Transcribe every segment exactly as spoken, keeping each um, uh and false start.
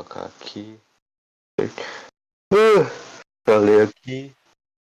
colocar aqui. Uh, pra ler aqui.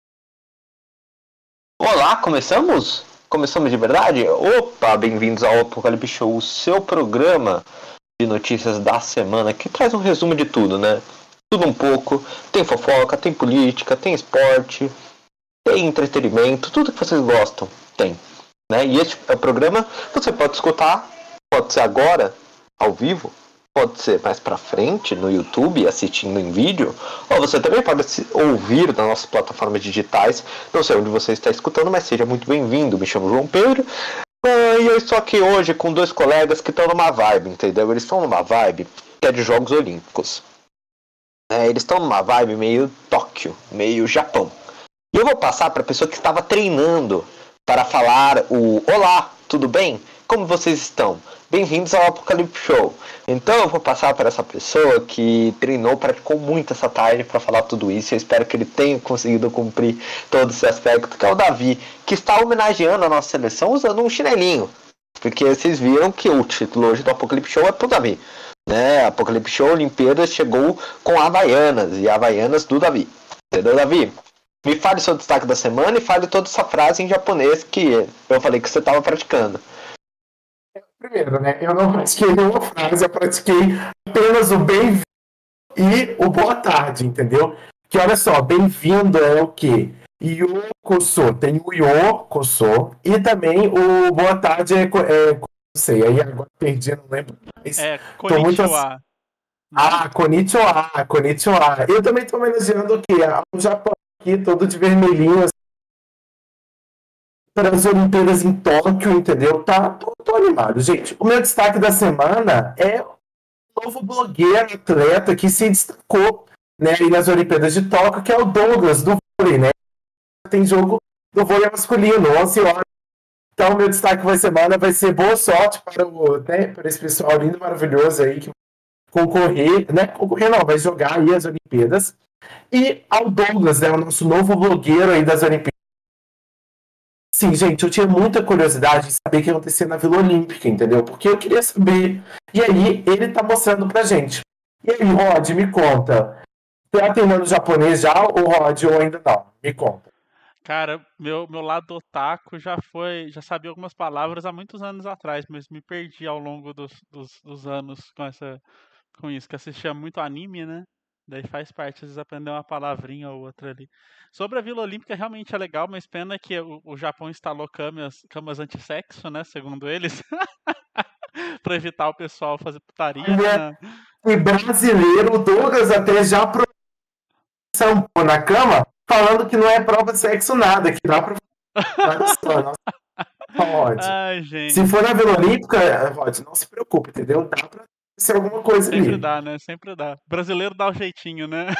Olá, começamos? Começamos de verdade? Opa, bem-vindos ao Apocalipse Show, o seu programa de notícias da semana, que traz um resumo de tudo, né? Tudo um pouco. Tem fofoca, tem política, tem esporte, tem entretenimento, tudo que vocês gostam, tem. Né? E este é o programa, você pode escutar, pode ser agora, ao vivo, pode ser mais pra frente no YouTube, assistindo em vídeo, ou você também pode ouvir nas nossas plataformas digitais. Não sei onde você está escutando, mas seja muito bem-vindo. Me chamo João Pedro e eu estou aqui hoje com dois colegas que estão numa vibe, entendeu? Eles estão numa vibe que é de Jogos Olímpicos. É, eles estão numa vibe meio Tóquio, meio Japão. E eu vou passar para a pessoa que estava treinando para falar o olá, tudo bem? Como vocês estão? Bem-vindos ao Apocalipse Show. Então eu vou passar para essa pessoa que treinou, praticou muito essa tarde para falar tudo isso. Eu espero que ele tenha conseguido cumprir todo esse aspecto, que é o Davi, que está homenageando a nossa seleção usando um chinelinho. Porque vocês viram que o título hoje do Apocalipse Show é pro Davi. Né? Apocalipse Show Olimpíadas chegou com Havaianas e Havaianas do Davi. Entendeu, Davi? Me fale seu destaque da semana e fale toda essa frase em japonês que eu falei que você estava praticando. Primeiro, né? Eu não pratiquei nenhuma frase, eu pratiquei apenas o bem-vindo e o boa tarde, entendeu? Que olha só, bem-vindo é o quê? Yokoso, tem o Yokoso e também o boa tarde é, é não sei, aí agora perdi, não lembro mais. É, konnichiwa. Ah, konnichiwa, konnichiwa. Eu também tô homenageando o quê? O Japão aqui, todo de vermelhinho, assim, para as Olimpíadas em Tóquio, entendeu? Tá, tô, tô animado, gente. O meu destaque da semana é o novo blogueiro atleta que se destacou, né, aí nas Olimpíadas de Tóquio, que é o Douglas, do vôlei, né? Tem jogo do vôlei masculino, onze horas. Então, meu destaque da semana vai ser boa sorte para, o, né, para esse pessoal lindo e maravilhoso aí que concorrer, né? Concorrer não, vai jogar aí as Olimpíadas. E ao Douglas, né, o nosso novo blogueiro aí das Olimpíadas. Sim, gente, eu tinha muita curiosidade de saber o que acontecia na Vila Olímpica, entendeu? Porque eu queria saber. E aí, ele tá mostrando pra gente. E aí, Rod, me conta. Você tá treinando japonês já, ou Rod, ou ainda não? Me conta. Cara, meu, meu lado otaku já foi, já sabia algumas palavras há muitos anos atrás, mas me perdi ao longo dos, dos, dos anos com, essa, com isso, que assistia muito anime, né? Daí faz parte, às vezes, aprender uma palavrinha ou outra ali. Sobre a Vila Olímpica, realmente é legal, mas pena que o, o Japão instalou camas, camas antissexo, né? Segundo eles. Pra evitar o pessoal fazer putaria, né? E brasileiro, o Douglas até já pro na cama, falando que não é prova de sexo nada, que dá pra... Rod. Ai, gente. Se for na Vila Olímpica, Rod, não se preocupe, entendeu? Dá pra ser alguma coisa Sempre ali. Sempre dá, né? Sempre dá. Brasileiro dá o jeitinho, né?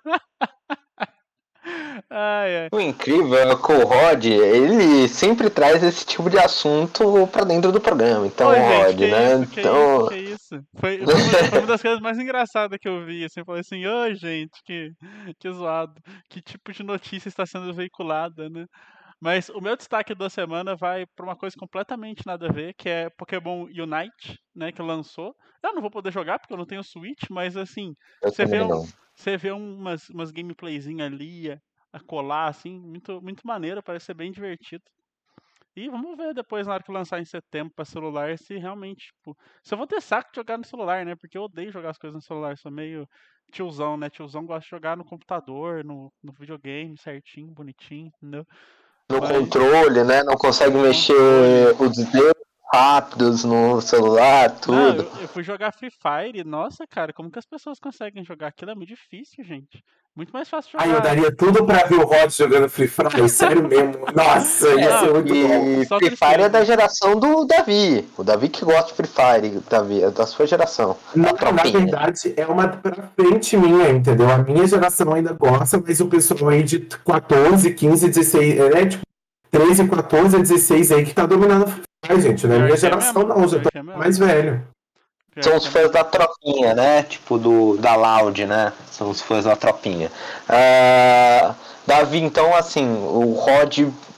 Ai, ai. O incrível é que o Rod, ele sempre traz esse tipo de assunto pra dentro do programa. Então, Oi, gente, Rod, que né? Isso, que então... isso, que isso. Foi, foi, uma, foi uma das coisas mais engraçadas que eu vi. Assim, eu falei assim, oi, gente, que, que zoado. Que tipo de notícia está sendo veiculada, né? Mas o meu destaque da semana vai pra uma coisa completamente nada a ver, que é Pokémon Unite, né, que lançou. Eu não vou poder jogar porque eu não tenho Switch, mas assim, Eu você vê, também um, não. você vê umas, umas gameplayzinhas ali a, a colar, assim, muito, muito maneiro, parece ser bem divertido. E vamos ver depois, na hora que lançar em setembro pra celular, se realmente, tipo, se eu vou ter saco de jogar no celular, né? Porque eu odeio jogar as coisas no celular, sou meio tiozão, né? Tiozão gosta de jogar no computador, no, no videogame, certinho, bonitinho, entendeu? No Mas- controle, né? Não consegue No mexer controle. os dedos rápidos no celular, Não, tudo. eu, eu fui jogar Free Fire, nossa, cara, como que as pessoas conseguem jogar aquilo? É muito difícil, gente. Muito mais fácil Ai, eu jogar. daria tudo pra ver o Rod jogando Free Fire, sério mesmo. Nossa, ia Não, ser muito bom. E Só Free tristeza. Fire é da geração do Davi. O Davi que gosta de Free Fire, Davi, é da sua geração. Não, A na tropinha. verdade, é uma pra frente minha, entendeu? A minha geração ainda gosta, mas o pessoal aí de quatorze, quinze, dezesseis, é tipo treze, quatorze, dezesseis aí que tá dominando o Free Fire, gente. Não é Pior minha que é geração, mesmo, não, já pior tô que é mesmo. mais velho. Pior São que os é fãs mesmo. da tropinha, né? Tipo do, da Loud, né? São os fãs da tropinha. Ah, Davi, então, assim, o Rod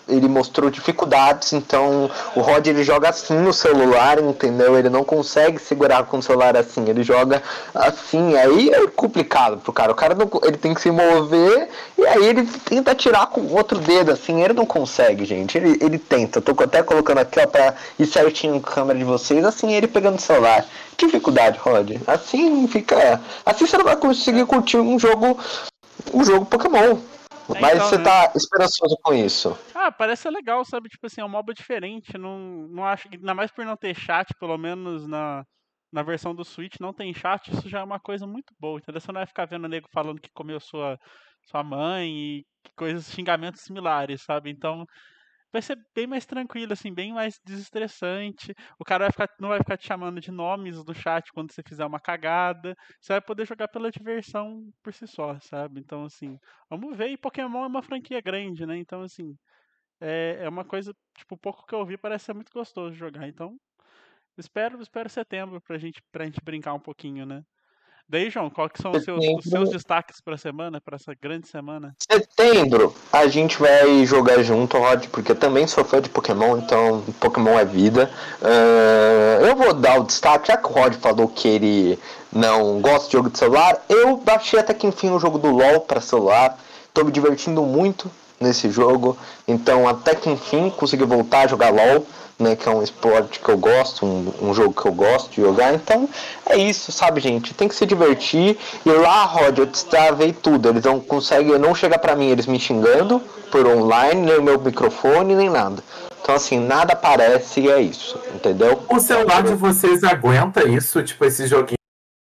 ele mostrou dificuldades, então o Rod ele joga assim no celular, entendeu? Ele não consegue segurar com o celular assim, ele joga assim, aí é complicado pro cara. O cara não, ele tem que se mover e aí ele tenta tirar com o outro dedo, assim, ele não consegue, gente. Ele, ele tenta, tô até colocando aqui, ó, pra ir certinho com a câmera de vocês, assim, ele pegando o celular. Dificuldade, Rod. Assim fica. Assim você não vai conseguir curtir um jogo. Um jogo Pokémon. É, Mas então, você né? tá esperançoso com isso. Ah, parece ser legal, sabe? Tipo assim, é um MOBA diferente. Não, não acho que. Ainda mais por não ter chat, pelo menos na, na versão do Switch, não tem chat, isso já é uma coisa muito boa, entendeu? Você não vai ficar vendo o nego falando que comeu sua, sua mãe e coisas, xingamentos similares, sabe? Então, vai ser bem mais tranquilo, assim, bem mais desestressante. O cara vai ficar, não vai ficar te chamando de nomes no chat quando você fizer uma cagada. Você vai poder jogar pela diversão por si só, sabe? Então, assim, vamos ver. E Pokémon é uma franquia grande, né? Então, assim, é, é uma coisa, tipo, o pouco que eu vi parece ser muito gostoso de jogar. Então, espero, espero setembro pra gente, pra gente brincar um pouquinho, né? Daí, João, qual que são os seus, os seus Setembro, destaques pra semana, pra essa grande semana? setembro a gente vai jogar junto, Rod, porque eu também sou fã de Pokémon, então Pokémon é vida. Uh, eu vou dar o destaque, já que o Rod falou que ele não gosta de jogo de celular, eu baixei até que enfim o jogo do LoL para celular, tô me divertindo muito nesse jogo, então até que enfim consegui voltar a jogar LoL, né, que é um esporte que eu gosto, um, um jogo que eu gosto de jogar, então é isso, sabe, gente, tem que se divertir. E lá, Rod, eu destravei tudo, eles não conseguem, não chega pra mim eles me xingando por online, nem o meu microfone, nem nada, então assim, nada aparece e é isso, entendeu? O celular de vocês aguenta isso, tipo, esse joguinho?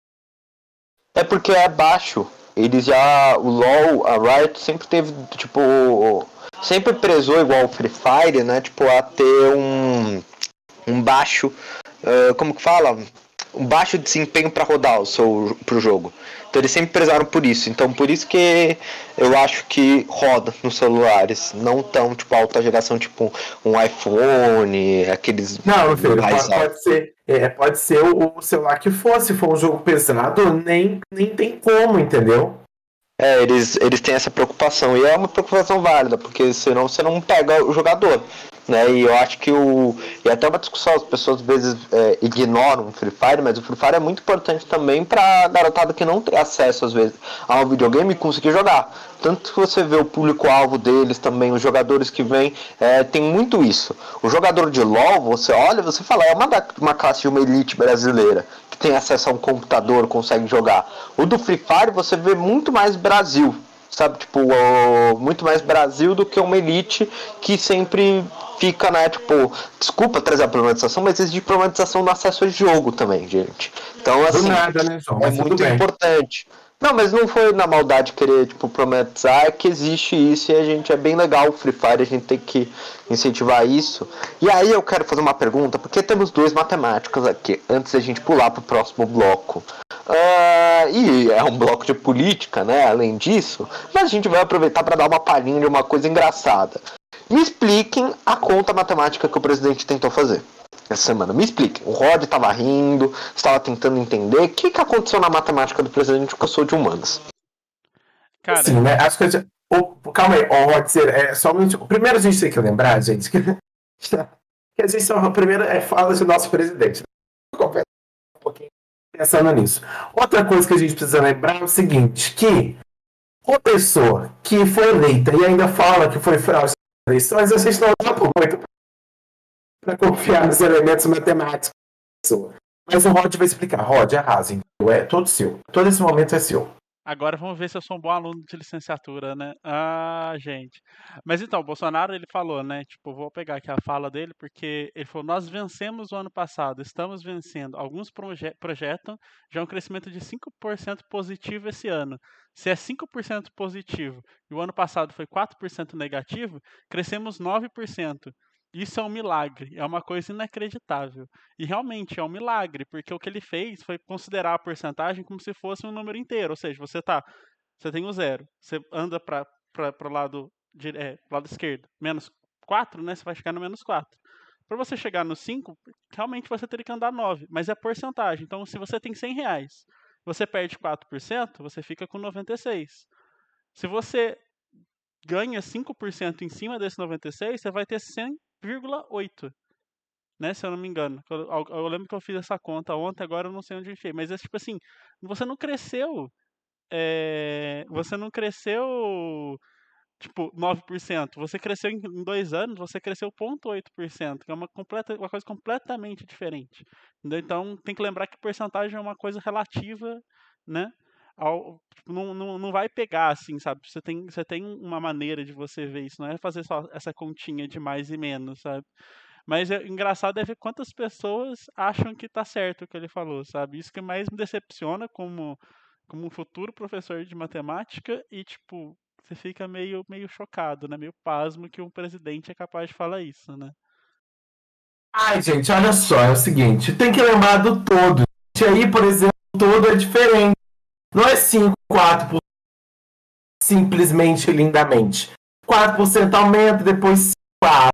É porque é baixo. Eles já. O LoL, a Riot sempre teve, tipo. Sempre prezou igual o Free Fire, né? Tipo, a ter um. Um baixo. Uh, como que fala? Um baixo desempenho para rodar o seu pro jogo. Então eles sempre prezaram por isso. Então por isso que eu acho que roda nos celulares. Não tão tipo alta geração, tipo um iPhone, aqueles. Não, meu filho, mais pode, pode ser, é, pode ser o, o celular que for. Se for um jogo pesado, nem, nem tem como, entendeu? É, eles, eles têm essa preocupação, e é uma preocupação válida, porque senão você não pega o jogador, né? E eu acho que o. E até uma discussão, as pessoas às vezes é, ignoram o Free Fire, mas o Free Fire é muito importante também pra garotada que não tem acesso, às vezes, ao videogame conseguir jogar. Tanto que você vê o público-alvo deles também, os jogadores que vêm, é, tem muito isso. O jogador de LoL, você olha, você fala, é uma, da, uma classe de uma elite brasileira, que tem acesso a um computador, consegue jogar. O do Free Fire, você vê muito mais Brasil, sabe, tipo, o, muito mais Brasil do que uma elite que sempre fica, né, tipo, desculpa trazer a problematização, mas existe problematização no acesso ao jogo também, gente. Então, assim, Do nada, né, João? é Mas tudo muito bem. importante. Não, mas não foi na maldade querer, tipo, problematizar, é que existe isso e a gente, é bem legal o Free Fire, a gente tem que incentivar isso. E aí eu quero fazer uma pergunta, porque temos dois matemáticos aqui, antes da gente pular pro próximo bloco. Uh, e é um bloco de política, né, além disso, mas a gente vai aproveitar para dar uma palhinha de uma coisa engraçada. Me expliquem a conta matemática que o presidente tentou fazer essa semana. Me expliquem. O Rod estava rindo, estava tentando entender o que, que aconteceu na matemática do presidente, que eu sou de humanas. Cara, Sim, né? Acho que a gente... oh, calma aí, oh, pode ser, é, só um minuto. Primeiro a gente tem que lembrar, gente, que, que a gente só primeiro é, fala do nosso presidente. Um pouquinho pensando nisso. Outra coisa que a gente precisa lembrar é o seguinte, que uma pessoa que foi eleita e ainda fala que foi fraude nas eleições, a gente não dá por muito para confiar nos elementos matemáticos da pessoa. Mas o Rod vai explicar. Rod, arrasa, então é todo seu. Todo esse momento é seu. agora vamos ver se eu sou um bom aluno de licenciatura, né? Ah, gente. Mas então, o Bolsonaro, ele falou, né? Tipo, vou pegar aqui a fala dele, porque ele falou: nós vencemos o ano passado, estamos vencendo. Alguns proje projetam já um crescimento de cinco por cento positivo esse ano. Se é cinco por cento positivo e o ano passado foi quatro por cento negativo, crescemos nove por cento. Isso é um milagre, é uma coisa inacreditável. E realmente é um milagre, porque o que ele fez foi considerar a porcentagem como se fosse um número inteiro. Ou seja, você tá, você tem o zero, você anda para o lado, é, lado esquerdo, menos quatro, né? Você vai chegar no menos quatro. Para você chegar no cinco, realmente você teria que andar nove, mas é porcentagem. Então, se você tem cem reais, você perde quatro por cento, você fica com noventa e seis. Se você ganha cinco por cento em cima desse noventa e seis, você vai ter cem vírgula oito. Né, se eu não me engano. Eu, eu, eu lembro que eu fiz essa conta ontem, agora eu não sei onde eu enfiei. Mas é tipo assim, você não cresceu. É, você não cresceu tipo nove por cento. Você cresceu em, em dois anos, você cresceu zero vírgula oito por cento, que é uma, completa, uma coisa completamente diferente. Entendeu? Então tem que lembrar que porcentagem é uma coisa relativa, né? Ao, tipo, não, não, não vai pegar assim, sabe? Você tem, você tem uma maneira de você ver isso, não é fazer só essa continha de mais e menos, sabe? Mas é engraçado é ver quantas pessoas acham que tá certo o que ele falou, sabe? Isso que mais me decepciona como, como um futuro professor de matemática e, tipo, você fica meio, meio chocado, né? Meio pasmo que um presidente é capaz de falar isso, né? Ai, gente, olha só, é o seguinte, tem que lembrar do todo. E aí, por exemplo, o todo é diferente. Não é cinco, quatro por cento simplesmente lindamente. quatro por cento aumenta, depois quatro.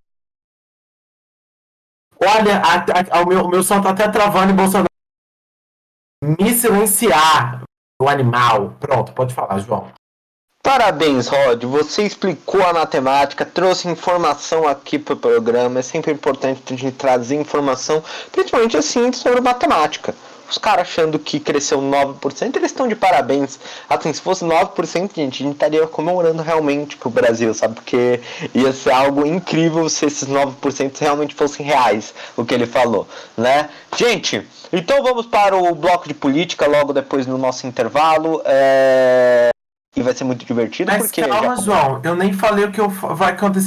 Olha, a, a, o, meu, o meu som tá até travando e Bolsonaro. Me silenciar, o animal. Pronto, pode falar, João. Parabéns, Rod. Você explicou a matemática, trouxe informação aqui pro programa. É sempre importante a gente trazer informação, principalmente assim, sobre matemática. Os caras achando que cresceu nove por cento, eles estão de parabéns. Assim, se fosse nove por cento, gente, a gente estaria comemorando realmente pro Brasil, sabe? Porque ia ser algo incrível se esses nove por cento realmente fossem reais, o que ele falou, né? Gente, então vamos para o bloco de política logo depois no nosso intervalo. É... E vai ser muito divertido. Mas porque calma, já... João, eu nem falei o que eu, vai acontecer.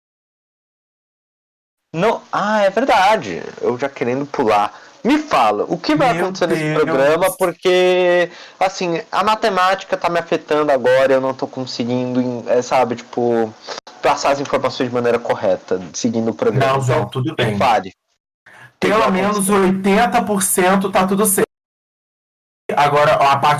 Não, ah, é verdade. Eu já querendo pular. Me fala, o que vai Meu acontecer nesse Deus. programa, porque, assim, a matemática tá me afetando agora, eu não tô conseguindo, é, sabe, tipo, passar as informações de maneira correta, seguindo o programa. Não, João, tudo bem. Fale. Pelo menos oitenta por cento tá tudo certo. Agora, a parte...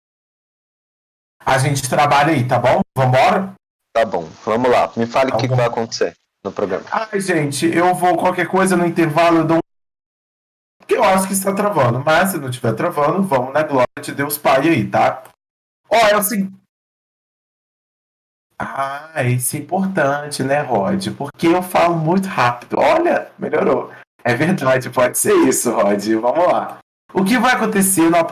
A gente trabalha aí, tá bom? Vambora? Tá bom, vamos lá. Me fale o que, que vai acontecer no programa. Ai, gente, eu vou qualquer coisa no intervalo, eu dou um... Porque eu acho que está travando, mas se não estiver travando, vamos na glória de Deus Pai aí, tá? Ó, é o seguinte... Ah, isso é importante, né, Rod? Porque eu falo muito rápido. Olha, melhorou. É verdade, pode ser isso, Rod. Vamos lá. O que vai acontecer no...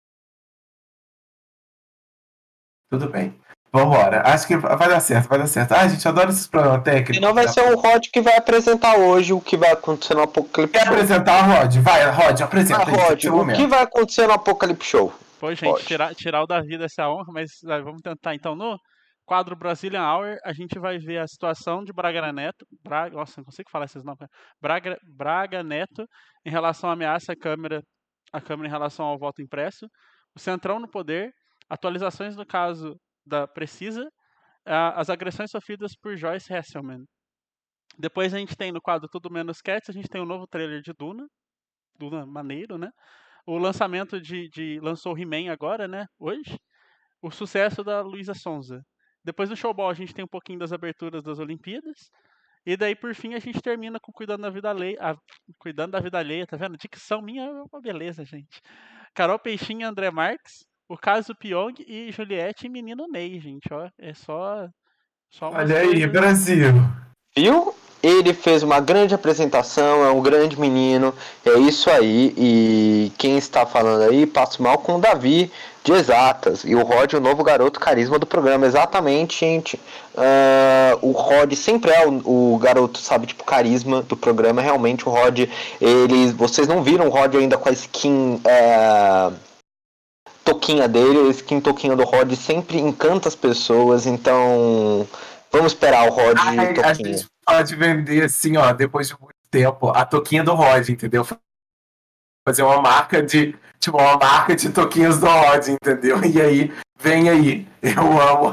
Tudo bem. Vambora. Acho que vai dar certo, vai dar certo. Ah, a gente adora esses programas técnicos. E não vai ser o Rod que vai apresentar hoje o que vai acontecer no Apocalipse Show. Quer apresentar, Rod? Vai, Rod, apresenta. Ah, Rod, o momento. que vai acontecer no Apocalipse Show? Pô, gente, tirar, tirar o Davi dessa honra, mas vai, vamos tentar. Então, no quadro Brazilian Hour, a gente vai ver a situação de Braga Neto. Braga, nossa, não consigo falar esses nomes. Braga, Braga Neto em relação à ameaça à Câmara, à Câmara em relação ao voto impresso. O Centrão no poder. Atualizações no caso da Precisa, uh, as agressões sofridas por Joyce Hasselman. Depois a gente tem no quadro Tudo Menos Cats, a gente tem o um novo trailer de Duna, Duna maneiro, né? O lançamento de, de lançou He-Man agora, né? Hoje. O sucesso da Luísa Sonza. Depois do Showball a gente tem um pouquinho das aberturas das Olimpíadas. E daí, por fim, a gente termina com Cuidando da Vida Alheia. Ah, cuidando da Vida Alheia, tá vendo? Dicção minha é uma beleza, gente. Carol Peixinho e André Marques. O caso Pyong e Juliette e Menino Ney, gente, ó. É só... só Olha aí, coisas... Brasil. Viu? Ele fez uma grande apresentação, é um grande menino, é isso aí. E quem está falando aí, Passo Mal com o Davi, de Exatas. E o Rod, o novo garoto carisma do programa. Exatamente, gente. Uh, o Rod sempre é o, o garoto, sabe, tipo, carisma do programa. Realmente, o Rod, eles... Vocês não viram o Rod ainda com a skin... Uh... toquinha dele, a skin toquinha do Rod sempre encanta as pessoas, então vamos esperar o Rod Ai, toquinha. A gente pode vender assim, ó, depois de muito tempo, a toquinha do Rod, entendeu? Fazer uma marca de, tipo, uma marca de toquinhas do Rod, entendeu? E aí, vem aí, eu amo.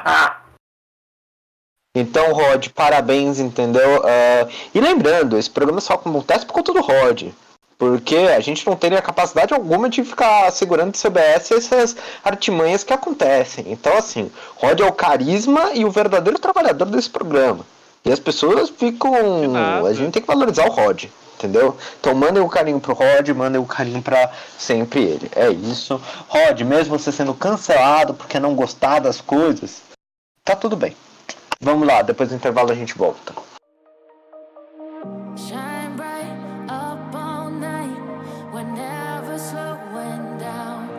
Então, Rod, parabéns, entendeu? Uh, e lembrando, esse programa só acontece por conta do Rod. Porque a gente não teria capacidade alguma de ficar segurando de C B S essas artimanhas que acontecem. Então, assim, Rod é o carisma e o verdadeiro trabalhador desse programa. E as pessoas ficam... A gente tem que valorizar o Rod, entendeu? Então, mandem o carinho pro Rod, mandem o carinho pra sempre ele. É isso. Rod, mesmo você sendo cancelado porque não gostar das coisas, tá tudo bem. Vamos lá, depois do intervalo a gente volta. Shine bright up all night, we're never slowing down.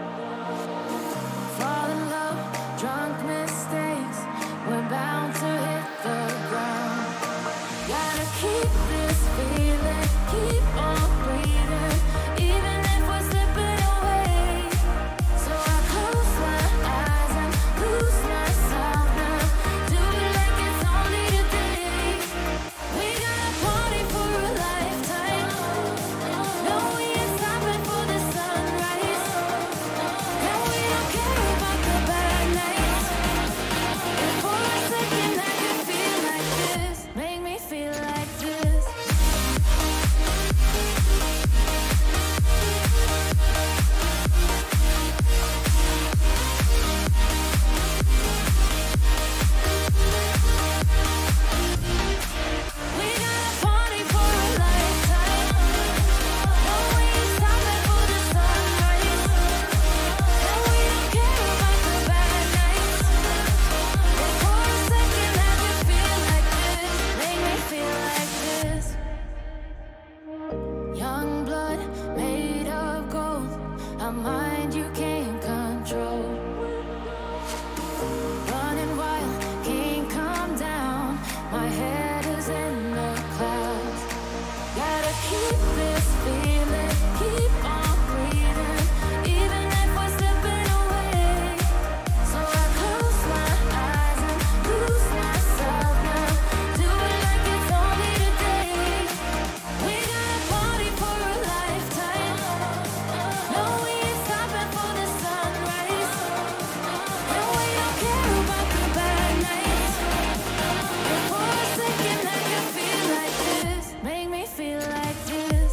Fall in love, drunk mistakes, we're bound to hit the ground. Gotta keep this feeling, keep on breathing, even if we're slipping away. So I close my eyes and lose myself now, do it like it's only today. We got a party for a lifetime, no we ain't stopping for the sunrise, and we don't care about the bad nights. If for a second I could feel like this, make me feel like this. We got a party for a lifetime, no we ain't stopping for the sunrise, and we don't care about the bad nights. If for a second I could feel like this, make me feel like this. Young blood made of gold, a mind you can't control. Running wild, can't calm down, my head is in the clouds. Gotta keep this feeling, keep on breathing, even if we're slipping away. So I close my eyes and lose myself now, do it like it's only today. We got a party for a lifetime, no we ain't stopping for the sunrise, and we don't care about the bad nights. If for a second I could feel like this, make me feel like this.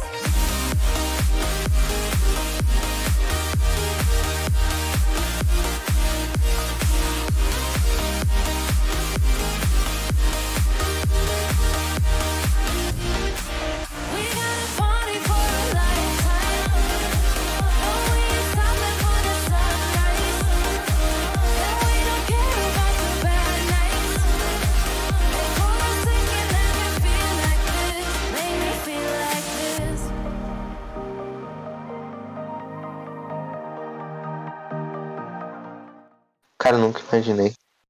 We got a party for a lifetime, no we ain't stopping for the sunrise, and we don't care about the bad nights. If for a second I could feel like this, make me feel like this. Cara, eu nunca imaginei.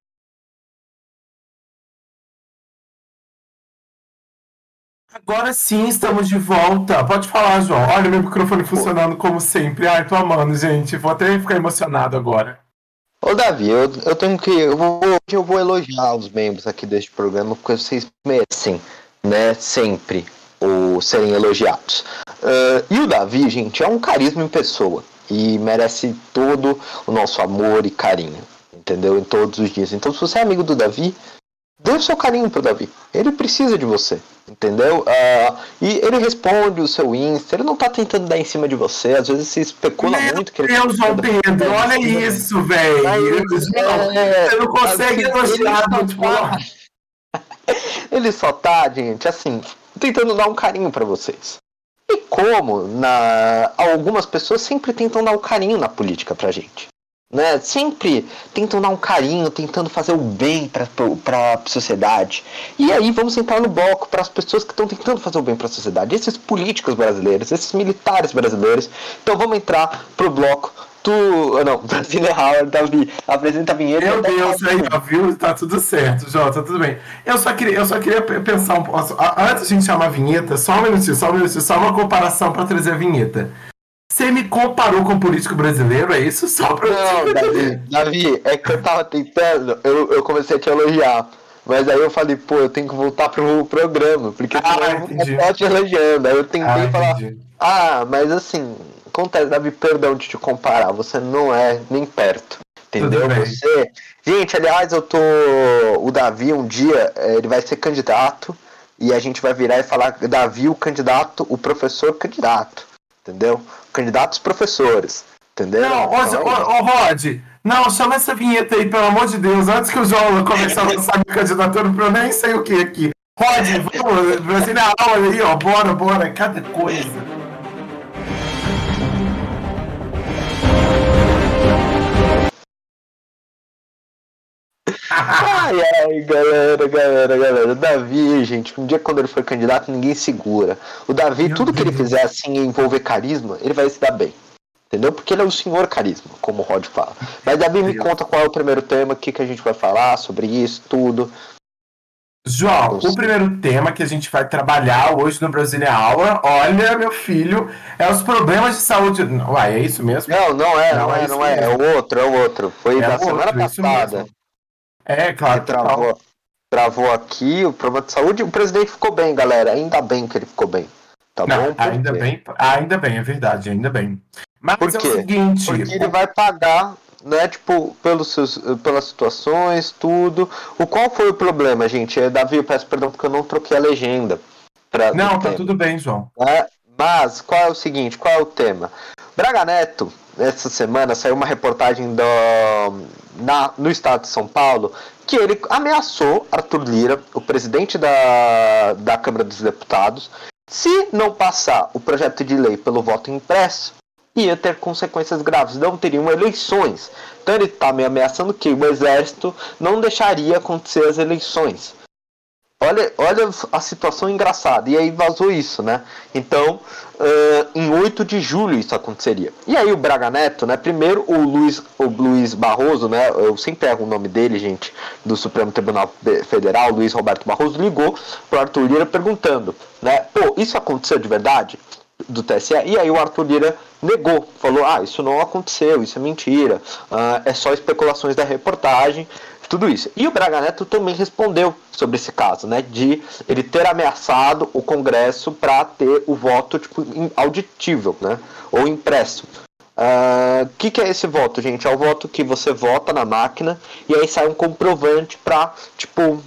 Agora sim, estamos de volta. Pode falar, João. Olha o meu microfone funcionando como sempre. Ai, tô amando, gente. Vou até ficar emocionado agora. Ô Davi, eu, eu tenho que. Eu vou, hoje eu vou elogiar os membros aqui deste programa, porque vocês merecem, né? Sempre o serem elogiados. Ah, e o Davi, gente, é um carisma em pessoa. E merece todo o nosso amor e carinho. Entendeu? Em todos os dias. Então, se você é amigo do Davi, dê o seu carinho pro Davi. Ele precisa de você. Entendeu? Ah, e ele responde o seu Insta. Ele não tá tentando dar em cima de você. Às vezes se especula Meu muito que ele. Deus, João Pedro, olha isso, velho. É, Você não consegue assim, elogiar, ele tipo, só tá- Ele só tá, gente, assim, tentando dar um carinho pra vocês. E como na algumas pessoas sempre tentam dar um carinho na política pra gente, né? Sempre tentam dar um carinho, tentando fazer o bem pra, pra sociedade. E aí vamos entrar no bloco para as pessoas que estão tentando fazer o bem pra sociedade. Esses políticos brasileiros, esses militares brasileiros. Então vamos entrar pro bloco do... Não, Brasília Howard, Davi, apresenta a vinheta. Meu Deus, aí, ó, viu? Tá tudo certo, Jô, tá tudo bem. Eu só queria, eu só queria pe- pensar um pouco. a- Antes de a gente chamar a vinheta, só um minutinho, só um minutinho, só uma comparação pra trazer a vinheta. Você me comparou com o político brasileiro, é isso? Só pra Não, Davi, Davi, é que eu tava tentando, eu, eu comecei a te elogiar. Mas aí eu falei, pô, eu tenho que voltar pro programa, porque Ah, senão eu vou entendi. ficar te elogiando. Aí eu tentei Ah, falar, entendi. ah, mas assim, acontece, Davi, perdão de te comparar, você não é nem perto, entendeu? Tudo bem. Você... Gente, aliás, eu tô... O Davi, um dia, eh, ele vai ser candidato, e a gente vai virar e falar, Davi, o candidato, o professor candidato, entendeu? Candidatos professores, entendeu? Não, ô, Então, ô, ô, Rod, não, chama essa vinheta aí, pelo amor de Deus, antes que o João comece a lançar minha candidatura pra eu nem sei o que aqui. Rod, vamos, Brasília aula aí, ó, bora, bora, cada coisa. Ai, ai, galera, galera, galera. O Davi, gente, um dia quando ele for candidato, ninguém segura. O Davi, Meu tudo que ele Deus. fizer assim envolver carisma, ele vai se dar bem. Entendeu? Porque ele é o senhor carisma, como o Rod fala. Mas Davi, me Deus. conta qual é o primeiro tema, o que, que a gente vai falar sobre isso, tudo. João, Nossa. o primeiro tema que a gente vai trabalhar hoje no Brasília Aula, olha, meu filho, é os problemas de saúde. Uai, é isso mesmo? Não, não é, não, Não, é é, isso não é. É mesmo. o outro, é o outro. Foi É da o semana outro, isso passada. mesmo. É, claro, Que total. travou, travou aqui o problema de saúde. O presidente ficou bem, galera. Ainda bem que ele ficou bem. Tá Não, bom? Por ainda quê? bem, ainda bem, é verdade, ainda bem. Mas Por é o quê? seguinte, Porque ele o- vai pagar, né, tipo, pelos seus, pelas situações, tudo. O qual foi o problema, gente? É, Davi, eu peço perdão porque eu não troquei a legenda pra, do não, tá tema, tudo bem, João. né? Mas qual é o seguinte, qual é o tema? Braga Neto, essa semana saiu uma reportagem do, na, no estado de São Paulo que ele ameaçou Arthur Lira, o presidente da, da Câmara dos Deputados, se não passar o projeto de lei pelo voto impresso, ia ter consequências graves, não teriam eleições. Então ele está me ameaçando que o exército não deixaria acontecer as eleições. Olha, olha a situação engraçada. E aí vazou isso, né? Então, uh, em oito de julho isso aconteceria. E aí o Braga Neto, né? Primeiro o Luiz, o Luiz Barroso, né? Eu sempre erro o nome dele, gente, do Supremo Tribunal Federal, Luiz Roberto Barroso, ligou pro Arthur Lira perguntando, né? Pô, isso aconteceu de verdade? Do T S E? E aí o Arthur Lira negou, falou, ah, isso não aconteceu, isso é mentira, uh, é só especulações da reportagem, tudo isso. E o Braga Neto também respondeu sobre esse caso, né, de ele ter ameaçado o Congresso para ter o voto tipo, auditível, né, ou impresso. O uh, que, que é esse voto, gente? É o voto que você vota na máquina e aí sai um comprovante para, tipo,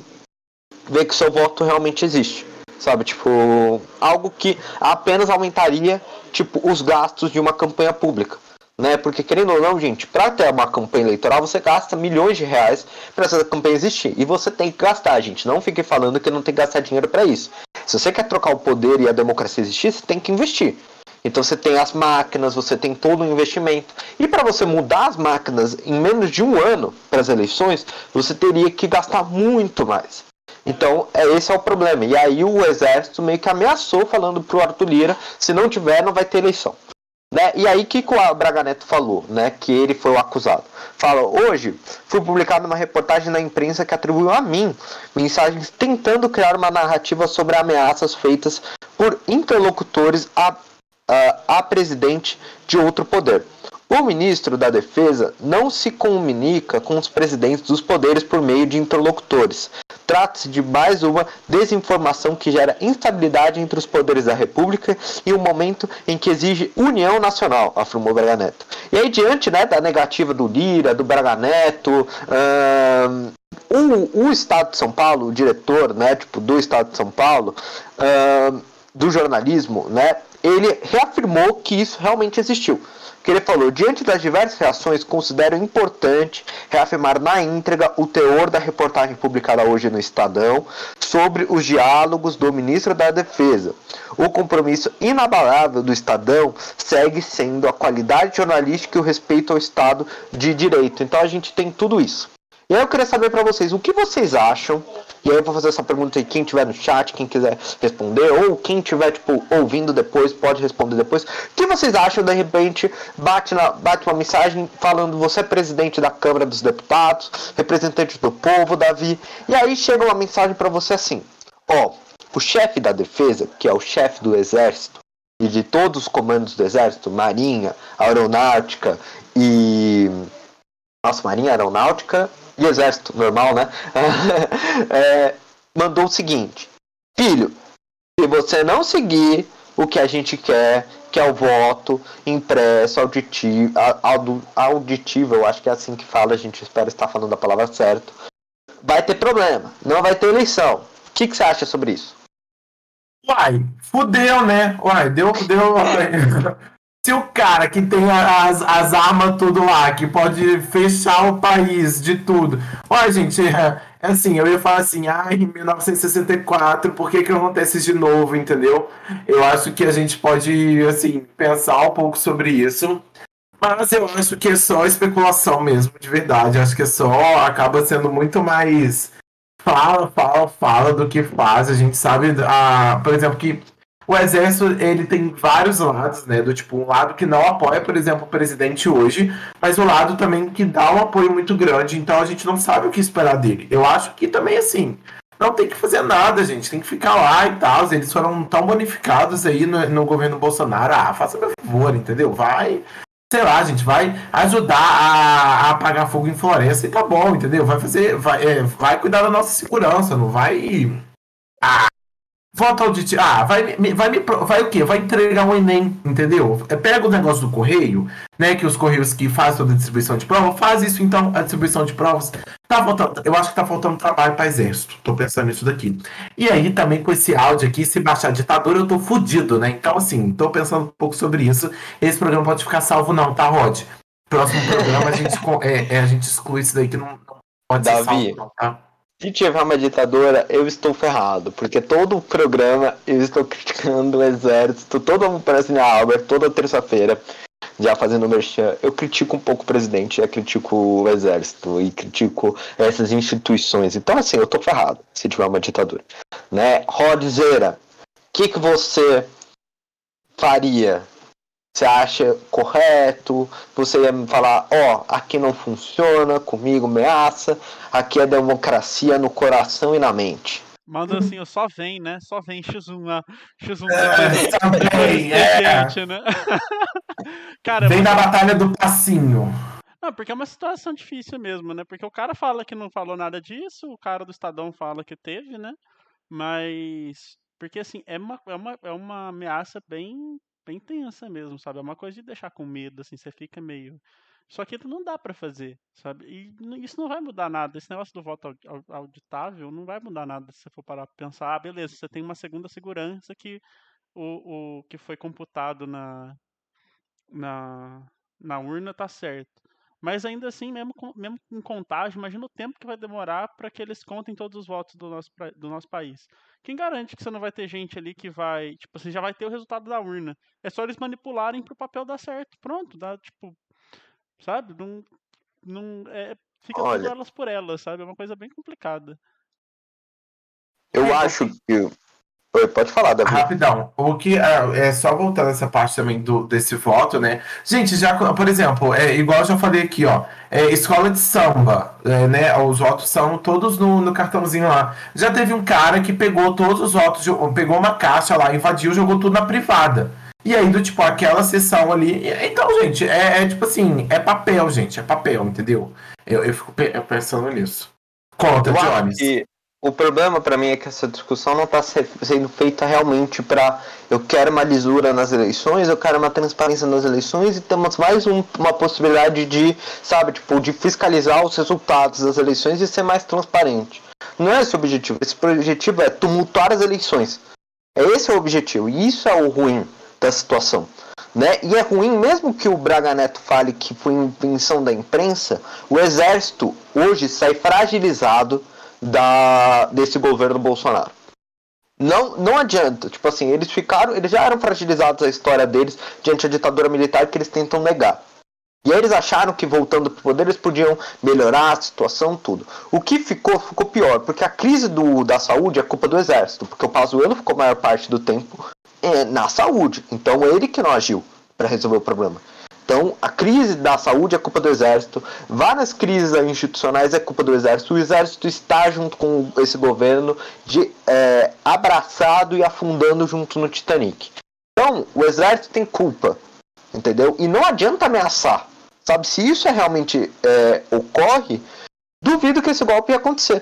ver que seu voto realmente existe. Sabe, tipo, algo que apenas aumentaria, tipo, os gastos de uma campanha pública, né? Porque, querendo ou não, gente, para ter uma campanha eleitoral, você gasta milhões de reais para essa campanha existir. E você tem que gastar, gente. Não fique falando que não tem que gastar dinheiro para isso. Se você quer trocar o poder e a democracia existir, você tem que investir. Então você tem as máquinas, você tem todo o investimento. E para você mudar as máquinas em menos de um ano para as eleições, você teria que gastar muito mais. Então, é, esse é o problema. E aí o exército meio que ameaçou, falando pro Arthur Lira, se não tiver, não vai ter eleição. Né? E aí, o que, que o Braga Neto falou? Né? Que ele foi o acusado. Fala, hoje foi publicada uma reportagem na imprensa que atribuiu a mim mensagens tentando criar uma narrativa sobre ameaças feitas por interlocutores a, a, a presidente de outro poder. O ministro da Defesa não se comunica com os presidentes dos poderes por meio de interlocutores. Trata-se de mais uma desinformação que gera instabilidade entre os poderes da República e um momento em que exige união nacional, afirmou Braga Neto. E aí, diante, né, da negativa do Lira, do Braga Neto, hum, o, o Estado de São Paulo, o diretor, né, tipo, do Estado de São Paulo, hum, do jornalismo, né, ele reafirmou que isso realmente existiu. Que ele falou, diante das diversas reações, considero importante reafirmar na íntegra o teor da reportagem publicada hoje no Estadão sobre os diálogos do ministro da Defesa. O compromisso inabalável do Estadão segue sendo a qualidade jornalística e o respeito ao Estado de Direito. Então a gente tem tudo isso. E aí eu queria saber para vocês, o que vocês acham? E aí eu vou fazer essa pergunta aí, quem tiver no chat, quem quiser responder, ou quem tiver, tipo, ouvindo depois, pode responder depois. O que vocês acham, de repente, bate, na, bate uma mensagem falando, você é presidente da Câmara dos Deputados, representante do povo, Davi, e aí chega uma mensagem para você assim, ó, o chefe da defesa, que é o chefe do exército, e de todos os comandos do exército, marinha, aeronáutica e... Nossa, marinha, aeronáutica... e exército, normal, né? é, mandou o seguinte, filho, se você não seguir o que a gente quer, que é o voto impresso, auditivo, auditivo, eu acho que é assim que fala, a gente espera estar falando a palavra certa, vai ter problema, não vai ter eleição. O que, que você acha sobre isso? Uai, fudeu, né? Uai, deu, deu... Se o cara que tem as, as armas tudo lá, que pode fechar o país de tudo. Olha, gente, é, é assim, eu ia falar assim, ai, em mil novecentos e sessenta e quatro, por que que não acontece de novo, entendeu? Eu acho que a gente pode, assim, pensar um pouco sobre isso. Mas eu acho que é só especulação mesmo, de verdade. Acho que é só. Acaba sendo muito mais fala, fala, fala do que faz. A gente sabe, a, por exemplo, que o exército ele tem vários lados, né? Do tipo, um lado que não apoia, por exemplo, o presidente hoje, mas o lado também que dá um apoio muito grande. Então a gente não sabe o que esperar dele. Eu acho que também, assim, não tem que fazer nada, gente. Tem que ficar lá e tal. Eles foram tão bonificados aí no, no governo Bolsonaro. Ah, faça meu favor, entendeu? Vai. Sei lá, gente, vai ajudar a, a apagar fogo em floresta e tá bom, entendeu? Vai fazer, vai, é, vai cuidar da nossa segurança, não vai. Ah, voto auditivo. Ah, vai, me- vai, me, pro- vai o quê? Vai entregar um Enem, entendeu? É, pega o negócio do correio, né? Que os correios que fazem toda a distribuição de prova, faz isso então, a distribuição de provas. Tá faltando, eu acho que tá faltando trabalho para exército. Tô pensando nisso daqui. E aí também com esse áudio aqui, se baixar a ditadura, eu tô fudido, né? Então, assim, tô pensando um pouco sobre isso. Esse programa pode ficar salvo, não, tá, Rod? Próximo programa a gente, co- é, é, a gente exclui isso daí que não, não pode ser Davi. salvo, não, tá? Se tiver uma ditadura, eu estou ferrado, porque todo o programa eu estou criticando o exército, todo mundo parece na Albert, toda terça-feira, já fazendo merchan, eu critico um pouco o presidente, eu critico o exército e critico essas instituições. Então, assim, eu estou ferrado se tiver uma ditadura, né? Rodzeira, o que, que você faria? Você acha correto? Você ia me falar, ó, oh, aqui não funciona, comigo ameaça, aqui é democracia no coração e na mente. Manda assim, ó, só vem, né? Só vem X um lá. X um É, pra também, é. gente, né? Cara, Vem mas- da batalha do passinho. Não, porque é uma situação difícil mesmo, né? Porque o cara fala que não falou nada disso, o cara do Estadão fala que teve, né? Mas. Porque assim, é uma, é uma, é uma ameaça bem, bem tensa mesmo, sabe? É uma coisa de deixar com medo, assim, você fica meio. Só que não dá pra fazer, sabe? E n- isso não vai mudar nada. Esse negócio do voto au- au- auditável não vai mudar nada se você for parar pra pensar, ah, beleza, você tem uma segunda segurança que o, o que foi computado na, na, na urna tá certo. Mas ainda assim, mesmo com, mesmo com contagem, imagina o tempo que vai demorar para que eles contem todos os votos do nosso, pra- do nosso país. Quem garante que você não vai ter gente ali que vai. Tipo, você já vai ter o resultado da urna. É só eles manipularem pro papel dar certo. Pronto, dá, tipo, sabe? Não, não, é, fica tudo Olha, elas por elas, sabe? É uma coisa bem complicada. eu É, acho que... Oi, pode falar, Davi. Rapidão, o que ah, é só voltando essa parte também do, desse voto, né? Gente, já, por exemplo, é igual eu já falei aqui, ó, é, escola de samba, é, né? Os votos são todos no, no cartãozinho lá. Já teve um cara que pegou todos os votos, jo- pegou uma caixa lá, invadiu, jogou tudo na privada. E aí, do tipo, aquela sessão ali. e- Então, gente, é, é tipo assim, é papel, gente, é papel, entendeu? Eu, eu fico pe- pensando nisso. Conta, Eu acho Jones. que o problema pra mim é que essa discussão não está sendo feita realmente para eu quero uma lisura nas eleições, eu quero uma transparência nas eleições e temos mais um- uma possibilidade de, sabe, tipo, de fiscalizar os resultados das eleições e ser mais transparente. Não é esse o objetivo. Esse objetivo é tumultuar as eleições. É esse o objetivo. E isso é o ruim da situação. Né? E é ruim, mesmo que o Braga Neto fale que foi invenção da imprensa, o exército hoje sai fragilizado da, desse governo Bolsonaro. Não, não adianta, tipo assim, eles ficaram, eles já eram fragilizados a história deles diante da ditadura militar que eles tentam negar. E aí eles acharam que voltando pro poder eles podiam melhorar a situação, tudo. O que ficou, ficou pior, porque a crise do, da saúde é culpa do exército, porque o Pazuello ficou a maior parte do tempo é, na saúde, então ele que não agiu para resolver o problema. Então, a crise da saúde é culpa do exército, várias crises institucionais é culpa do exército, o exército está junto com esse governo de, é, abraçado e afundando junto no Titanic. Então, o exército tem culpa, entendeu? E não adianta ameaçar, sabe? Se isso é realmente é, ocorre, duvido que esse golpe ia acontecer.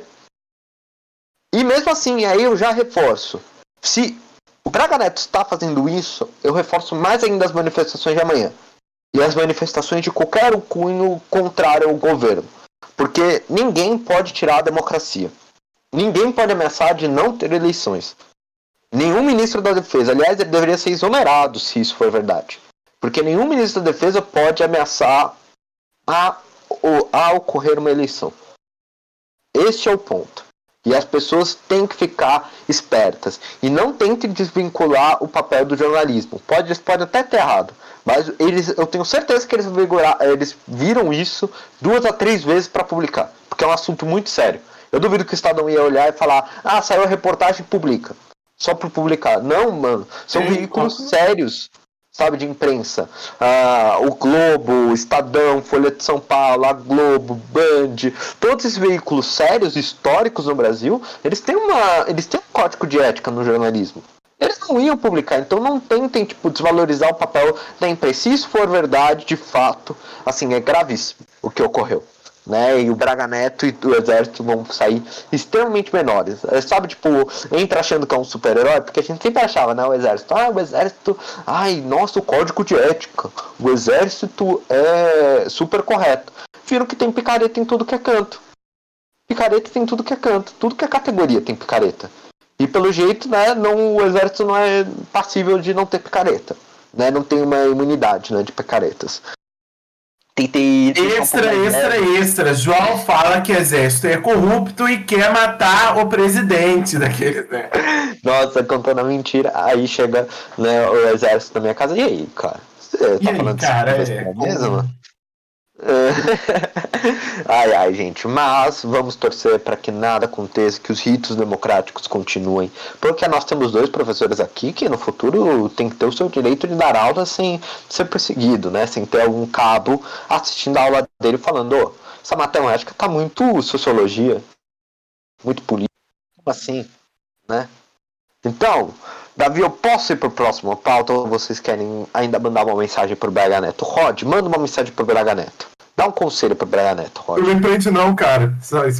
E mesmo assim, aí eu já reforço, se o Braga Neto está fazendo isso, eu reforço mais ainda as manifestações de amanhã. E as manifestações de qualquer cunho contrário ao governo. Porque ninguém pode tirar a democracia. Ninguém pode ameaçar de não ter eleições. Nenhum ministro da defesa, aliás, ele deveria ser exonerado se isso for verdade. Porque nenhum ministro da defesa pode ameaçar a, a ocorrer uma eleição. Este é o ponto. E as pessoas têm que ficar espertas. E não tentem desvincular o papel do jornalismo. Pode, eles podem até ter errado. Mas eles, eu tenho certeza que eles, vigorar, eles viram isso duas a três vezes para publicar. Porque é um assunto muito sério. Eu duvido que o Estadão ia olhar e falar: ah, saiu a reportagem, publica. Só por publicar. Não, mano. São Sim, veículos como... sérios, sabe, de imprensa. Ah, o Globo, o Estadão, Folha de São Paulo, a Globo, Band, todos esses veículos sérios, históricos no Brasil, eles têm, uma, eles têm um código de ética no jornalismo. Eles não iam publicar, então não tentem, tipo, desvalorizar o papel da imprensa. Se isso for verdade, de fato, assim, é gravíssimo o que ocorreu. Né? E o Braga Neto e o Exército vão sair extremamente menores. Sabe, tipo, entra achando que é um super-herói, porque a gente sempre achava, né, o Exército. Ah, o Exército, ai, nossa, o código de ética. O Exército é super correto. Viram que tem picareta em tudo que é canto. Picareta tem tudo que é canto. Tudo que é categoria tem picareta. E pelo jeito, né, não, o Exército não é passível de não ter picareta. Né? Não tem uma imunidade, né, de picaretas. Tentei... Extra, extra, extra. João fala que o Exército é corrupto e quer matar o presidente daquele, né? Nossa, contando a mentira. Aí chega, né, o Exército na minha casa. E aí, cara? Você tá e falando aí, cara, disso é... mesmo? Ai, ai, gente, mas vamos torcer para que nada aconteça, que os ritos democráticos continuem, porque nós temos dois professores aqui que no futuro tem que ter o seu direito de dar aula sem ser perseguido, né? Sem ter algum cabo assistindo a aula dele falando: oh, essa matemática tá muito sociologia, muito política, como assim, né? Então, Davi, eu posso ir pro próximo pauta ou vocês querem ainda mandar uma mensagem pro Braga Neto? Rod, manda uma mensagem pro Braga Neto. Dá um conselho pro Braga Neto, Rod. Eu não entendo não, cara. Só isso.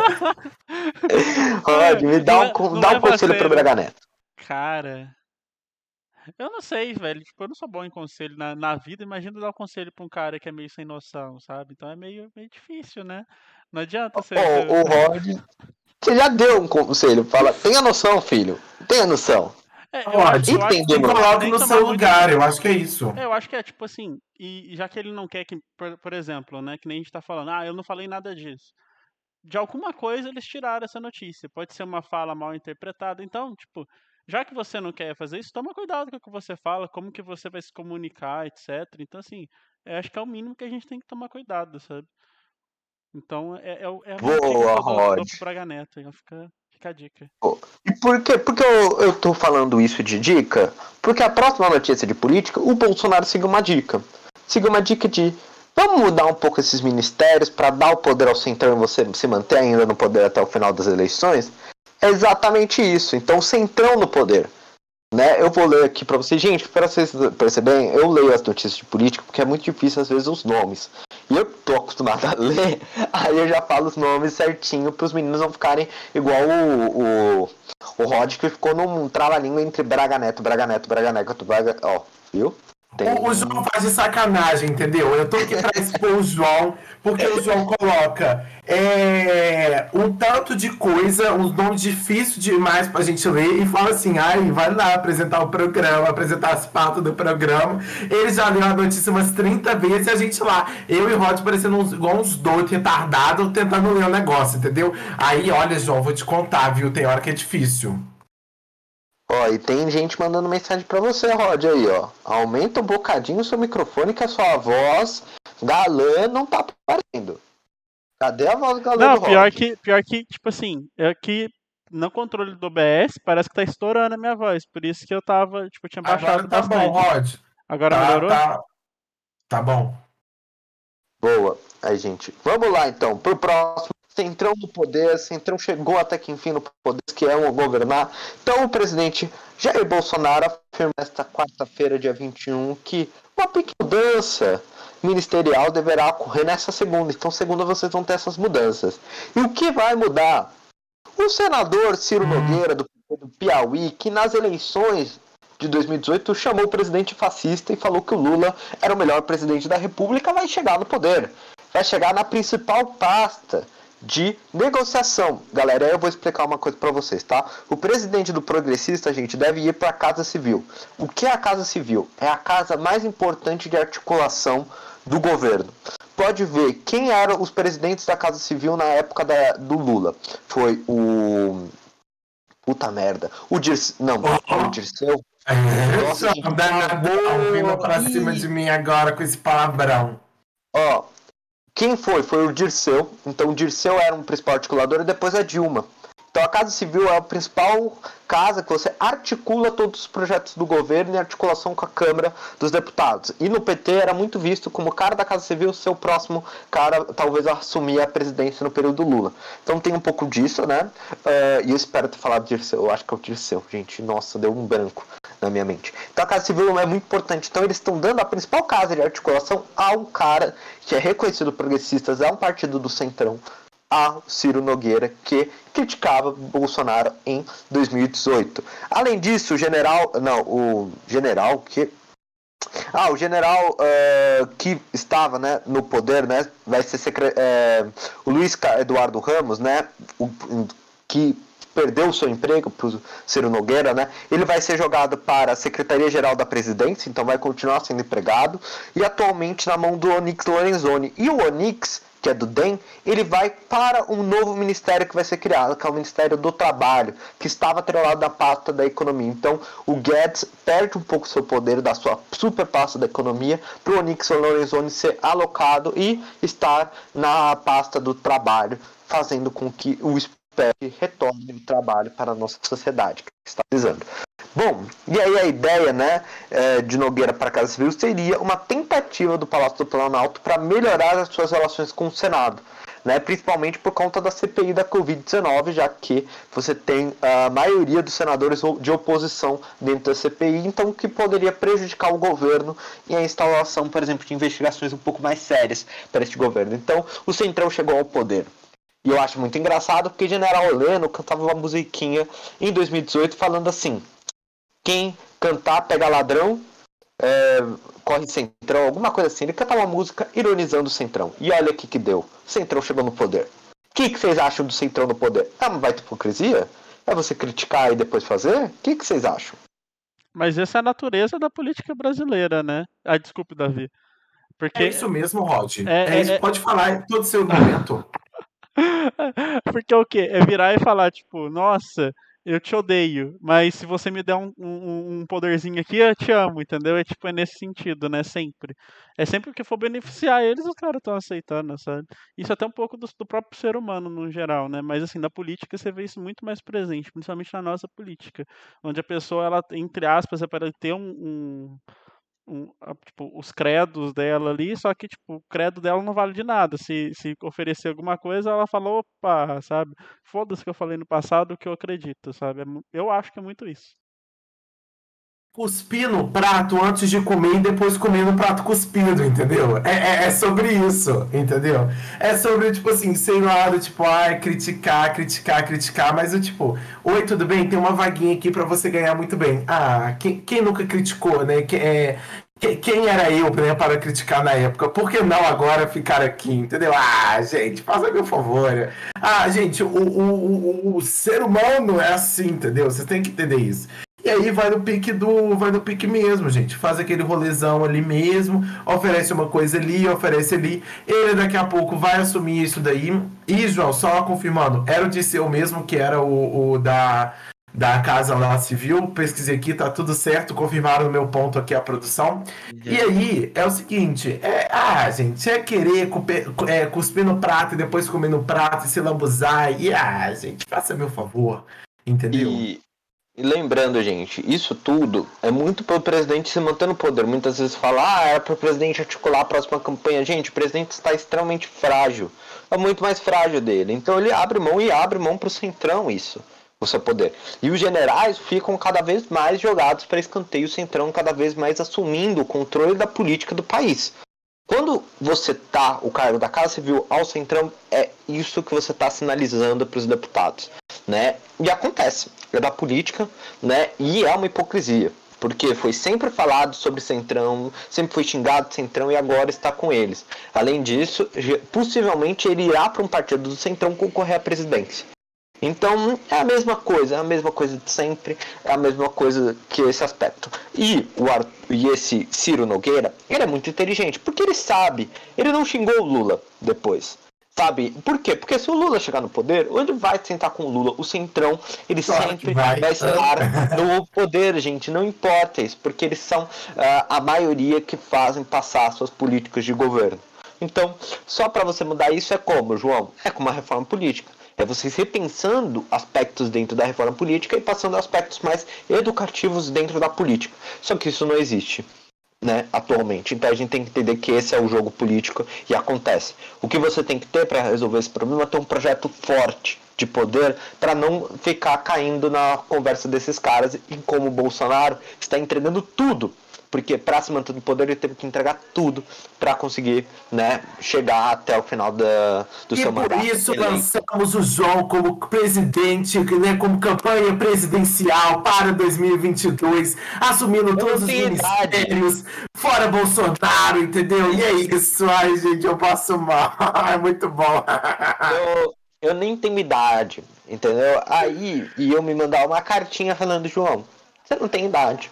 Rod, me dá um, não, não dá um conselho pro Braga Neto. Cara, eu não sei, velho. Tipo, eu não sou bom em conselho na, na vida. Imagina dar um conselho pra um cara que é meio sem noção, sabe? Então é meio, meio difícil, né? Não adianta ser... Ô, o Rod, você já deu um conselho. Fala, tenha noção, filho. Tenha noção. É, eu Rod, acho, eu acho que coloca no seu lugar, eu acho que é isso. É, eu acho que é tipo assim, e, e já que ele não quer que, por, por exemplo, né, que nem a gente tá falando, ah, eu não falei nada disso. De alguma coisa eles tiraram essa notícia. Pode ser uma fala mal interpretada. Então, tipo, já que você não quer fazer isso, toma cuidado com o que você fala, como que você vai se comunicar, etcétera. Então, assim, eu acho que é o mínimo que a gente tem que tomar cuidado, sabe? Então, é, é, é uma dica que eu dou, dou pro Braga Neto. Então fica, fica a dica. E por quê? Porque eu, eu tô falando isso de dica? Porque a próxima notícia de política, o Bolsonaro seguiu uma dica. Seguiu uma dica de: vamos mudar um pouco esses ministérios para dar o poder ao Centrão e você se manter ainda no poder até o final das eleições. É exatamente isso. Então, o Centrão no poder. Né? Eu vou ler aqui para vocês. Gente, para vocês perceberem, eu leio as notícias de política porque é muito difícil às vezes os nomes. E eu tô acostumado a ler, aí eu já falo os nomes certinho para os meninos não ficarem igual o, o, o Rod, que ficou num trava-língua entre Braga Neto, Braga Neto, Braga Neto, Braga... Ó, viu? Tem... O, o João faz de sacanagem, entendeu? Eu tô aqui pra expor o João, porque o João coloca é, um tanto de coisa, uns nomes difíceis demais pra gente ler, e fala assim: ai, vai lá apresentar o programa, apresentar as pautas do programa. Ele já leu a notícia umas trinta vezes e a gente lá, eu e o Rod parecendo uns, igual uns doidos, retardados, tentando ler o negócio, entendeu? Aí, olha, João, vou te contar, viu? Tem hora que é difícil. Ó, e tem gente mandando mensagem pra você, Rod, aí, ó. Aumenta um bocadinho o seu microfone que a sua voz galã não tá aparecendo. Cadê a voz galã não, do pior Rod? que, pior que, tipo assim, é que no controle do O B S parece que tá estourando a minha voz. Por isso que eu tava, tipo, eu tinha baixado Agora tá bastante. bom, Rod. Agora tá, melhorou? Tá, tá bom. Boa. Aí, gente, vamos lá, então, pro próximo. Centrão do poder, Centrão chegou até que enfim no poder, que é o governar. Então o presidente Jair Bolsonaro afirma esta quarta-feira, dia vinte e um, que uma pequena mudança ministerial deverá ocorrer nessa segunda. Então segunda vocês vão ter essas mudanças. E o que vai mudar? O senador Ciro Nogueira, do, do Piauí, que nas eleições de dois mil e dezoito chamou o presidente fascista e falou que o Lula era o melhor presidente da República, vai chegar no poder. Vai chegar na principal pasta de negociação. Galera, eu vou explicar uma coisa pra vocês, tá? O presidente do Progressista, gente, deve ir pra Casa Civil. O que é a Casa Civil? É a casa mais importante de articulação do governo. pode ver quem eram os presidentes da Casa Civil na época da, do Lula. Foi o... Puta merda. O Dirceu... Não, oh. o Dirceu... Nossa, que danadão vindo pra cima de mim agora com esse palavrão. Ó, quem foi? Foi o Dirceu. Então o Dirceu era um principal articulador e depois a Dilma. Então a Casa Civil é a principal casa que você articula todos os projetos do governo em articulação com a Câmara dos Deputados. E no P T era muito visto como o cara da Casa Civil ser o próximo cara, talvez, a assumir a presidência no período Lula. Então tem um pouco disso, né? Uh, e eu espero ter falado Dirceu, eu acho que é o Dirceu, gente. Nossa, deu um branco na minha mente. Então a Casa Civil é muito importante. Então eles estão dando a principal casa de articulação a um cara que é reconhecido progressista, é um partido do Centrão, a Ciro Nogueira, que criticava Bolsonaro em dois mil e dezoito. Além disso, o general... Não, o general que... Ah, o general uh, que estava, né, no poder, né, vai ser secre... é, o Luiz Eduardo Ramos, né, o, que perdeu o seu emprego para o Ciro Nogueira, né, ele vai ser jogado para a Secretaria-Geral da Presidência, então vai continuar sendo empregado, e atualmente na mão do Onyx Lorenzoni. E o Onyx, que é do D E M, ele vai para um novo ministério que vai ser criado, que é o Ministério do Trabalho, que estava atrelado na pasta da economia. Então, o Guedes perde um pouco seu poder da sua super pasta da economia para o Onyx Lorenzoni ser alocado e estar na pasta do trabalho, fazendo com que o S P E C retorne o trabalho para a nossa sociedade, que está precisando. Bom, e aí a ideia, né, de Nogueira para a Casa Civil seria uma tentativa do Palácio do Planalto para melhorar as suas relações com o Senado, né, principalmente por conta da C P I da covid dezenove, já que você tem a maioria dos senadores de oposição dentro da C P I, então que poderia prejudicar o governo e a instalação, por exemplo, de investigações um pouco mais sérias para este governo. Então, o Centrão chegou ao poder. E eu acho muito engraçado porque General Heleno cantava uma musiquinha em dois mil e dezoito falando assim: quem cantar pega ladrão, é, corre Centrão, alguma coisa assim. Ele cantava uma música ironizando o Centrão. E olha o que que deu. O Centrão chegou no poder. O que que vocês acham do Centrão no poder? É uma baita hipocrisia? É você criticar e depois fazer? O que que vocês acham? Mas essa é a natureza da política brasileira, né? Ah, desculpe, Davi. Porque... É isso mesmo, Rod. É, é isso, é... pode falar todo o seu momento. Porque o quê? É virar e falar, tipo, nossa, eu te odeio, mas se você me der um, um, um poderzinho aqui, eu te amo, entendeu? É tipo, é nesse sentido, né? Sempre. É sempre que for beneficiar eles, os caras estão aceitando, sabe? Isso até um pouco do, do próprio ser humano, no geral, né? Mas assim, na política você vê isso muito mais presente, principalmente na nossa política, onde a pessoa, ela, entre aspas, é para ter um... um Um, tipo, os credos dela ali, só que tipo, o credo dela não vale de nada. Se, se oferecer alguma coisa, ela fala, opa, sabe? Foda-se que eu falei no passado o que eu acredito, sabe? Eu acho que é muito isso. Cuspir no prato antes de comer e depois comer no prato cuspido, entendeu? É, é, é sobre isso, entendeu? É sobre, tipo assim, sei lá, do tipo, ai, criticar, criticar, criticar, mas eu tipo, oi, tudo bem? Tem uma vaguinha aqui pra você ganhar muito bem. Ah, quem, quem nunca criticou, né? Que, é, que, quem era eu, né, para criticar na época? Por que não agora ficar aqui, entendeu? Ah, gente, faça meu favor. Ah, gente, o, o, o, o ser humano é assim, entendeu? Você tem que entender isso. E aí vai no pique do. Vai no pique mesmo, gente. Faz aquele rolezão ali mesmo, oferece uma coisa ali, oferece ali. Ele daqui a pouco vai assumir isso daí. E, João, só confirmando, era o Dirceu mesmo, que era o, o da, da Casa lá Civil. Pesquisei aqui, tá tudo certo. Confirmaram o meu ponto aqui a produção. Já. E aí, é o seguinte, é, ah, gente, é querer cuper, é, cuspir no prato e depois comer no prato e se lambuzar. E, ah, gente, faça meu favor. Entendeu? E... E lembrando, gente, isso tudo é muito para o presidente se manter no poder. Muitas vezes fala, ah, é para o presidente articular a próxima campanha. Gente, o presidente está extremamente frágil. É muito mais frágil dele. Então ele abre mão e abre mão para o Centrão isso, o seu poder. E os generais ficam cada vez mais jogados para escanteio, o Centrão cada vez mais assumindo o controle da política do país. Quando você tá o cargo da Casa Civil ao Centrão, é isso que você está sinalizando para os deputados, né? E acontece, é da política, né? E é uma hipocrisia, porque foi sempre falado sobre Centrão, sempre foi xingado de Centrão e agora está com eles. Além disso, possivelmente ele irá para um partido do Centrão concorrer à presidência. Então é a mesma coisa, é a mesma coisa de sempre, é a mesma coisa que esse aspecto. E, o Ar- e esse Ciro Nogueira, ele é muito inteligente, porque ele sabe, ele não xingou o Lula depois. Sabe? Por quê? Porque se o Lula chegar no poder, ou ele vai sentar com o Lula, o Centrão, ele Claro que sempre vai. vai estar no poder, gente. Não importa isso, porque eles são ah, a maioria que fazem passar suas políticas de governo. Então, só para você mudar isso é como, João? É com uma reforma política. É vocês repensando aspectos dentro da reforma política e passando aspectos mais educativos dentro da política. Só que isso não existe, né, atualmente. Então a gente tem que entender que esse é o jogo político e acontece. O que você tem que ter para resolver esse problema é ter um projeto forte de poder para não ficar caindo na conversa desses caras e como o Bolsonaro está entregando tudo. Porque para se manter no poder ele teve que entregar tudo para conseguir, né, chegar até o final da, do E seu por mandato. isso eleito. lançamos o João como presidente, né, como campanha presidencial para dois mil e vinte e dois, assumindo todos os tenho idade. ministérios, fora Bolsonaro, entendeu? E é isso, ai gente, eu passo mal, é muito bom. eu, eu nem tenho idade, entendeu? Aí iam me mandar uma cartinha falando, João, você não tem idade.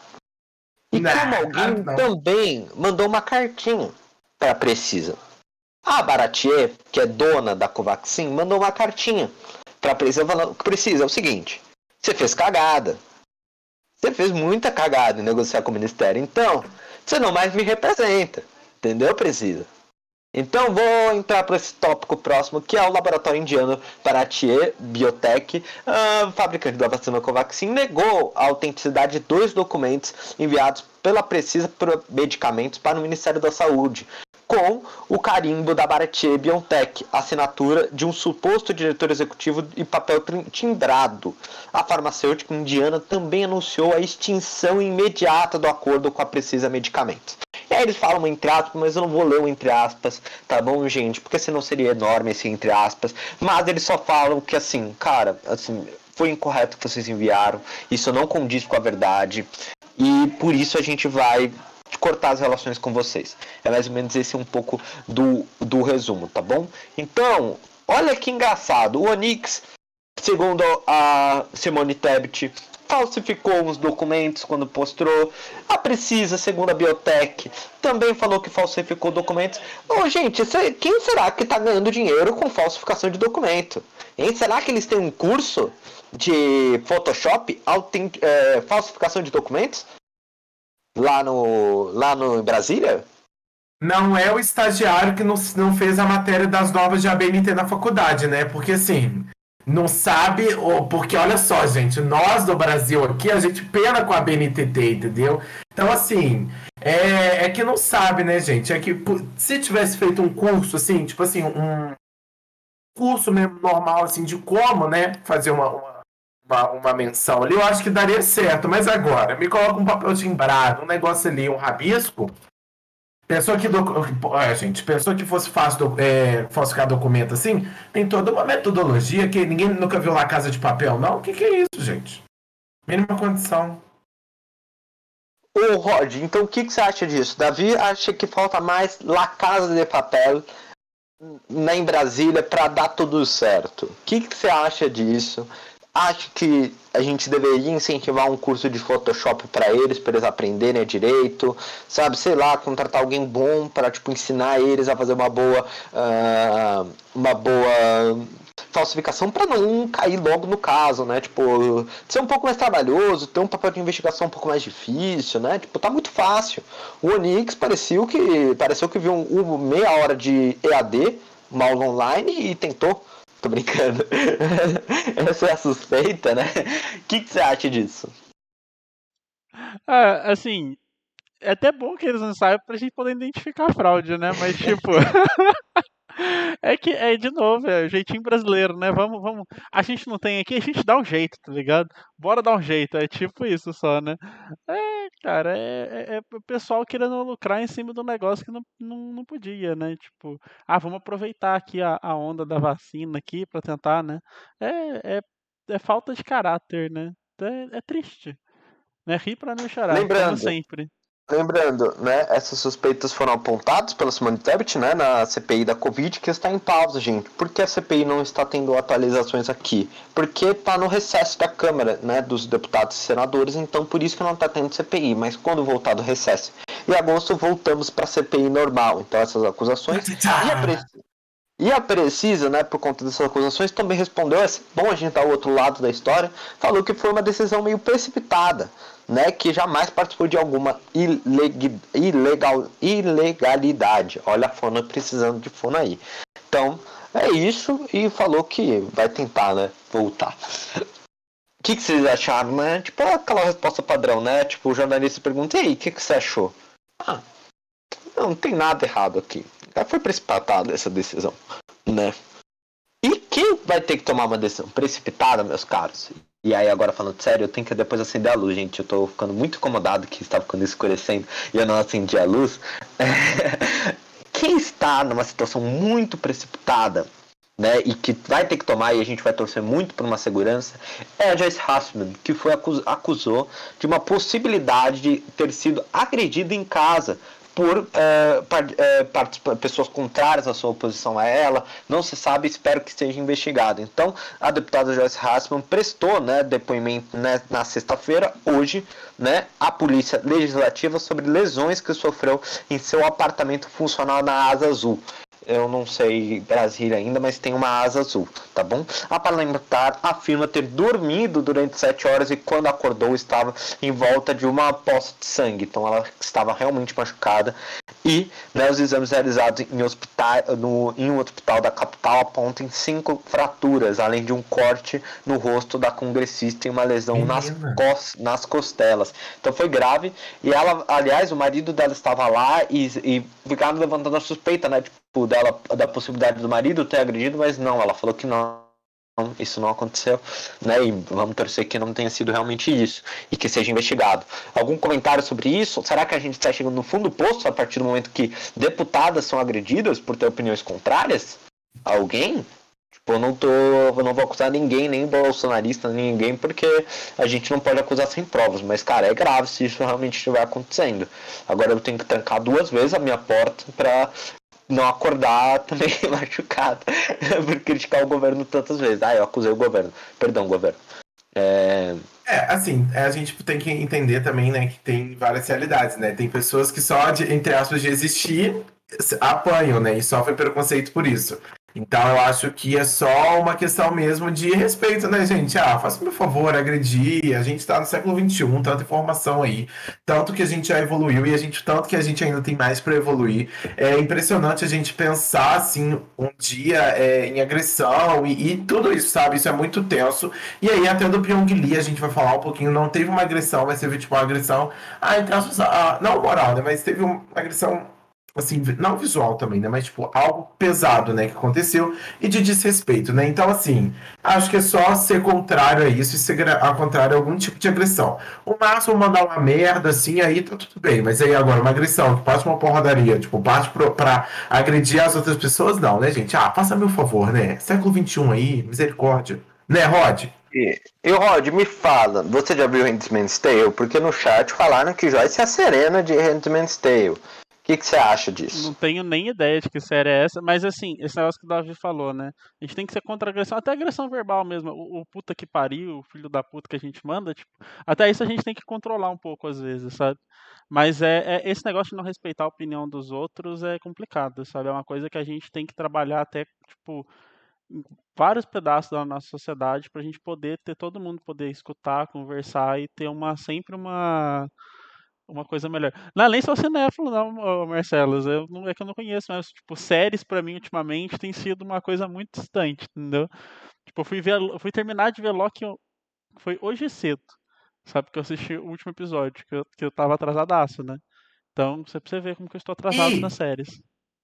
E Não, como alguém não. também mandou uma cartinha para a Precisa. A Baratier, que é dona da Covaxin, mandou uma cartinha para a Precisa falando que precisa. É o seguinte, você fez cagada. Você fez muita cagada em negociar com o Ministério. Então, você não mais me representa. Entendeu, Precisa? Então vou entrar para esse tópico próximo, que é o laboratório indiano Bharatiya Biotech, uh, fabricante da vacina Covaxin, negou a autenticidade de dois documentos enviados pela Precisa por Medicamentos para o Ministério da Saúde, com o carimbo da Bharatiya Biotech, assinatura de um suposto diretor executivo e papel timbrado. A farmacêutica indiana também anunciou a extinção imediata do acordo com a Precisa Medicamentos. E aí eles falam entre aspas, mas eu não vou ler o entre aspas, tá bom, gente? Porque senão seria enorme esse entre aspas. Mas eles só falam que assim, cara, assim, foi incorreto que vocês enviaram, isso não condiz com a verdade, e por isso a gente vai cortar as relações com vocês. É mais ou menos esse um pouco do, do resumo, tá bom? Então, olha que engraçado, o Onyx, segundo a Simone Tebet, falsificou os documentos quando postou. A Precisa, segundo a Biotech, também falou que falsificou documentos. Ô, gente, quem será que está ganhando dinheiro com falsificação de documento? Hein? Será que eles têm um curso de Photoshop, autent... é, falsificação de documentos? Lá no, lá no Brasília? Não é o estagiário que não, não fez a matéria das novas de A B N T na faculdade, né? Porque assim, não sabe, ou, porque olha só, gente, nós do Brasil aqui, a gente pena com a B N T T, entendeu? Então assim, é, é que não sabe, né, gente? É que se tivesse feito um curso, assim, tipo assim, um curso mesmo normal, assim, de como, né, fazer uma, uma, uma, uma menção ali, eu acho que daria certo. Mas agora, me coloca um papel timbrado, um negócio ali, um rabisco. Pensou que, doc... é, gente, pensou que fosse fácil do... é, falsificar documento assim? Tem toda uma metodologia que ninguém nunca viu lá Casa de Papel, não? O que, que é isso, gente? Mínima condição. Ô, Rod, então o que, que você acha disso? Davi acha que falta mais La Casa de Papel na em Brasília para dar tudo certo. O que, que você acha disso? Acho que a gente deveria incentivar um curso de Photoshop para eles, para eles aprenderem direito, sabe? Sei lá, contratar alguém bom para tipo ensinar eles a fazer uma boa, uh, uma boa falsificação para não cair logo no caso, né? Tipo, ser um pouco mais trabalhoso, ter um papel de investigação um pouco mais difícil, né? Tipo, tá muito fácil. O Onyx pareceu que pareceu que viu um, um meia hora de E A D, uma aula online e tentou. Tô brincando. Essa é a suspeita, né? O que, que você acha disso? Ah, assim, é até bom que eles não saibam pra gente poder identificar a fraude, né? Mas, tipo. É que, é de novo, é o jeitinho brasileiro, né? Vamos, vamos. A gente não tem aqui, a gente dá um jeito, tá ligado? Bora dar um jeito, é tipo isso só, né? É, cara, é, é, é o pessoal querendo lucrar em cima do negócio que não, não, não podia, né? Tipo, ah, vamos aproveitar aqui a, a onda da vacina aqui pra tentar, né? É, é, é falta de caráter, né? É, é triste. Né? Rir pra não chorar, como Lembrando, sempre. lembrando, né, essas suspeitas foram apontadas pela Simone Tebet, né, na C P I da Covid, que está em pausa, gente. Por que a C P I não está tendo atualizações aqui? Porque está no recesso da Câmara, né, dos deputados e senadores, então por isso que não está tendo C P I. Mas quando voltar do recesso em agosto, voltamos para a C P I normal. Então essas acusações... E a, Pre... e a Precisa, né, por conta dessas acusações, também respondeu, é bom a gente dar o outro lado da história, falou que foi uma decisão meio precipitada, né, que jamais participou de alguma ileg... ilegal... ilegalidade. Olha a Fona precisando de Fona aí. Então, é isso, e falou que vai tentar, né, voltar. O que, que vocês acharam, né? Tipo, aquela resposta padrão, né? Tipo, o jornalista pergunta, e aí, o que, que você achou? Ah, não, não tem nada errado aqui. Foi precipitada essa decisão, né? E quem vai ter que tomar uma decisão precipitada, meus caros? E aí, agora falando sério, eu tenho que depois acender a luz, gente. Eu tô ficando muito incomodado que está ficando escurecendo e eu não acendi a luz. Quem está numa situação muito precipitada, né, e que vai ter que tomar, e a gente vai torcer muito por uma segurança, é a Joyce Hasselman, que foi acus- acusou de uma possibilidade de ter sido agredida em casa por é, par, é, participa- pessoas contrárias à sua oposição a ela. Não se sabe, espero que seja investigado. Então, a deputada Joyce Hasselman prestou, né, depoimento, né, na sexta-feira, hoje, né, à Polícia Legislativa sobre lesões que sofreu em seu apartamento funcional na Asa Azul. Eu não sei Brasília ainda, mas tem uma asa azul, tá bom? A parlamentar afirma ter dormido durante sete horas e quando acordou estava em volta de uma poça de sangue. Então ela estava realmente machucada. E, né, os exames realizados em, hospital, no, em um hospital da capital apontam cinco fraturas, além de um corte no rosto da congressista e uma lesão nas, cos, nas costelas. Então foi grave. E ela, aliás, o marido dela estava lá e, e ficaram levantando a suspeita, né? Tipo, dela, da possibilidade do marido ter agredido, mas não, ela falou que não. Isso não aconteceu, né? E vamos torcer que não tenha sido realmente isso e que seja investigado. Algum comentário sobre isso? Será que a gente está chegando no fundo do poço a partir do momento que deputadas são agredidas por ter opiniões contrárias a alguém? Tipo, eu não tô, eu não vou acusar ninguém, nem bolsonarista, nem ninguém, porque a gente não pode acusar sem provas. Mas, cara, é grave se isso realmente estiver acontecendo. Agora eu tenho que trancar duas vezes a minha porta para não acordar também machucado por criticar o governo tantas vezes. Ah, eu acusei o governo. Perdão, governo. É... É, assim, a gente tem que entender também, né, que tem várias realidades, né? Tem pessoas que só, de, entre aspas, de existir, apanham, né? E sofrem preconceito por isso. Então eu acho que é só uma questão mesmo de respeito, né, gente? Ah, faça por favor, agredir. A gente tá no século vinte e um, tanta informação aí. Tanto que a gente já evoluiu e a gente, tanto que a gente ainda tem mais para evoluir. É impressionante a gente pensar, assim, um dia é, em agressão e, e tudo isso, sabe? Isso é muito tenso. E aí até do Pyong Lee a gente vai falar um pouquinho. Não teve uma agressão, mas teve tipo uma agressão... Ah, entre aspas, ah, não moral, né? Mas teve uma agressão... assim, não visual também, né, mas tipo, algo pesado, né, que aconteceu e de desrespeito, né, então assim, acho que é só ser contrário a isso e ser ao contrário a algum tipo de agressão. O máximo mandar uma merda, assim, aí tá tudo bem, mas aí agora uma agressão, que parte uma porradaria, tipo, parte pro, pra agredir as outras pessoas, não, né, gente, ah, faça meu favor, né, século vinte e um aí, misericórdia, né, Rod? E, e Rod, me fala, você já viu Handmaid's Tale? Porque no chat falaram que Joyce é a Serena de Handmaid's Tale. O que, que você acha disso? Não tenho nem ideia de que série é essa, mas assim, esse negócio que o Davi falou, né? A gente tem que ser contra a agressão, até agressão verbal mesmo. O, o puta que pariu, o filho da puta que a gente manda, tipo, até isso a gente tem que controlar um pouco às vezes, sabe? Mas é, é esse negócio de não respeitar a opinião dos outros é complicado, sabe? É uma coisa que a gente tem que trabalhar até, tipo, em vários pedaços da nossa sociedade pra gente poder ter todo mundo poder escutar, conversar e ter uma sempre uma uma coisa melhor. Não é nem só cinéfilo, não, Marcelo. Eu não, é que eu não conheço, mas, tipo, séries pra mim, ultimamente, tem sido uma coisa muito distante, entendeu? Tipo, eu fui, ver, eu fui terminar de ver Loki, foi hoje cedo, sabe? Que eu assisti o último episódio, que eu, que eu tava atrasadaço, né? Então, você precisa ver como que eu estou atrasado E... nas séries.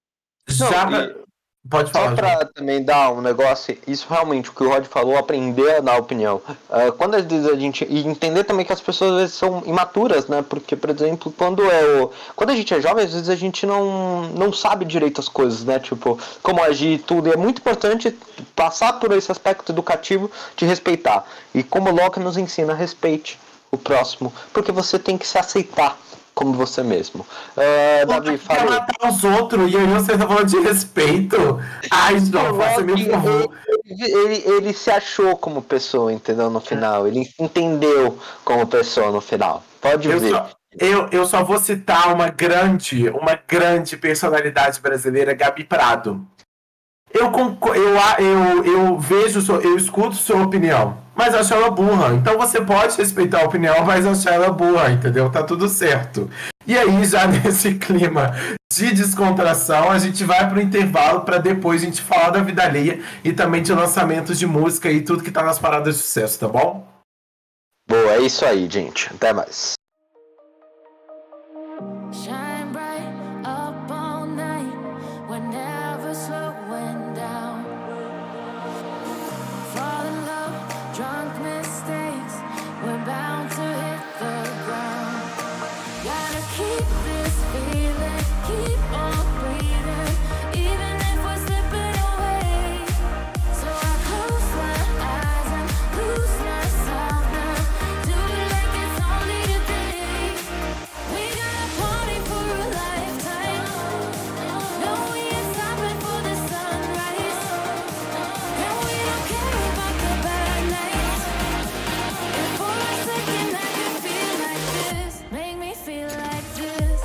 Já... Não, e... Pode falar. Só pra gente. Também dar um negócio, isso realmente, o que o Rod falou, aprender a dar opinião. Uh, quando às vezes a gente. E entender também que as pessoas às vezes são imaturas, né? Porque, por exemplo, quando é o. Quando a gente é jovem, às vezes a gente não, não sabe direito as coisas, né? Tipo, como agir e tudo. E é muito importante passar por esse aspecto educativo de respeitar. E como o Locke nos ensina, respeite o próximo. Porque você tem que se aceitar. como você mesmo. Uh, Pô, Davi, quer falei. matar os outros e aí você tá falando de respeito? Ai, João, faça-me um favor. Ele, ele, ele se achou como pessoa, entendeu? No final. Ele entendeu como pessoa no final. Pode Eu ver. só, eu, eu só vou citar uma grande, uma grande personalidade brasileira, Gabi Prado. Eu, concor- eu, a- eu, eu vejo, sua- eu escuto sua opinião, mas acho ela burra. Então você pode respeitar a opinião, mas achar ela burra, entendeu? Tá tudo certo. E aí, já nesse clima de descontração, a gente vai pro intervalo para depois a gente falar da vida alheia e também de lançamentos de música e tudo que tá nas paradas de sucesso, tá bom? Boa, é isso aí, gente. Até mais. Shine bright up all night, we're never slowing down. Fall in love, drunk mistakes, we're bound to hit the ground. Gotta keep this feeling, keep on breathing, even if we're slipping away. So I close my eyes and lose myself now, do it like it's only today. We got a party for a lifetime, no we ain't stopping for the sunrise, and we don't care about the bad nights. And for a second I can feel like this, make me feel like this.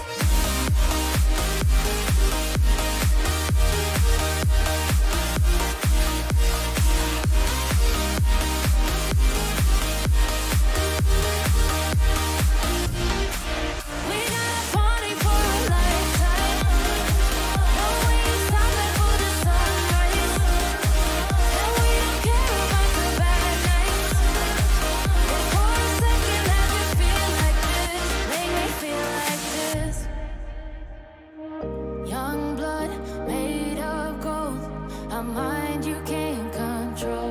We got a party for a lifetime, no we ain't stopping for the sunrise, and we don't care about the bad nights. And for a second I can feel like this, make me feel like this. Young blood made of gold, a mind you can't control.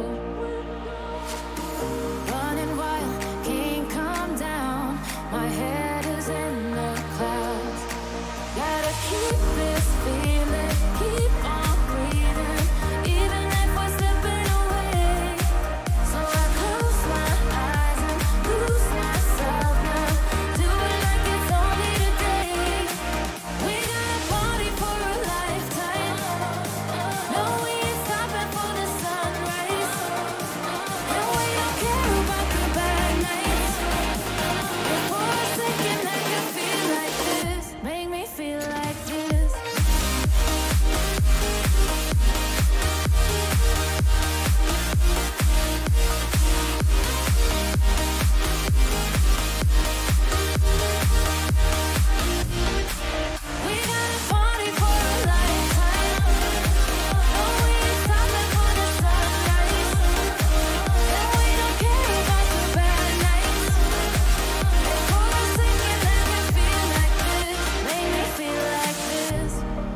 Running wild, can't calm down, my head is in the clouds. Gotta keep this feeling, keep on breathing, even if we're slipping away. So I close my eyes and lose myself now, do it like it's only today. We got a party for a lifetime, no we ain't stopping for the sunrise, and we don't care about the bad nights. And for a second I can feel like this, make me feel like this. We got a party for a lifetime, no we ain't stopping for the sunrise, and we don't care about the bad nights. And for a second I can feel like this, make me feel like this.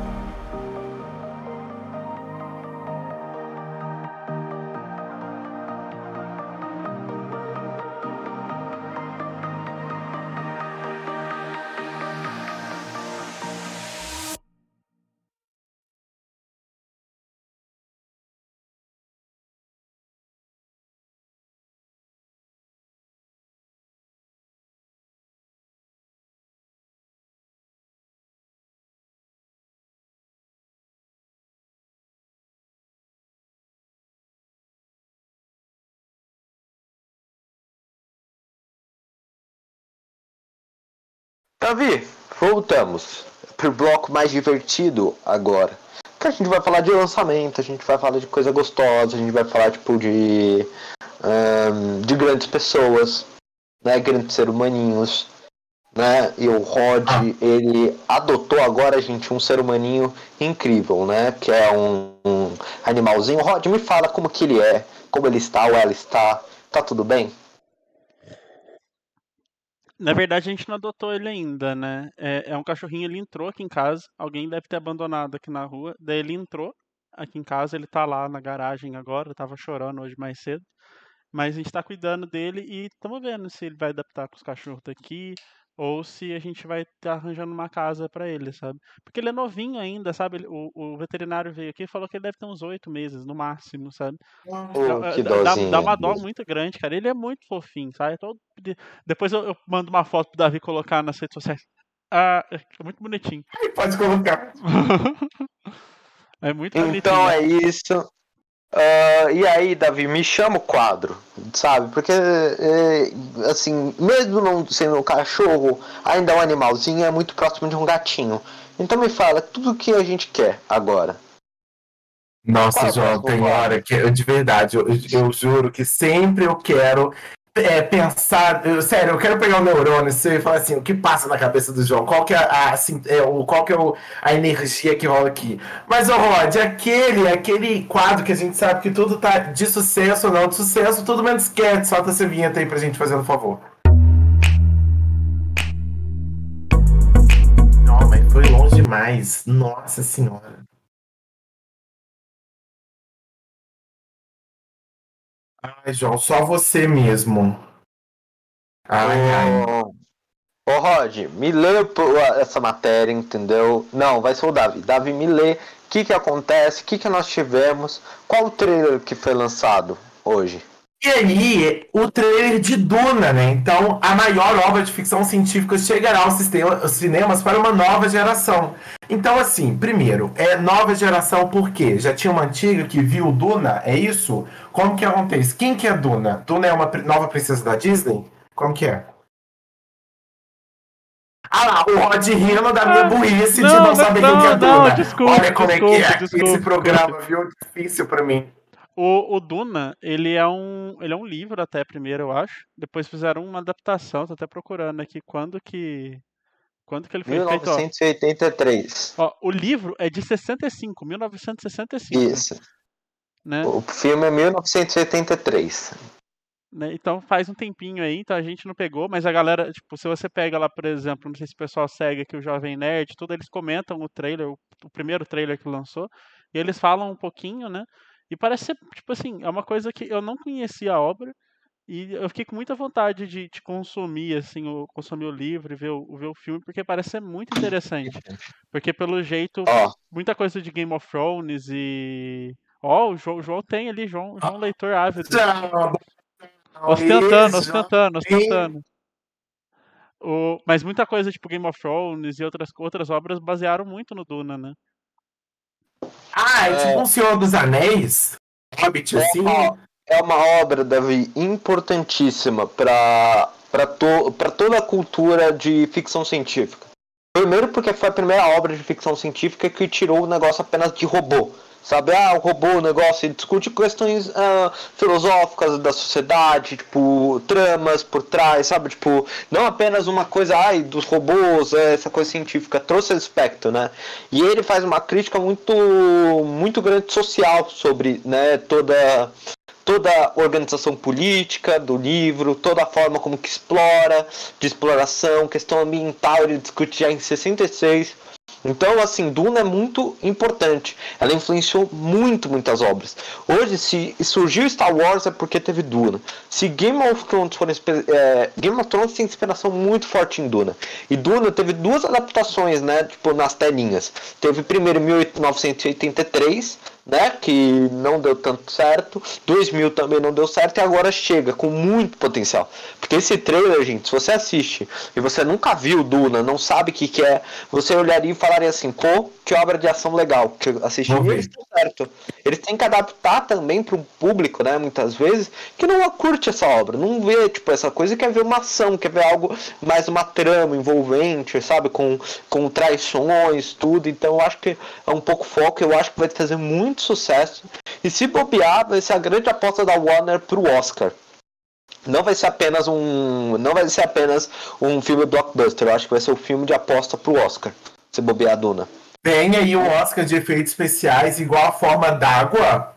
Davi, voltamos pro bloco mais divertido agora. Que a gente vai falar de lançamento, a gente vai falar de coisa gostosa, a gente vai falar tipo de ahn, de grandes pessoas, né, grandes seres humaninhos, né? E o Rod, ele adotou agora, gente, um ser humaninho incrível, né? Que é um, um animalzinho. Rod, me fala como que ele é, como ele está ou ela está. Tá tudo bem? Na verdade, a gente não adotou ele ainda, né? É, é um cachorrinho, ele entrou aqui em casa, alguém deve ter abandonado aqui na rua, daí ele entrou aqui em casa, ele tá lá na garagem agora, eu tava chorando hoje mais cedo, mas a gente tá cuidando dele e estamos vendo se ele vai adaptar com os cachorros daqui ou se a gente vai estar arranjando uma casa pra ele, sabe? Porque ele é novinho ainda, sabe? Ele- O, o veterinário veio aqui e falou que ele deve ter uns oito meses no máximo, sabe? Oh, É, que Dá, dá- dá dozinho. uma dó muito grande, cara. Ele é muito fofinho, sabe? Todo- de- Depois eu, eu mando uma foto pro Davi colocar nas redes sociais. Ah, é muito bonitinho. Pode colocar. É muito bonitinho. Então é isso. Ah, e aí, Davi, me chama o quadro, sabe? Porque, é, assim, mesmo não sendo um cachorro, ainda é um animalzinho, é muito próximo de um gatinho. Então me fala tudo o que a gente quer agora. Nossa, Qual é o João, próximo tem quadro? hora que eu, de verdade, eu, eu juro que sempre eu quero é, pensar, eu- sério, eu quero pegar o neurônio seu e falar assim, o que passa na cabeça do João? Qual que é a, assim, é, o, qual que é o- a energia que rola aqui? Mas, ô Rod, aquele, aquele quadro que a gente sabe que tudo tá de sucesso ou não de sucesso, tudo menos quieto, solta essa vinheta aí pra gente fazer um favor. Não, mas foi longe demais, nossa senhora. Ai, João, só você mesmo. Ai, ai. Ô, ô Rod, me lê pô, essa matéria, entendeu? Não, vai ser o Davi. Davi, me lê o que que acontece, o que que nós tivemos, qual o trailer que foi lançado hoje? E aí, o trailer de Duna, né? Então, a maior obra de ficção científica chegará aos sistema- aos cinemas para uma nova geração. Então, assim, primeiro, é nova geração por quê? Já tinha uma antiga que viu Duna, é isso? Como que acontece? Quem que é Duna? Duna é uma pri- nova princesa da Disney? Como que é? Ah lá, o Rod rindo da minha Ah, burrice de não, não não, saber quem que é não, não, Duna. desculpe, Olha como é que desculpe, é aqui esse desculpe, programa, desculpe. viu? Difícil pra mim. O, o Duna, ele é um, ele é um livro até primeiro, eu acho. Depois fizeram uma adaptação, tô até procurando aqui quando que, quando que ele foi feito, ó. mil novecentos e oitenta e três. Ó, o livro é de sessenta e cinco, mil novecentos e sessenta e cinco, Isso. né? O filme é mil novecentos e oitenta e três. Né? Então faz um tempinho aí, então a gente não pegou, mas a galera, tipo, se você pega lá, por exemplo, não sei se o pessoal segue aqui o Jovem Nerd, tudo, eles comentam o trailer, o, o primeiro trailer que lançou, e eles falam um pouquinho, né? E parece ser, tipo assim, é uma coisa que eu não conhecia a obra, e eu fiquei com muita vontade de, de consumir, assim, o, consumir o livro e ver o, ver o filme, porque parece ser muito interessante. Porque pelo jeito, Ó, muita coisa de Game of Thrones e. Ó, o João, o João tem ali, João, João leitor ávido. Tchau, Ostentando, beijo. ostentando, ostentando. O, mas muita coisa, tipo Game of Thrones e outras, outras obras basearam muito no Duna, né? Ah, é tipo é, um Senhor dos Anéis? Hobbit, é, assim? uma, é uma obra, Davi, importantíssima para para to, para toda a cultura de ficção científica. Primeiro porque foi a primeira obra de ficção científica que tirou o negócio apenas de robô. Sabe, ah, o robô, o negócio, ele discute questões ah, filosóficas da sociedade, tipo, tramas por trás, sabe, tipo, não apenas uma coisa, ai, dos robôs, essa coisa científica, trouxe esse aspecto, né, e ele faz uma crítica muito, muito grande social sobre, né, toda, toda a organização política do livro, toda a forma como que explora, de exploração, questão ambiental, ele discute já em sessenta e seis. Então, assim, Duna é muito importante. Ela influenciou muito, muitas obras. Hoje, se surgiu Star Wars é porque teve Duna. Se Game of Thrones for é, Game of Thrones tem inspiração muito forte em Duna. E Duna teve duas adaptações, né? Tipo, nas telinhas. Teve primeiro em mil novecentos e oitenta e três, né? Que não deu tanto certo. dois mil também não deu certo. E agora chega com muito potencial. Porque esse trailer, gente, se você assiste e você nunca viu Duna, não sabe o que, que é, você olharia e falaria assim, pô, que obra de ação legal. Que eu assisti e eles estão certo. Eles têm que adaptar também para o público, né? Muitas vezes, que não curte essa obra. Não vê, tipo, essa coisa, quer ver uma ação, quer ver algo mais uma trama envolvente, sabe? Com, com traições, tudo. Então eu acho que é um pouco foco. Eu acho que vai fazer muito sucesso. E se bobear, vai ser a grande aposta da Warner pro Oscar. Não vai ser apenas um. Não vai ser apenas um filme blockbuster. Eu acho que vai ser um filme de aposta pro Oscar. Se bobear a Duna. Tem aí o Oscar de efeitos especiais igual a forma d'água.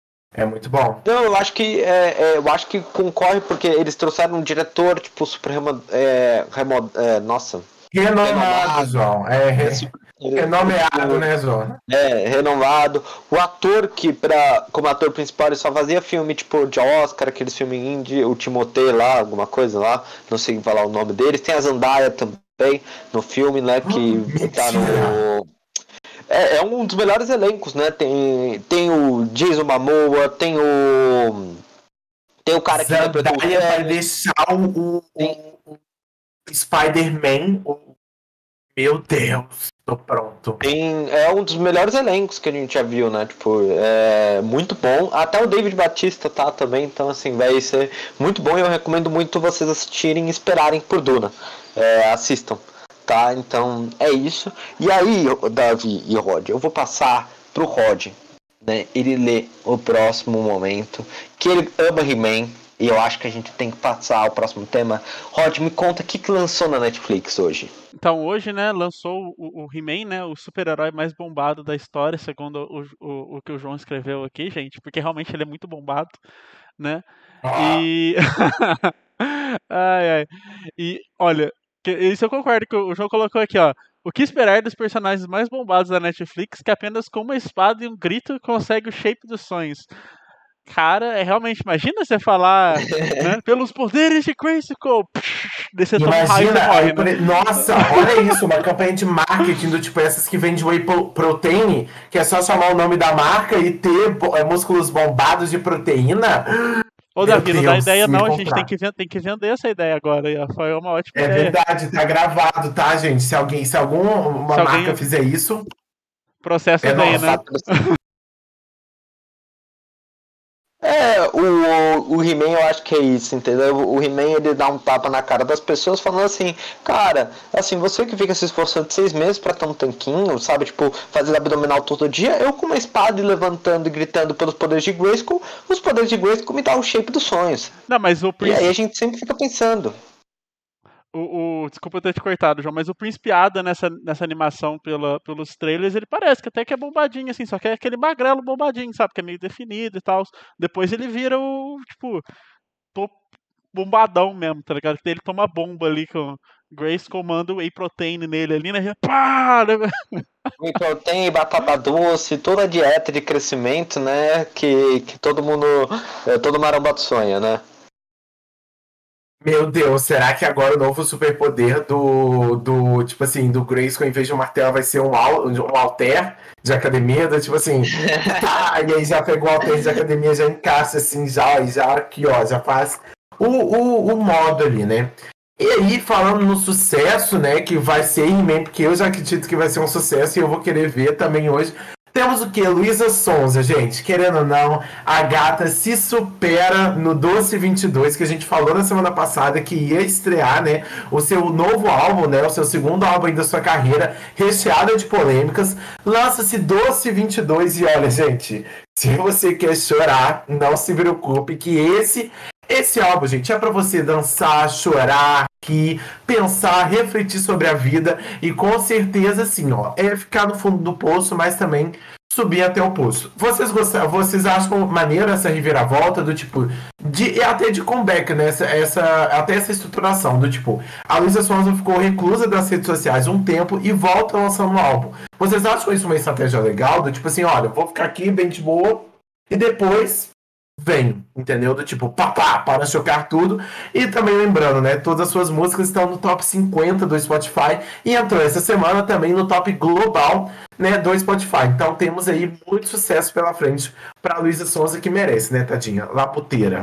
É muito bom. Não, eu acho que é, é, eu acho que concorre porque eles trouxeram um diretor tipo super remo, é, remo, é, nossa. Renomado, Renomado. João. É, re... É super- Renomeado, né, João? É, renovado. O ator que, pra, como ator principal, ele só fazia filme tipo de Oscar, aqueles filmes indie, o Timothée lá, alguma coisa lá, não sei falar o nome deles. Tem a Zendaya também no filme, né, que tá no... É, é um dos melhores elencos, né, tem, tem o Jason Momoa, tem o... Tem o cara que interpretou o Zendaya vai Thanos. deixar o, o, o Spider-Man, o Meu Deus, tô pronto. Tem, é um dos melhores elencos que a gente já viu, né? Tipo, é muito bom. Até o David Batista tá também, então assim, vai ser muito bom e eu recomendo muito vocês assistirem e esperarem por Duna. É, assistam, tá? Então é isso. E aí, Davi e Rod, eu vou passar pro Rod, né? Ele lê o próximo momento, que ele ama He-Man. E eu acho que a gente tem que passar ao próximo tema. Rod, me conta o que, que lançou na Netflix hoje. Então hoje, né, lançou o, o He-Man, né, o super-herói mais bombado da história, segundo o, o, o que o João escreveu aqui, gente, porque realmente ele é muito bombado, né? E ai, ai. E olha, que- isso eu concordo que o João colocou aqui, ó. O que esperar dos personagens mais bombados da Netflix que apenas com uma espada e um grito consegue o shape dos sonhos? Cara, é realmente, imagina você falar, né, pelos poderes de Grayskull, descer toma um raio e você Imagina, morre, aí, né? por- nossa, olha isso, uma campanha de marketing do tipo essas que vende whey pro- protein, que é só chamar o nome da marca e ter bo- é, músculos bombados de proteína. Ô, Meu Davi, não dá Deus, ideia me não, a gente comprar. tem que, ven- tem que vender essa ideia agora, aí, ó. Foi uma ótima É ideia. verdade, tá gravado, tá, gente? Se alguém, se alguma Se alguém- marca fizer isso, Processa é bem, nossa. né? É, o, o He-Man eu acho que é isso, entendeu? O He-Man ele dá um tapa na cara das pessoas falando assim, cara, assim, você que fica se esforçando seis meses pra ter um tanquinho, sabe, tipo, fazer abdominal todo dia, eu com uma espada e levantando e gritando pelos poderes de Grayskull, os poderes de Grayskull me dão o shape dos sonhos. Não, mas o E príncipe, aí a gente sempre fica pensando. o, o- desculpa eu ter te cortado, João, mas o Príncipe Ada nessa, nessa animação pela, pelos trailers, ele parece que até que é bombadinho, assim, só que é aquele magrelo bombadinho, sabe, que é meio definido e tal. Depois ele vira o, tipo, tô bombadão mesmo, tá ligado? Que ele toma bomba ali com Grace comanda whey protein nele ali, né? Pá! Tem batata doce, toda a dieta de crescimento, né, que, que todo mundo, é, todo marombato sonha, né? Meu Deus, será que agora o novo superpoder do, do tipo assim, do Grayskull, em vez de um martelo, vai ser um, al, um halter de academia? Do, tipo assim, tá, e aí já pegou o halter de academia, já encaixa assim, já, e já aqui, ó, já faz o, o, o modo ali, né? E aí, falando no sucesso, né, que vai ser He-Man, porque eu já acredito que vai ser um sucesso e eu vou querer ver também hoje. Temos o que? Luísa Sonza, gente. Querendo ou não, a gata se supera no Doce vinte e dois, que a gente falou na semana passada que ia estrear, né, o seu novo álbum, né, o seu segundo álbum aí da sua carreira, recheado de polêmicas. Lança-se Doce vinte e dois e olha, gente, se você quer chorar, não se preocupe que esse esse álbum, gente, é pra você dançar, chorar, rir, pensar, refletir sobre a vida e com certeza, assim, ó, é ficar no fundo do poço, mas também subir até o poço. Vocês gostam, vocês acham maneiro essa reviravolta do tipo, de, e até de comeback, né? Essa, essa, até essa estruturação do tipo, a Luísa Sonza ficou reclusa das redes sociais um tempo e volta lançando um álbum. Vocês acham isso uma estratégia legal? Do tipo assim, olha, eu vou ficar aqui bem de boa e depois vem, entendeu? Do tipo, papá, para chocar tudo. E também lembrando, né? Todas as suas músicas estão no top cinquenta do Spotify e entrou essa semana também no top global, né, do Spotify. Então temos aí muito sucesso pela frente para Luísa Sonza, que merece, né, tadinha? Laputeira.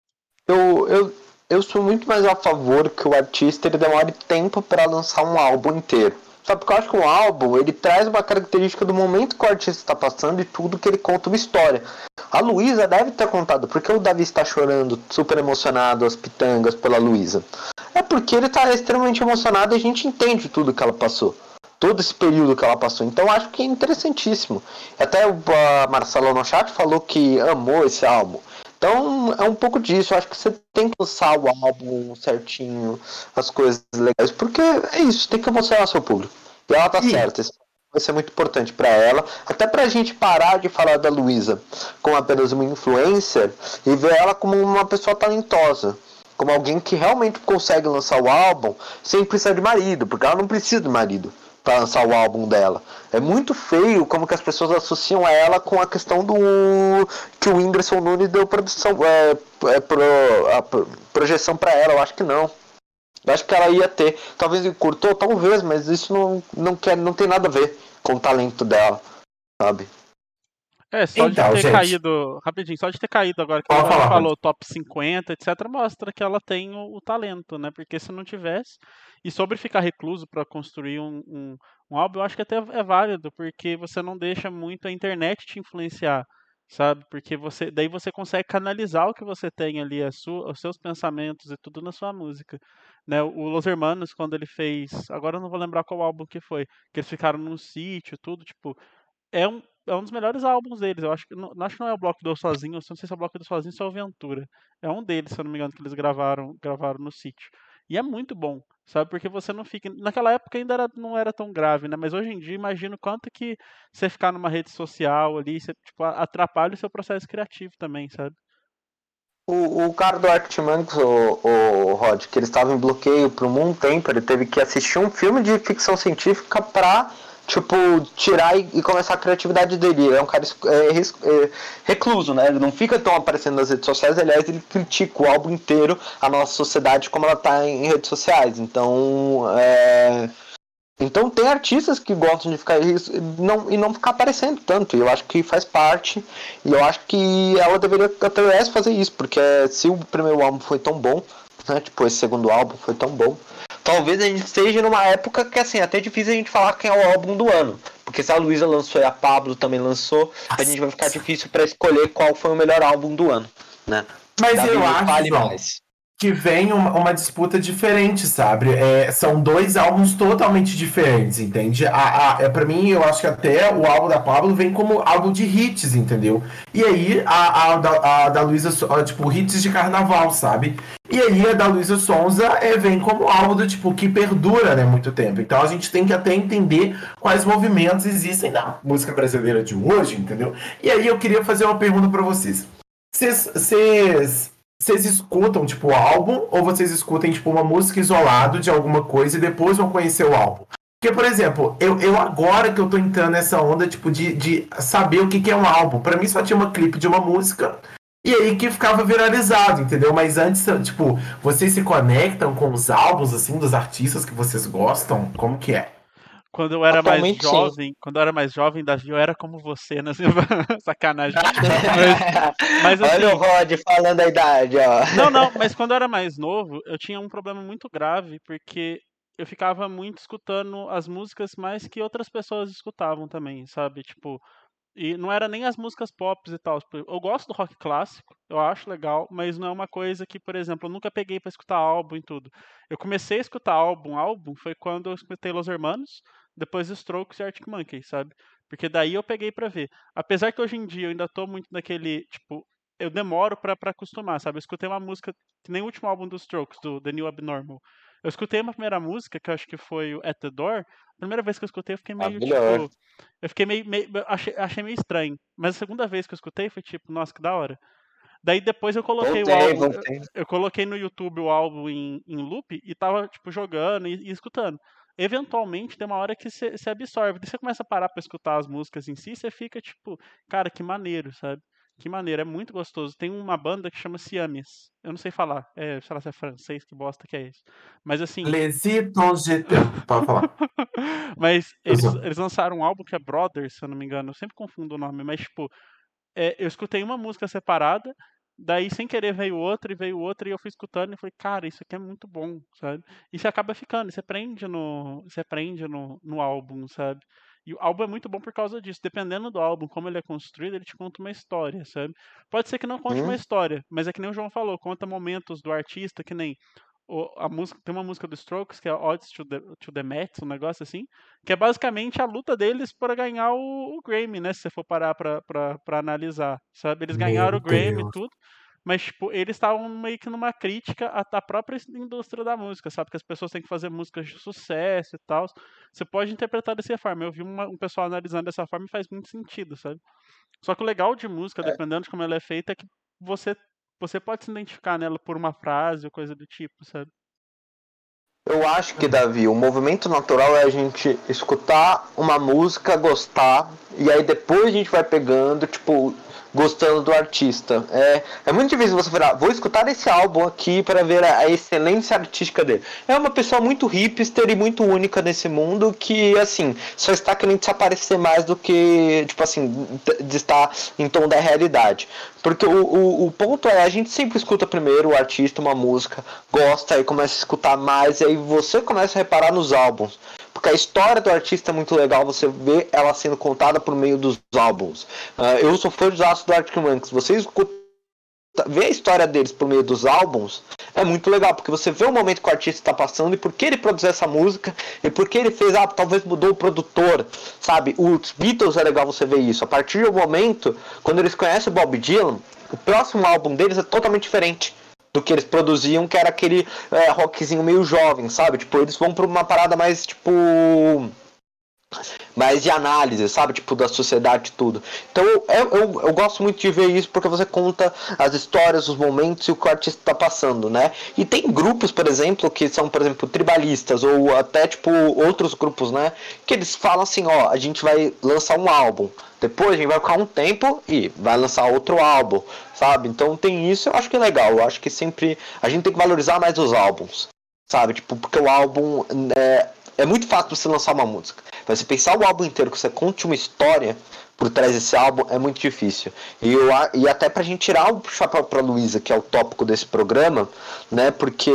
Eu, eu, eu sou muito mais a favor que o artista ele demore tempo para lançar um álbum inteiro. Sabe, porque eu acho que um álbum, ele traz uma característica do momento que o artista está passando e tudo que ele conta uma história. A Luísa deve ter contado, porque o Davi está chorando, super emocionado, as pitangas pela Luísa. É porque ele está extremamente emocionado e a gente entende tudo que ela passou. Todo esse período que ela passou. Então eu acho que é interessantíssimo. Até a Marcela no chat falou que amou esse álbum. Então é um pouco disso, eu acho que você tem que lançar o álbum certinho, as coisas legais, porque é isso, tem que emocionar seu público. E ela tá Sim. certa, isso vai ser muito importante pra ela, até pra gente parar de falar da Luísa como apenas uma influencer e ver ela como uma pessoa talentosa, como alguém que realmente consegue lançar o álbum sem precisar de marido, porque ela não precisa de marido para lançar o álbum dela. É muito feio como que as pessoas associam a ela com a questão do que o Whindersson Nunes deu produção, é, é pro, a pro- projeção para ela. Eu acho que não. Eu acho que ela ia ter, talvez encurtou, talvez, mas isso não, não, quer, não tem nada a ver com o talento dela, sabe? É, só de Então, ter gente, caído, rapidinho, só de ter caído agora que a pode gente falar, falou top cinquenta, etcétera, mostra que ela tem o, o talento, né? Porque se não tivesse. E sobre ficar recluso para construir um, um, um álbum, eu acho que até é válido, porque você não deixa muito a internet te influenciar, sabe? Porque você, daí você consegue canalizar o que você tem ali, a sua, os seus pensamentos e tudo na sua música. Né? O Los Hermanos, quando ele fez. Agora eu não vou lembrar qual álbum que foi, que eles ficaram num sítio, tudo, tipo. É um, é um dos melhores álbuns deles. Eu acho que não, acho que não é o Bloco do Sozinho, eu não sei se é o Bloco do Sozinho ou se é o Ventura. É um deles, se eu não me engano, que eles gravaram, gravaram no sítio. E é muito bom, sabe? Porque você não fica. Naquela época ainda era, não era tão grave, né? Mas hoje em dia, imagino quanto que você ficar numa rede social ali, você, tipo, atrapalha o seu processo criativo também, sabe? O, o cara do Arctic Monkeys, o, o Rod, que ele estava em bloqueio por um tempo, ele teve que assistir um filme de ficção científica pra, tipo, tirar e, e começar a criatividade dele. Ele é um cara é, é, recluso, né? Ele não fica tão aparecendo nas redes sociais, aliás, ele critica o álbum inteiro, a nossa sociedade, como ela tá em redes sociais. Então, é... Então tem artistas que gostam de ficar e não, e não ficar aparecendo tanto. E eu acho que faz parte. E eu acho que ela deveria até fazer isso. Porque se o primeiro álbum foi tão bom, né? Tipo, esse segundo álbum foi tão bom. Talvez a gente esteja numa época que assim, até é difícil a gente falar quem é o álbum do ano. Porque se a Luísa lançou e a Pablo também lançou, a gente vai ficar difícil para escolher qual foi o melhor álbum do ano, né? Mas Davi, eu acho, fale João, mais. que vem uma, uma disputa diferente, sabe? É, são dois álbuns totalmente diferentes, entende? A, a, é, pra mim, eu acho que até o álbum da Pablo vem como álbum de hits, entendeu? E aí, a, a, da- a da Luísa, So- a, tipo, hits de carnaval, sabe? E aí, a da Luísa Sonza é, vem como álbum do tipo, que perdura, né, muito tempo. Então, a gente tem que até entender quais movimentos existem na música brasileira de hoje, entendeu? E aí, eu queria fazer uma pergunta pra vocês. Vocês... vocês Vocês escutam, tipo, o álbum ou vocês escutem, tipo, uma música isolado de alguma coisa e depois vão conhecer o álbum? Porque, por exemplo, eu, eu agora que eu tô entrando nessa onda, tipo, de, de saber o que, que é um álbum. Pra mim só tinha uma clipe de uma música e aí que ficava viralizado, entendeu? Mas antes, tipo, vocês se conectam com os álbuns, assim, dos artistas que vocês gostam? Como que é? Quando eu era mais Atualmente sim. jovem, quando eu era mais jovem, Davi, eu era como você, né? Sacanagem. Mas, mas assim, Olha o Rod falando a idade, ó. não, não, mas quando eu era mais novo, eu tinha um problema muito grave, porque eu ficava muito escutando as músicas mais que outras pessoas escutavam também, sabe? Tipo, e não era nem as músicas pop e tal. Tipo, eu gosto do rock clássico, eu acho legal, mas não é uma coisa que, por exemplo, eu nunca peguei pra escutar álbum e tudo. Eu comecei a escutar álbum, álbum, foi quando eu escutei Los Hermanos, depois Strokes e Arctic Monkeys, sabe? Porque daí eu peguei pra ver. Apesar que hoje em dia eu ainda tô muito naquele, tipo, eu demoro pra, pra acostumar, sabe? Eu escutei uma música, que nem o último álbum dos Strokes, do The New Abnormal. Eu escutei uma primeira música, que eu acho que foi o At The Door. A primeira vez que eu escutei, eu fiquei meio, Maravilhoso. tipo... Eu fiquei meio... meio eu achei, achei meio estranho. Mas a segunda vez que eu escutei, foi tipo, nossa, que da hora. Daí depois eu coloquei o Voltei, álbum... Eu, voltei. eu coloquei no YouTube o álbum em, em loop e tava, tipo, jogando e, e escutando. Eventualmente, tem uma hora que você você absorve. Daí você começa a parar pra escutar as músicas em si, você fica, tipo... Cara, que maneiro, sabe? Que maneiro, é muito gostoso. Tem uma banda que chama Siames. Eu não sei falar. É, sei lá se é francês, que bosta que é isso. Mas assim. Les Itons de Tempo, pode falar. Mas Eu eles, sou. eles lançaram um álbum que é Brothers, se eu não me engano. Eu sempre confundo o nome, mas tipo, é, eu escutei uma música separada, daí sem querer veio outra e veio outra, e eu fui escutando e falei, cara, isso aqui é muito bom, sabe? E você acaba ficando, você prende no, você prende no, no álbum, sabe? E o álbum é muito bom por causa disso. Dependendo do álbum, como ele é construído, ele te conta uma história, sabe? Pode ser que não conte uma Hum? história, mas é que nem o João falou, conta momentos do artista, que nem o- a música, tem uma música do Strokes que é Odds to the, to the Mets, um negócio assim, que é basicamente a luta deles para ganhar o, o Grammy, né? Se você for parar pra, pra, pra analisar, sabe? Eles ganharam Meu o Grammy e Deus. tudo, mas, tipo, eles estavam meio que numa crítica à, à própria indústria da música, sabe? Que as pessoas têm que fazer músicas de sucesso e tal. Você pode interpretar dessa forma. Eu vi uma- um pessoal analisando dessa forma e faz muito sentido, sabe? Só que o legal de música, dependendo de como ela é feita, é que você, você pode se identificar nela por uma frase ou coisa do tipo, sabe? Eu acho que, Davi, o movimento natural é a gente escutar uma música, gostar, e aí depois a gente vai pegando, tipo, gostando do artista. É, é muito difícil você falar, vou escutar esse álbum aqui para ver a, a excelência artística dele. É uma pessoa muito hipster e muito única nesse mundo que, assim, só está querendo se aparecer mais do que, tipo assim, de estar em tom da realidade. Porque o, o, o ponto é, a gente sempre escuta primeiro o artista, uma música, gosta, aí começa a escutar mais, e aí você começa a reparar nos álbuns. Porque a história do artista é muito legal, você vê ela sendo contada por meio dos álbuns. Uh, eu sou fã dos aços do Arctic Monkeys, você escuta, vê a história deles por meio dos álbuns, é muito legal, porque você vê o momento que o artista está passando e por que ele produziu essa música, e por que ele fez, ah, talvez mudou o produtor, sabe? Os Beatles é legal você ver isso. A partir do momento, quando eles conhecem o Bob Dylan, o próximo álbum deles é totalmente diferente do que eles produziam, que era aquele é, rockzinho meio jovem, sabe? Tipo, eles vão pra uma parada mais, tipo... mais de análise, sabe? Tipo, da sociedade e tudo. Então, eu, eu, eu gosto muito de ver isso, porque você conta as histórias, os momentos e o que o artista tá passando, né? E tem grupos, por exemplo, que são, por exemplo, tribalistas, ou até, tipo, outros grupos, né? Que eles falam assim, ó, a gente vai lançar um álbum, depois a gente vai ficar um tempo e vai lançar outro álbum, sabe? Então tem isso, eu acho que é legal. Eu acho que sempre a gente tem que valorizar mais os álbuns, sabe? Tipo, porque o álbum é, é muito fácil você lançar uma música. Mas você pensar o álbum inteiro, que você conte uma história por trás desse álbum, é muito difícil. E, eu, e até pra gente tirar o chapéu pra Luísa, que é o tópico desse programa, né? Porque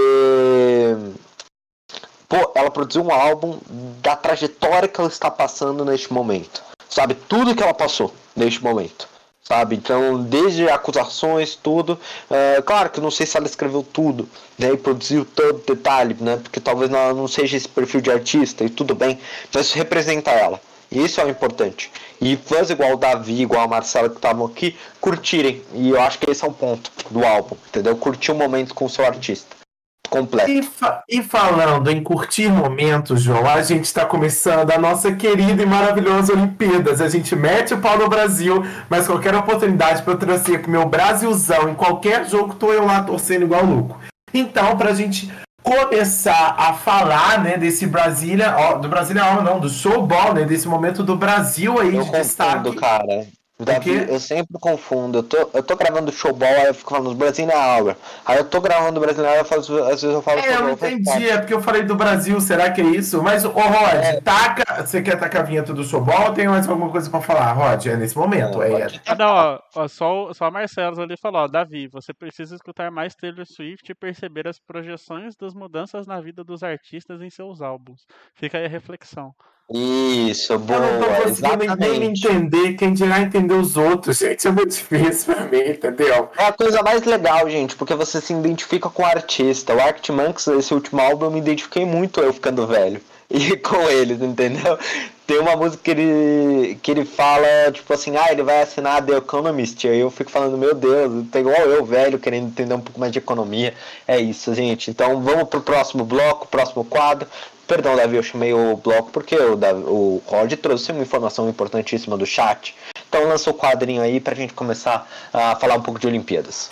pô, ela produziu um álbum da trajetória que ela está passando neste momento. Sabe, tudo que ela passou neste momento. Sabe, então, desde acusações, tudo. É, claro que eu não sei se ela escreveu tudo, né, e produziu todo detalhe, né, porque talvez ela não seja esse perfil de artista, e tudo bem, mas isso representa ela. E isso é o importante. E fãs igual o Davi, igual a Marcela que estavam aqui, curtirem. E eu acho que esse é um ponto do álbum, entendeu? Curtir o momento com o seu artista. Completo. E, fa e falando em curtir momentos, João, a gente está começando a nossa querida e maravilhosa Olimpíadas. A gente mete o pau no Brasil, mas qualquer oportunidade para eu torcer com o meu Brasilzão em qualquer jogo, tô eu lá torcendo igual louco. Então, para a gente começar a falar, né, desse Brasília, ó, do Brasília, ó, não, do showball, né, desse momento do Brasil aí eu de confundo, destaque. cara. Davi, eu sempre confundo. Eu tô, eu tô gravando showball, aí eu fico falando Brasília Hour. Aí eu tô gravando Brasília Hour, eu falo, às vezes eu falo É, eu não showball, entendi, é porque eu falei do Brasil, será que é isso? Mas, ô Rod, É. taca, você quer tacar a vinheta do showball ou tem mais alguma coisa pra falar, Rod? É nesse momento, Não, é. pode. Ah, não, ó, ó, só, o- só a Marcela ali falou, ó, Davi, você precisa escutar mais Taylor Swift e perceber as projeções das mudanças na vida dos artistas em seus álbuns. Fica aí a reflexão. Isso, Eu não tô boa, conseguindo nem me exatamente. entender, quem dirá entender os outros, gente, é muito difícil pra mim, entendeu? É a coisa mais legal, gente, porque você se identifica com o artista. O Arctic Monkeys, esse último álbum, eu me identifiquei muito eu ficando velho. E com eles, entendeu? Tem uma música que ele, que ele fala, tipo assim, ah, ele vai assinar The Economist. E aí eu fico falando, meu Deus, tá igual eu, velho, querendo entender um pouco mais de economia. É isso, gente. Então vamos pro próximo bloco, próximo quadro. Perdão, Davi, eu chamei o bloco porque o, Davi, o Rod trouxe uma informação importantíssima do chat. Então lança o quadrinho aí pra gente começar a falar um pouco de Olimpíadas.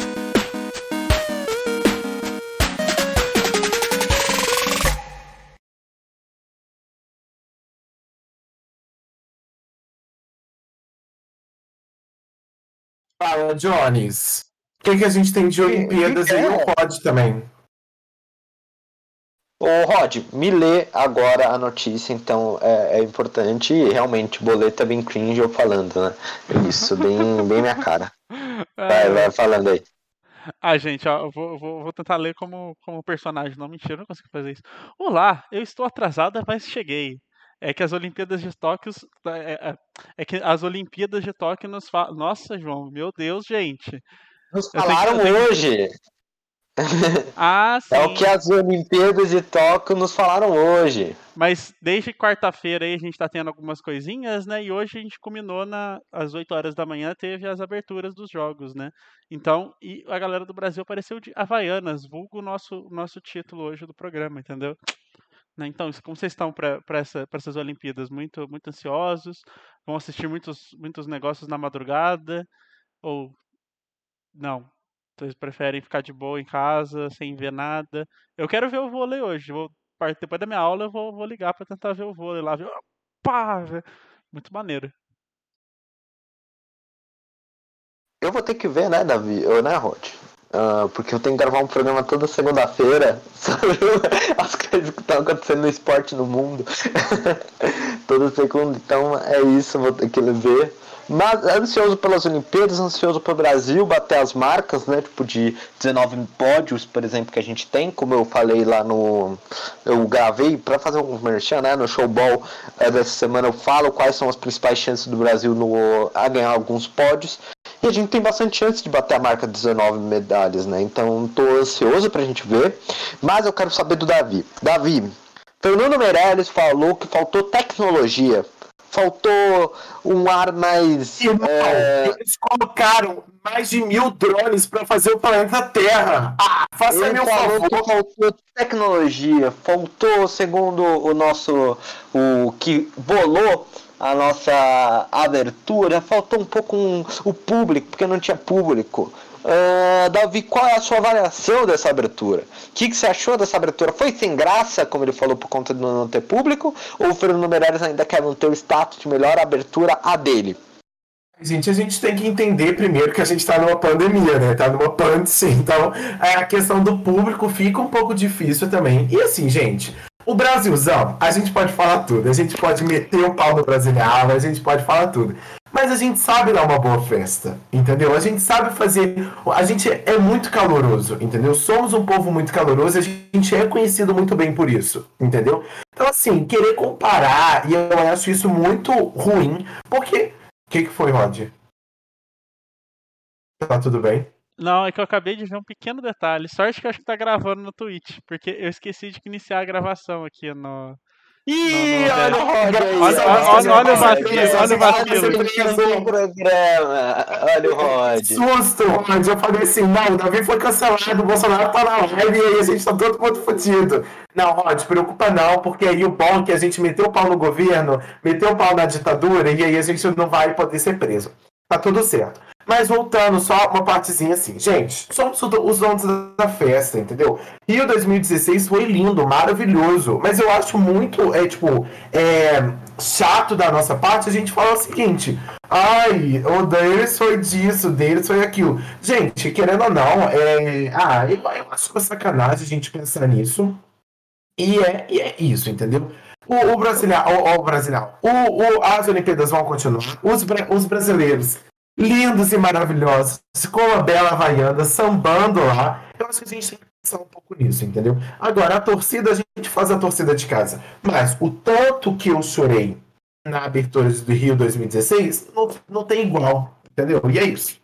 Fala, Jones, o que, que a gente tem de Olimpíadas que aí? é? O Rod também. Ô Rod, me lê agora a notícia, então é, é importante e realmente boleta é bem cringe eu falando, né? Isso, bem, bem minha cara. Vai, vai falando aí. Ah, gente, ó, eu vou, eu vou, vou tentar ler como, como personagem. Não, mentira, eu não consigo fazer isso. Olá, eu estou atrasada, mas cheguei. É que as Olimpíadas de Tóquio. É, é- é que as Olimpíadas de Tóquio nos falam. Nossa, João, meu Deus, gente. Nos Eu tenho que. falaram Eu tenho que... hoje. Ah, É o que sim. as Olimpíadas de Tóquio nos falaram hoje. Mas desde quarta-feira aí a gente tá tendo algumas coisinhas, né? E hoje a gente combinou na, às oito horas da manhã, teve as aberturas dos jogos, né? Então, e a galera do Brasil apareceu de Havaianas, vulgo o nosso, nosso título hoje do programa, entendeu? Né, então, isso- como vocês estão para essa, pra essas Olimpíadas? Muito, muito ansiosos? Vão assistir muitos, muitos negócios na madrugada? Ou não? Vocês preferem ficar de boa em casa, sem ver nada? Eu quero ver o vôlei hoje. Vou, par- depois da minha aula, eu vou, vou ligar para tentar ver o vôlei lá. Ver, pá! Ver- Muito maneiro. vou ter que ver, né, Davi? Ou, né, Rod? Uh, porque eu tenho que gravar um programa toda segunda-feira sobre as coisas que estão acontecendo no esporte no mundo. Toda segunda, então é isso, vou ter que ver. Mas ansioso pelas Olimpíadas, ansioso para o Brasil bater as marcas, né? Tipo de dezenove pódios, por exemplo, que a gente tem, como eu falei lá no. Eu gravei para fazer um merchan, né? No showball é, dessa semana eu falo quais são as principais chances do Brasil no, a ganhar alguns pódios. E a gente tem bastante chance de bater a marca de dezenove medalhas, né? Então estou ansioso pra gente ver. Mas eu quero saber do Davi. Davi, Fernando Meirelles falou que faltou tecnologia. Faltou um ar mais... Irmão, é... eles colocaram mais de mil drones para fazer o planeta Terra. Ah, faça Ele meu falou favor. que faltou tecnologia. Faltou, segundo o nosso... O que bolou a nossa abertura, faltou um pouco um, o público, porque não tinha público. Uh, Davi, qual é a sua avaliação dessa abertura? O que, que você achou dessa abertura? Foi sem graça, como ele falou, por conta de não ter público? Ou o Fernando Meirelles ainda quer manter o status de melhor abertura a dele? Gente, a gente tem que entender primeiro que a gente está numa pandemia, né? Tá numa pandemia, então a questão do público fica um pouco difícil também. E assim, gente, o Brasilzão, a gente pode falar tudo, a gente pode meter o pau no Brasiliano, a gente pode falar tudo. Mas a gente sabe dar uma boa festa, entendeu? A gente sabe fazer... A gente é muito caloroso, entendeu? Somos um povo muito caloroso e a gente é conhecido muito bem por isso, entendeu? Então, assim, querer comparar, e eu acho isso muito ruim, porque... O que, que foi, Rod? Tá tudo bem? Não, é que eu acabei de ver um pequeno detalhe. Sorte que eu acho que tá gravando no Twitch, porque eu esqueci de iniciar a gravação aqui no... Ih, no, no olha o Rod aí. Olha, olha, olha o vacilo, olha o vacilo. Olha o Rod. Susto, Rod. Eu falei assim, não, o Davi foi cancelado, o Bolsonaro tá na live e aí a gente tá todo mundo fodido. Não, Rod, preocupa não, porque aí o bom é que a gente meteu o pau no governo, meteu o pau na ditadura e aí a gente não vai poder ser preso. Tá tudo certo. Mas voltando, só uma partezinha assim. Gente, somos os donos da festa, entendeu? Rio dois mil e dezesseis foi lindo, maravilhoso. Mas eu acho muito, é tipo, é, chato da nossa parte a gente falar o seguinte. Ai, o deles foi disso, o deles foi aquilo. Gente, querendo ou não, é... Ah, eu, eu acho uma sacanagem a gente pensar nisso. E é, e é isso, entendeu? O, o brasileiro, o, o brasileiro, o, o, as Olimpíadas vão continuar. Os, os brasileiros... lindos e maravilhosos, com a bela Havaiana, sambando lá. Eu acho que a gente tem que pensar um pouco nisso, entendeu? Agora, a torcida, a gente faz a torcida de casa. Mas o tanto que eu chorei na abertura do Rio dois mil e dezesseis, não, não tem igual, entendeu? E é isso.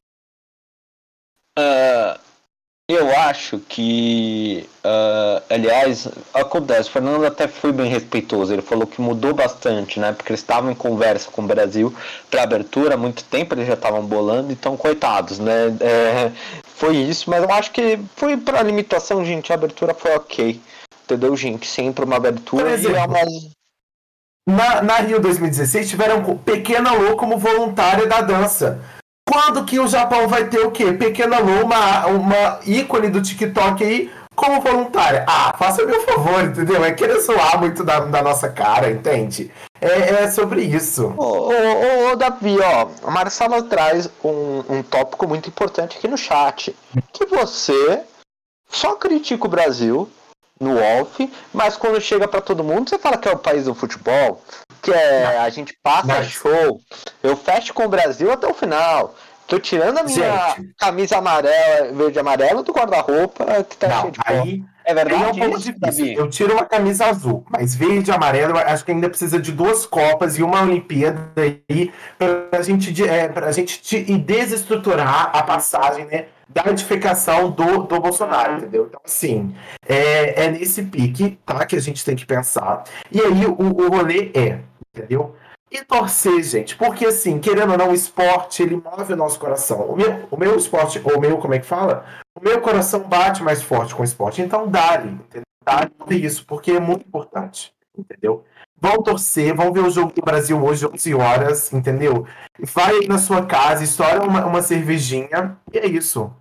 Uh, eu acho que, uh, aliás, acontece, o Fernando até foi bem respeitoso, ele falou que mudou bastante, né, porque eles estavam em conversa com o Brasil para abertura há muito tempo, eles já estavam bolando, então coitados, né, é, foi isso, mas eu acho que foi para limitação, gente, a abertura foi ok, entendeu, gente, sempre uma abertura. Por exemplo, e é uma... na, na Rio dois mil e dezesseis tiveram Pequena Lô como voluntária da dança. Quando que o Japão vai ter o quê? Pequena Lô, uma, uma ícone do TikTok aí, como voluntária. Ah, faça meu favor, entendeu? É querer zoar muito da, da nossa cara, entende? É, é sobre isso. Ô, ô, ô, ô Davi, ó, a Marcela traz um, um tópico muito importante aqui no chat. Que você só critica o Brasil no off, mas quando chega pra todo mundo, você fala que é o país do futebol, que é, a gente passa mas... show, eu fecho com o Brasil até o final. Tô tirando a minha gente, camisa amarela, verde e amarela do guarda-roupa que tá não, cheio de aí, é verdade? Aí é um pouco isso, difícil. Davi? Eu tiro uma camisa azul, mas verde e amarelo, acho que ainda precisa de duas Copas e uma Olimpíada aí pra gente, é, pra gente desestruturar a passagem, né, da edificação do, do Bolsonaro, entendeu? Então, assim, é, é nesse pique, tá, que a gente tem que pensar. E aí o, o rolê é, entendeu? E torcer, gente, porque assim, querendo ou não, o esporte, ele move o nosso coração. O meu, o meu esporte, o meu, como é que fala? O meu coração bate mais forte com o esporte. Então, dá-lhe, entendeu? Dá-lhe isso, porque é muito importante, entendeu? Vão torcer, vão ver o jogo do Brasil hoje, onze horas, entendeu? Vai aí na sua casa, estoura uma, uma cervejinha, e é isso.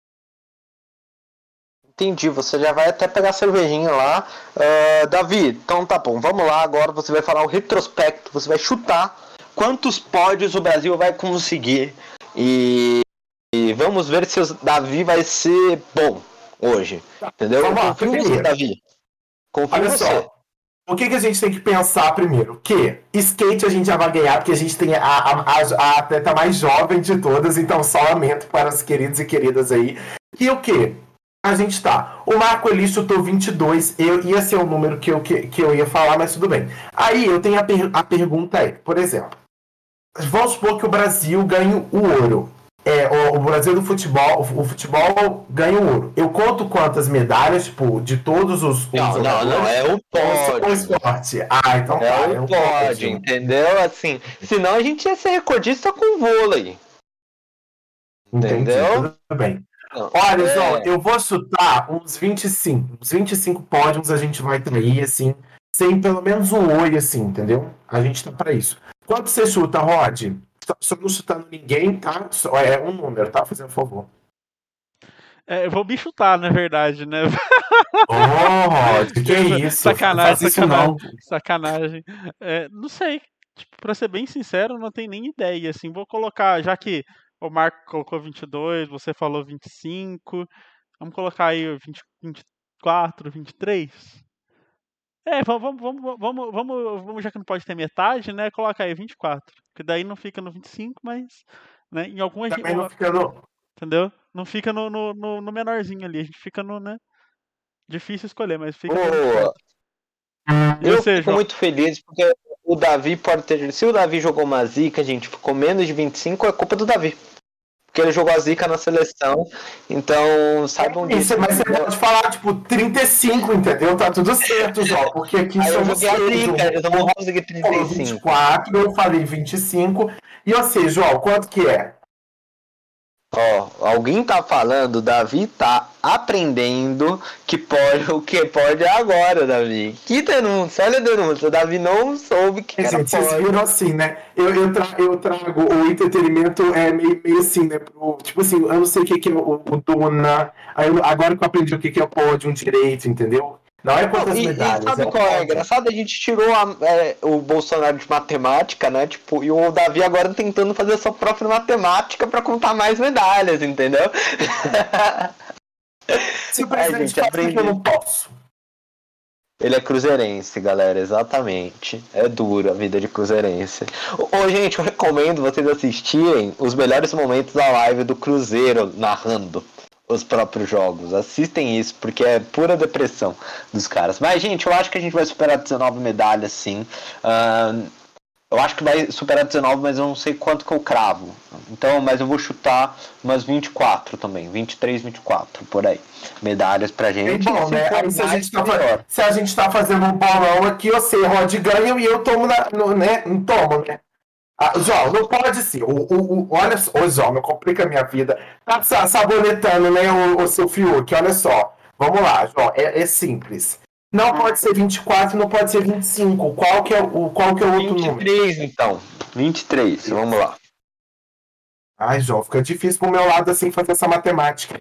Entendi, você já vai até pegar a cervejinha lá. Uh, Davi, então tá bom, vamos lá agora, você vai falar o retrospecto, você vai chutar quantos pódios o Brasil vai conseguir e, E vamos ver se o Davi vai ser bom hoje. Entendeu? Vamos lá, Confio em você, primeiro. Davi. Confio em Olha você. só, o que, que a gente tem que pensar primeiro? Que skate a gente já vai ganhar, porque a gente tem a, a, a, a atleta mais jovem de todas, então só lamento para os queridos e queridas aí. E o que? A gente tá. O Marco Eli chutou vinte e dois, eu, ia ser o número que eu, que, que eu ia falar, mas tudo bem. Aí eu tenho a, per, a pergunta aí, por exemplo, vamos supor que o Brasil ganhe o ouro. É, o, o Brasil do futebol, o, o futebol ganha o ouro. Eu conto quantas medalhas, tipo, de todos os, os Não, não, não, é o o pódio. esporte. Ah, então É tá, o é um pódio, entendeu? Assim, senão a gente ia ser recordista com vôlei. Entendi, Entendeu? tudo bem. Não, Olha, é- João, eu vou chutar uns vinte e cinco. Uns vinte e cinco pódios a gente vai trair, assim, sem pelo menos um oi, assim, entendeu? A gente tá pra isso. Quanto você chuta, Rod? Só, só não chutando ninguém, tá? Só é um número, tá? Fazendo um favor. É, eu vou me chutar, na verdade, né? Ô, Rod, que isso? Sacanagem, Não faz isso sacanagem. não. Sacanagem. É, não sei. Tipo, pra ser bem sincero, não tenho nem ideia. Assim, vou colocar, já que o Marco colocou vinte e dois, você falou vinte e cinco, vamos colocar aí o vinte, vinte e quatro, vinte e três. É, vamos, vamos, vamos, vamos, vamos, vamos, já que não pode ter metade, né? Coloca aí vinte e quatro. Que daí não fica no vinte e cinco, mas né, em alguma Também não fica no... entendeu? Não fica no, no, no, no menorzinho ali, a gente fica no, né? Difícil escolher, mas fica no vinte e Boa. quatro. E Eu você, fico João? muito feliz porque o Davi pode ter. Se o Davi jogou uma zica, gente, ficou menos de vinte e cinco, é culpa do Davi. Porque ele jogou a zica na seleção. Então, saibam disso. Isso, mas você pode falar, tipo, trinta e cinco, entendeu? Tá tudo certo, João, porque aqui Aí eu somos joguei a seis, zica, João. então vamos conseguir trinta falou e vinte e cinco. quatro, eu falei vinte e cinco. E você, João, quanto que é? Ó, alguém tá falando, o Davi tá aprendendo que pode, o que pode é agora, Davi. Que denúncia, olha a denúncia. O Davi não soube que era Gente, vocês pode. viram assim, né? Eu, eu, tra eu trago o entretenimento é meio, meio assim, né? Pro, tipo assim, eu não sei o que, que é o, o Dona. Aí eu- agora que eu aprendi o que, que é o pódio, um direito, entendeu? Não é quantas E, e medalhas. sabe é o qual é pódio. engraçado? A gente tirou a- é, o Bolsonaro de matemática, né? Tipo, e o Davi agora tentando fazer a sua própria matemática pra contar mais medalhas, entendeu? Se o Ai, presidente gente, faz, por que aprendi. eu não posso? Ele é cruzeirense, galera, exatamente. É duro a vida de cruzeirense. Ô, ô, gente, eu recomendo vocês assistirem os melhores momentos da live do Cruzeiro narrando os próprios jogos. Assistem isso, porque é pura depressão dos caras. Mas, gente, eu acho que a gente vai superar dezenove medalhas, sim. Ahn, eu acho que vai superar dezenove, mas eu não sei quanto que eu cravo. Então, mas eu vou chutar umas vinte e quatro também. vinte e três, vinte e quatro, por aí. Medalhas pra gente. Então, Se né? for Aí se a, mais, gente tá, melhor. fa- se a gente tá fazendo um bolão aqui, você, Rod, ganha e eu tomo, na, no, né? Não tomo, né? Ah, João, não pode ser. O, o, o, olha só, ô, João, não complica a minha vida. Tá sa- sabonetando, né, o, o seu Fiuk? Olha só. Vamos lá, João, é, é simples. Não pode ser vinte e quatro, não pode ser vinte e cinco. Qual que é o, qual que é o outro vinte e número? três, então. vinte e três, vamos lá. Ai, João, fica difícil pro meu lado assim fazer essa matemática.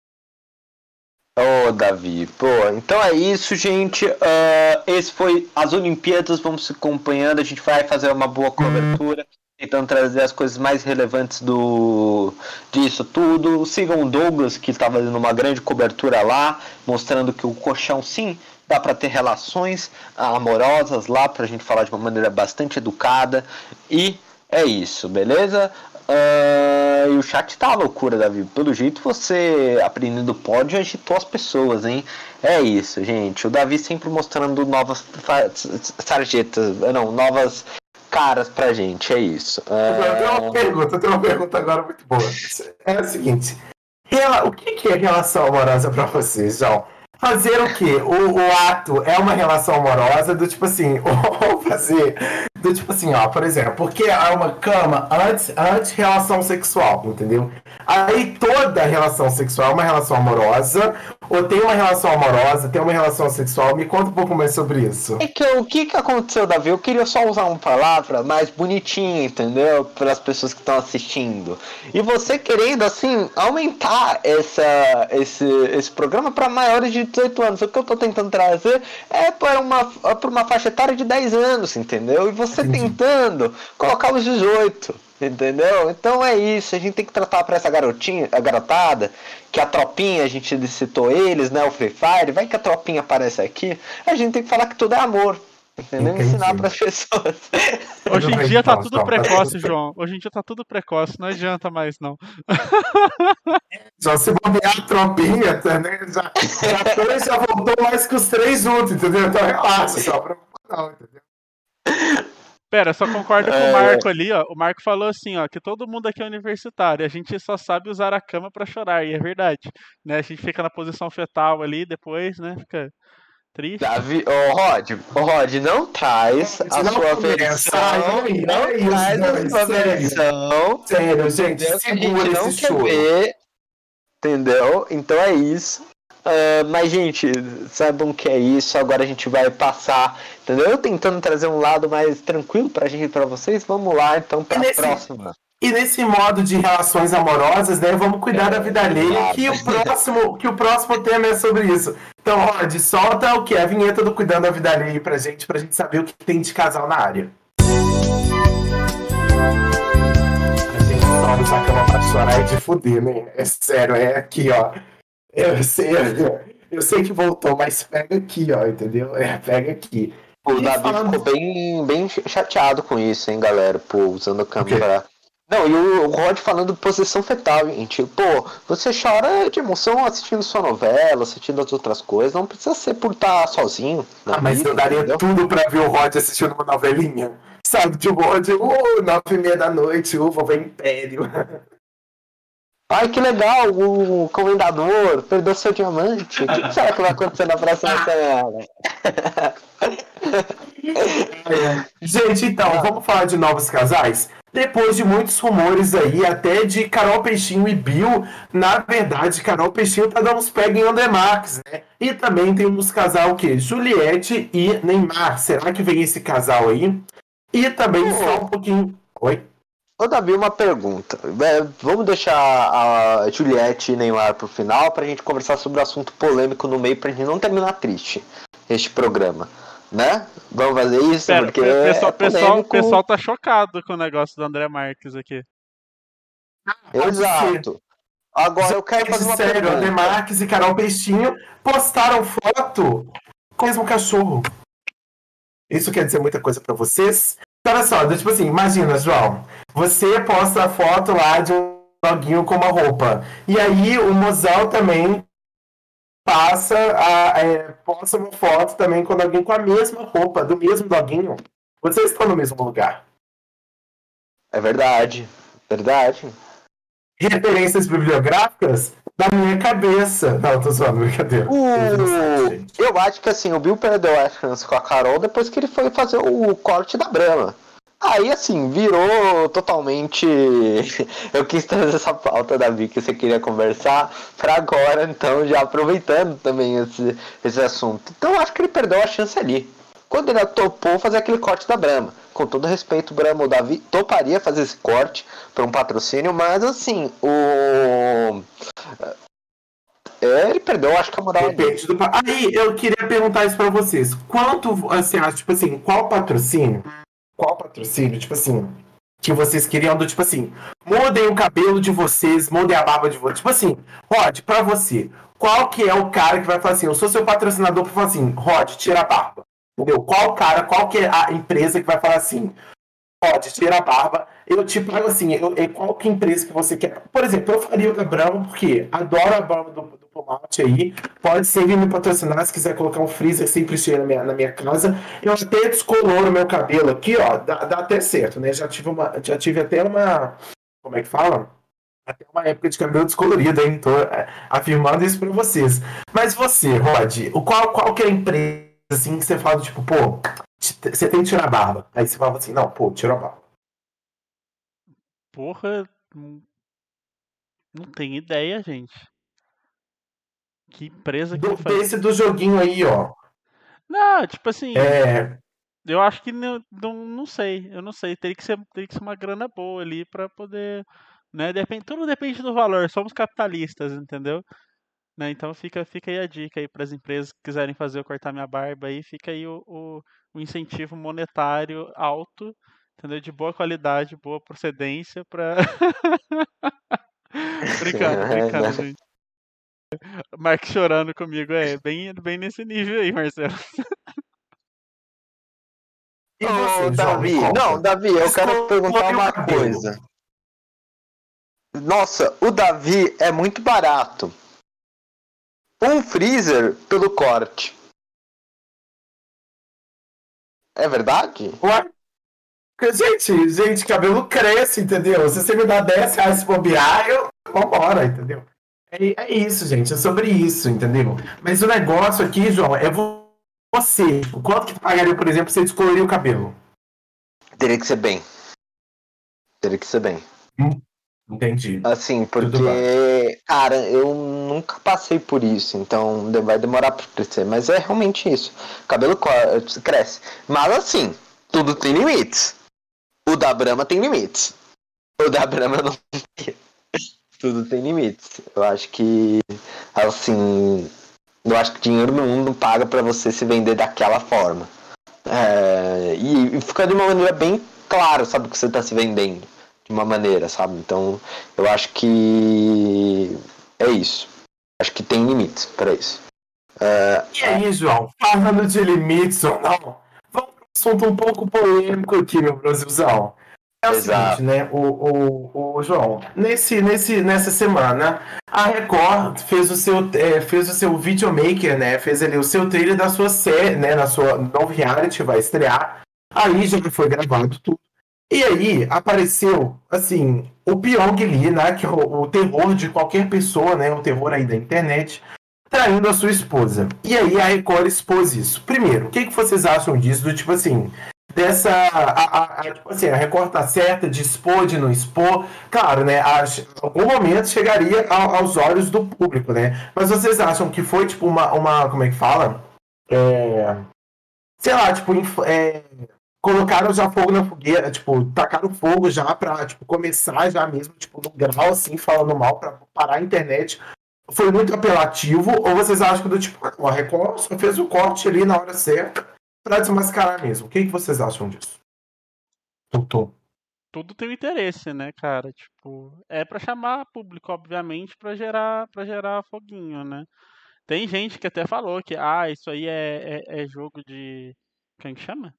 Ô, Davi, pô, então é isso, gente. Ah, esse foi as Olimpíadas. Vamos se acompanhando. A gente vai fazer uma boa cobertura, tentando trazer as coisas mais relevantes do disso tudo. Sigam o Douglas, que está fazendo uma grande cobertura lá, mostrando que o colchão, sim, dá para ter relações amorosas lá, para a gente falar de uma maneira bastante educada. E é isso, beleza? Ah, e o chat tá uma loucura, Davi. Pelo jeito você, aprendendo pódio, agitou as pessoas, hein? É isso, gente. O Davi sempre mostrando novas fa- sarjetas, não, novas caras pra gente. É isso. Eu tenho uma Ah, pergunta, eu tenho uma pergunta agora muito boa. É o seguinte: rela- o que que é relação amorosa pra vocês, João? Fazer o quê? O, o ato é uma relação amorosa do tipo assim, ou fazer do tipo assim, ó, por exemplo, porque há uma cama antes, antes relação sexual, entendeu? Aí toda relação sexual é uma relação amorosa, ou tem uma relação amorosa, tem uma relação sexual. Me conta um pouco mais sobre isso. É que o que que aconteceu, Davi? Eu queria só usar uma palavra mais bonitinha, entendeu? Para as pessoas que estão assistindo. E você querendo, assim, aumentar essa, esse, esse programa para maiores de dezoito anos. O que eu tô tentando trazer é para uma, para uma faixa etária de dez anos, entendeu? E você Entendi. tentando colocar os dezoito. Entendeu? Então é isso, a gente tem que tratar pra essa garotinha, a garotada, que a tropinha, a gente citou eles, né? O Free Fire, vai que a tropinha aparece aqui, a gente tem que falar que tudo é amor. Entendeu? Ensinar Entendi. pras pessoas. Hoje Tudo em bem, dia tá então, tudo João, tá tudo precoce, bem. João. Hoje em dia tá tudo precoce, não adianta mais não. Já se bobear a tropinha, tá, né? Já, já foi, já voltou mais que os três juntos, entendeu? Então relaxa, só pra não, entendeu? Pera, só concordo com o É, Marco ali, ó. O Marco falou assim, ó, que todo mundo aqui é universitário, a gente só sabe usar a cama pra chorar, e é verdade, né? A gente fica na posição fetal ali, depois, né, fica triste. Davi, ô Rod, ô Rod, não traz a Não sua começa. Ai, versão, olha aí, não olha isso, traz a Dani, sua sério. versão, Sério, gente, entendeu? Que a gente segura não esse quer choro. ver, entendeu? Então é isso. Ah, mas, gente, saibam que é isso. Agora a gente vai passar, entendeu? Eu tentando trazer um lado mais tranquilo pra gente, pra vocês. Vamos lá, então, E pra nesse, próxima. e nesse modo de relações amorosas, né? Vamos cuidar da vida alheia, que o próximo, que o próximo tema é sobre isso. Então, Rod, solta o que? A vinheta do Cuidando da Vida Alheia aí pra gente, pra gente saber o que tem de casal na área. A gente sobe essa cama pra chorar e de fuder, né? É sério, é aqui, ó. Eu sei, eu sei que voltou, mas pega aqui, ó, entendeu? É, pega aqui. O E Davi falando ficou bem, bem chateado com isso, hein, galera? Pô, usando a o quê? câmera. Não, e o o Rod falando de posição fetal, gente. Pô, você chora de emoção assistindo sua novela, assistindo as outras coisas. Não precisa ser por estar sozinho na Ah, mas vida, eu daria entendeu? tudo pra ver o Rod assistindo uma novelinha. Sabe, tipo, o Rod, uh, nove e meia da noite, uh, vou ver Império. Ai, que legal, o comendador perdeu seu diamante. O que que será que vai acontecer na próxima semana? É. Gente, então, vamos falar de novos casais? Depois de muitos rumores aí, até de Carol Peixinho e Bill, na verdade, Carol Peixinho tá dando uns pega em André Marques, né? E também temos casal que Juliette e Neymar. Será que vem esse casal aí? E também só um Ô, pouquinho. Oi? ô, Davi, uma pergunta. É, vamos deixar a Juliette e Neymar pro final pra gente conversar sobre o assunto polêmico no meio pra gente não terminar triste este programa, né? Vamos fazer isso Pera, porque pe- é pessoal, pessoal, polêmico. pessoal tá chocado com o negócio do André Marques aqui. Pode ser. Exato. Agora eu quero Gente, fazer uma sério, André pergunta. Marques e Carol Peixinho postaram foto com o mesmo cachorro. Isso quer dizer muita coisa pra vocês? Então, olha só, tipo assim, imagina, João, você posta a foto lá de um doguinho com uma roupa. E aí o mozão também passa a, é, posta uma foto também com alguém com a mesma roupa, do mesmo doguinho. Vocês estão no mesmo lugar. É verdade. Verdade. Referências bibliográficas da minha cabeça. Não, tô zoando, brincadeira. Teve no site, O... gente. Eu acho que assim, o Bill perdeu a chance com a Carol depois que ele foi fazer o corte da Brahma. Aí assim, virou totalmente. Eu quis trazer essa pauta, Davi, que você queria conversar pra agora, então, já aproveitando também esse, esse assunto. Então eu acho que ele perdeu a chance ali. Quando ele topou fazer aquele corte da Brahma. Com todo respeito, Brahma, o Davi toparia fazer esse corte para um patrocínio, mas assim, o. É, ele perdeu, acho que a moral dele. Depende do. pa- Aí, eu queria perguntar isso pra vocês. Quanto você acha, tipo assim, qual patrocínio? Qual patrocínio, tipo assim, que vocês queriam do tipo assim, mudem o cabelo de vocês, mudem a barba de vocês. Tipo assim, Rod, pra você, qual que é o cara que vai falar assim, eu sou seu patrocinador pra falar assim, Rod, tira a barba. Entendeu? Qual cara, qual que é a empresa que vai falar assim, Rod, tira a barba. Eu te pago assim, eu, eu- qual que é a empresa que você quer? Por exemplo, eu faria o da Brahma porque adoro a barba do, do Pomate aí. Pode sempre me patrocinar se quiser colocar um freezer sempre cheio na minha, na minha casa. Eu até descoloro meu cabelo aqui, ó. Dá, dá até certo, né? Já tive, uma, já tive até uma. Como é que fala? Até uma época de cabelo descolorido, hein? Tô é, afirmando isso pra vocês. Mas você, Rod, o qual, qual que é a empresa assim que você fala, tipo, pô, t- você tem que tirar a barba. Aí você fala assim, não, pô, tira a barba. Porra, não, não tem ideia, gente. Que empresa que Do, faz. desse do joguinho aí, ó. Não, tipo assim, É. eu acho que não, não, não sei, eu não sei. Teria que ser, teria que ser uma grana boa ali pra poder, né? Depende, tudo depende do valor. Somos capitalistas, entendeu? Né, então fica, fica aí a dica aí para as empresas que quiserem fazer eu cortar minha barba aí, fica aí o, o, o incentivo monetário alto, entendeu? De boa qualidade, boa procedência pra. Brincando, brincando, gente. O Mark chorando comigo, é bem, bem nesse nível aí, Marcelo. E Ô, você, João, me Davi, conta. não, Davi, eu quero Escolhe perguntar o uma cabelo. coisa. Nossa, o Davi é muito barato. Um freezer pelo corte. É verdade? Ué? Porque, Gente, gente, cabelo cresce, entendeu? Se você me dá dez reais se bobear, eu vambora, entendeu? É, é isso, gente, é sobre isso, entendeu? Mas o negócio aqui, João, é vo- você. Tipo, quanto que tu pagaria, por exemplo, pra você descolorir o cabelo? Teria que ser bem. Teria que ser bem. Hum, entendi. Assim, Tudo bem. porque, cara, eu nunca passei por isso, então de- vai demorar pra crescer. Mas é realmente isso. Cabelo co- cresce. Mas assim, tudo tem limites. O da Brahma tem limites. O da Brahma não tem. Tudo tem limites. Eu acho que, assim, eu acho que dinheiro no mundo não paga pra você se vender daquela forma. É, e, e fica de uma maneira bem clara, sabe, que você tá se vendendo. De uma maneira, sabe? Então, eu acho que é isso. Acho que tem limites pra isso. É, E aí, João, falando de limites ou não, vamos para um assunto um pouco polêmico aqui, meu Brasilzão. É o Exato. seguinte, né, o, o, o João, nesse, nesse, nessa semana, a Record fez o seu, é, fez o seu videomaker, né, fez ali o seu trailer da sua série, né, na sua novo reality, vai estrear, aí já foi gravado tudo. E aí apareceu, assim, o Pyong Lee, né, que é o, o terror de qualquer pessoa, né, o terror aí da internet, traindo a sua esposa. E aí a Record expôs isso. Primeiro, o que, que vocês acham disso? Do tipo assim, dessa. A, a, a, tipo assim, a Record tá certa de expor, de não expor. Claro, né? A, algum momento chegaria ao, aos olhos do público, né? Mas vocês acham que foi, tipo, uma. uma como é que fala? É, sei lá, tipo, inf- é, colocaram já fogo na fogueira, tipo, tacaram fogo já pra, tipo, começar já mesmo, tipo, no grau, assim, falando mal pra parar a internet. Foi muito apelativo, ou vocês acham que do tipo, ah, a Record só fez o corte ali na hora certa pra desmascarar mesmo? O que, que vocês acham disso? Doutor. Tudo tem um interesse, né, cara? Tipo, é pra chamar público, obviamente, pra gerar, para gerar foguinho, né? Tem gente que até falou que, ah, isso aí é, é, é jogo de. Quem que chama?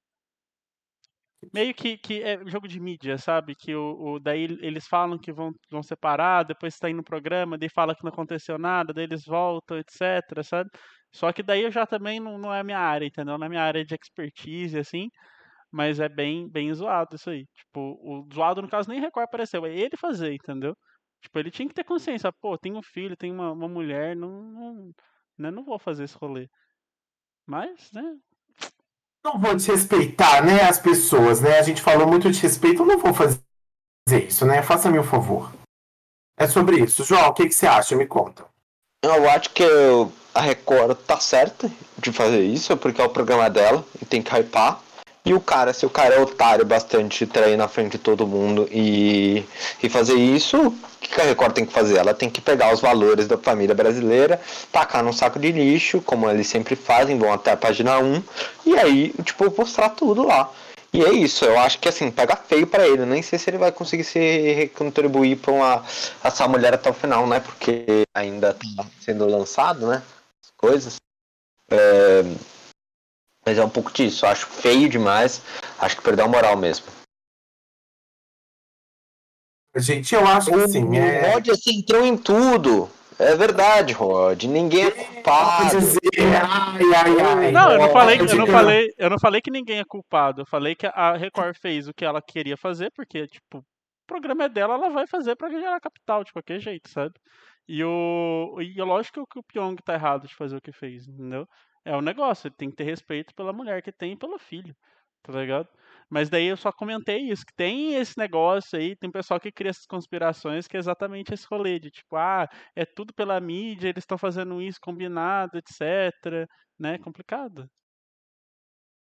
Meio que, que é jogo de mídia, sabe? Que o, o- daí eles falam que vão, vão separar, depois tá indo no programa, daí fala que não aconteceu nada, daí eles voltam, etc, sabe? Só que daí eu já também não, não é a minha área, entendeu? Não é minha área de expertise, assim, mas é bem, bem zoado isso aí. Tipo, o zoado, no caso, nem Record apareceu, é ele fazer, entendeu? Tipo, ele tinha que ter consciência, pô, tem um filho, tem uma, uma mulher, não, não, né, não vou fazer esse rolê. Mas, né, Não vou desrespeitar, né, as pessoas, né? A gente falou muito de respeito, eu não vou fazer isso, né? Faça-me um favor. É sobre isso. João, o que, que você acha? Me conta. Eu acho que eu- a Record tá certa de fazer isso, porque é o programa dela e tem que hypar. E o cara, se o cara é otário bastante, trair na frente de todo mundo e, e fazer isso, o que que a Record tem que fazer? Ela tem que pegar os valores da família brasileira, tacar num saco de lixo, como eles sempre fazem, vão até a página um, e aí, tipo, mostrar tudo lá. E é isso, eu acho que assim, pega feio pra ele, nem sei se ele vai conseguir se contribuir pra uma, essa mulher até o final, né? Porque ainda tá sendo lançado, né? As coisas. É, mas é um pouco disso, eu acho feio demais, acho que perdeu a moral mesmo. Gente, eu acho que sim. O É... Rod assim, entrou em tudo. É verdade, Rod. Ninguém é Pode culpado. dizer, ai, ai, ai. não, eu não falei, que- eu não Pode- falei, eu não falei que ninguém é culpado. Eu falei que a Record fez o que ela queria fazer, porque, tipo, o programa é dela, ela vai fazer pra gerar capital, de qualquer jeito, sabe? E o. E é lógico que o Pyong tá errado de fazer o que fez, entendeu? É o negócio, ele tem que ter respeito pela mulher que tem e pelo filho, tá ligado? Mas daí eu só comentei isso, que tem esse negócio aí, tem pessoal que cria essas conspirações que é exatamente esse rolê de tipo, ah, é tudo pela mídia, eles estão fazendo isso combinado, etc, né? Complicado.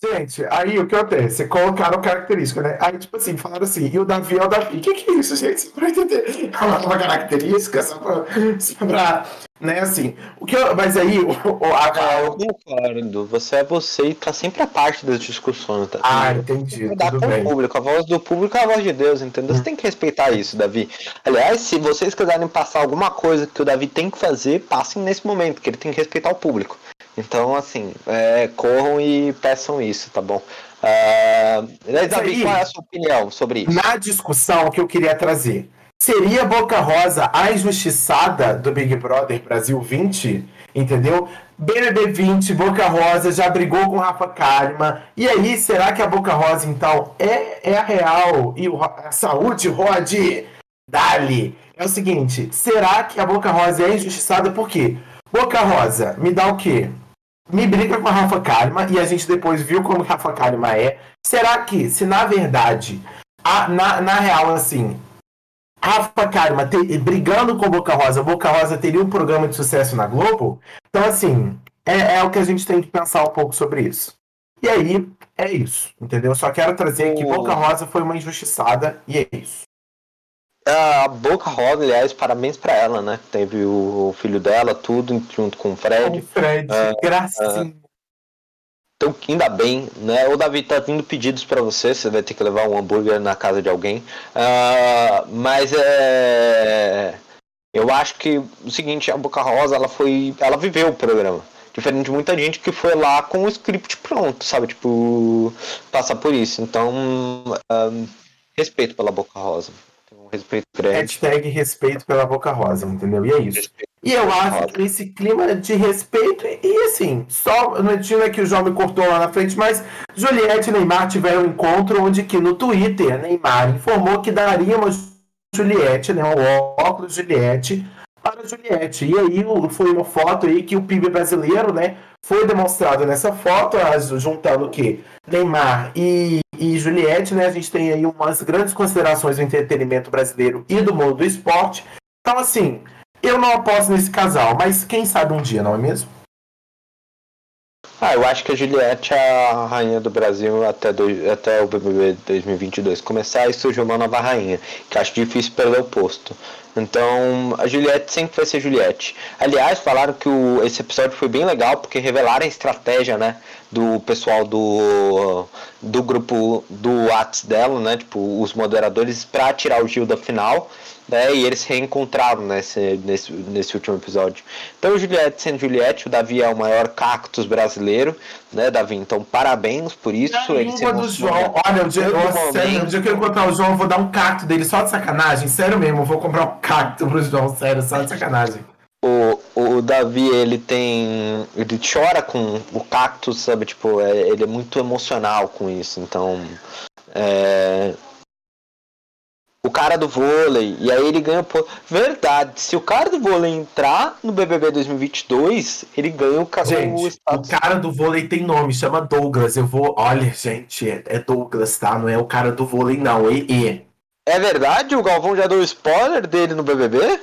Gente, aí o que acontece? Colocaram característica, né? Aí, tipo assim, falaram assim, e o Davi é o Davi. O que, que é isso, gente? Só pra entender. É uma nova característica, só pra. Só pra né, assim. O que eu, mas aí, o, o, a, Ah, eu concordo. Você é você e tá sempre a parte das discussões, tá? Ah, entendi. Cuidar Tudo com bem. o público. A voz do público é a voz de Deus, entendeu? Você tem que respeitar isso, Davi. Aliás, se vocês quiserem passar alguma coisa que o Davi tem que fazer, passem nesse momento, que ele tem que respeitar o público. Então, assim, é, corram e peçam isso, tá bom? Uh, Davi, aí, qual é a sua opinião sobre isso? Na discussão que eu queria trazer, seria Boca Rosa a injustiçada do Big Brother Brasil vinte? Entendeu? B B B vinte, Boca Rosa já brigou com Rafa Kalimann. E aí, será que a Boca Rosa, então, é, é a real? E o, a saúde, Rod, dali. É o seguinte, será que a Boca Rosa é injustiçada por quê? Boca Rosa, me dá o quê? Me briga com a Rafa Kalimann, e a gente depois viu como Rafa Kalimann é. Será que, se na verdade, a, na, na real, assim, Rafa Kalimann ter, brigando com Boca Rosa, Boca Rosa teria um programa de sucesso na Globo? Então, assim, é, é o que a gente tem que pensar um pouco sobre isso. E aí, é isso, entendeu? Só quero trazer que Boca Rosa foi uma injustiçada, e é isso. A Boca Rosa, aliás, parabéns pra ela, né? Teve o filho dela, tudo, junto com o Fred. O Fred, uh, gracinha. Uh, então, ainda bem, né? O Davi tá vindo pedidos pra você, você vai ter que levar um hambúrguer na casa de alguém. Uh, mas é... Eu acho que o seguinte, a Boca Rosa, ela foi... Ela viveu o programa. Diferente de muita gente que foi lá com o script pronto, sabe? Tipo, passar por isso. Então, um, respeito pela Boca Rosa. Um respeito grande. Hashtag respeito pela Boca Rosa, entendeu? E é isso. Respeito e eu acho Rosa. Que esse clima de respeito, e assim, só, não tinha que o João me cortou lá na frente, mas Juliette e Neymar tiveram um encontro onde que no Twitter, Neymar informou que daria uma Juliette, né, um óculos Juliette para Juliette. E aí foi uma foto aí que o P I B brasileiro, né, foi demonstrado nessa foto, juntando o quê? Neymar e, e Juliette, né? A gente tem aí umas grandes considerações do entretenimento brasileiro e do mundo do esporte. Então, assim, eu não aposto nesse casal, mas quem sabe um dia, não é mesmo? Ah, eu acho que a Juliette é a rainha do Brasil até, do, até o B B B dois mil e vinte e dois começar e surgiu uma nova rainha, que acho difícil perder o posto. Então, a Juliette sempre vai ser Juliette. Aliás, falaram que o, esse episódio foi bem legal, porque revelaram a estratégia, né, do pessoal do, do grupo do WhatsApp dela, né, tipo, os moderadores, pra tirar o Gil da final, né, e eles se reencontraram nesse, nesse, nesse último episódio. Então, Juliette sendo Juliette, o Davi é o maior cactus brasileiro, né, Davi? Então, parabéns por isso. A ele língua do João, olha, o dia, eu, sério, o dia que eu encontrar o João, eu vou dar um cacto dele só de sacanagem, sério mesmo, eu vou comprar um cacto pro João, sério, só de sacanagem. O, o Davi, ele tem... Ele chora com o cactus, sabe? Tipo, é, ele é muito emocional com isso. Então, é... O cara do vôlei, e aí ele ganha... Pô, verdade, se o cara do vôlei entrar no B B B dois mil e vinte e dois, ele ganha o, gente, o status. O cara do vôlei tem nome, chama Douglas. Eu vou... Olha, gente, é, é Douglas, tá? Não é o cara do vôlei, não. E, e. É verdade? O Galvão já deu spoiler dele no B B B?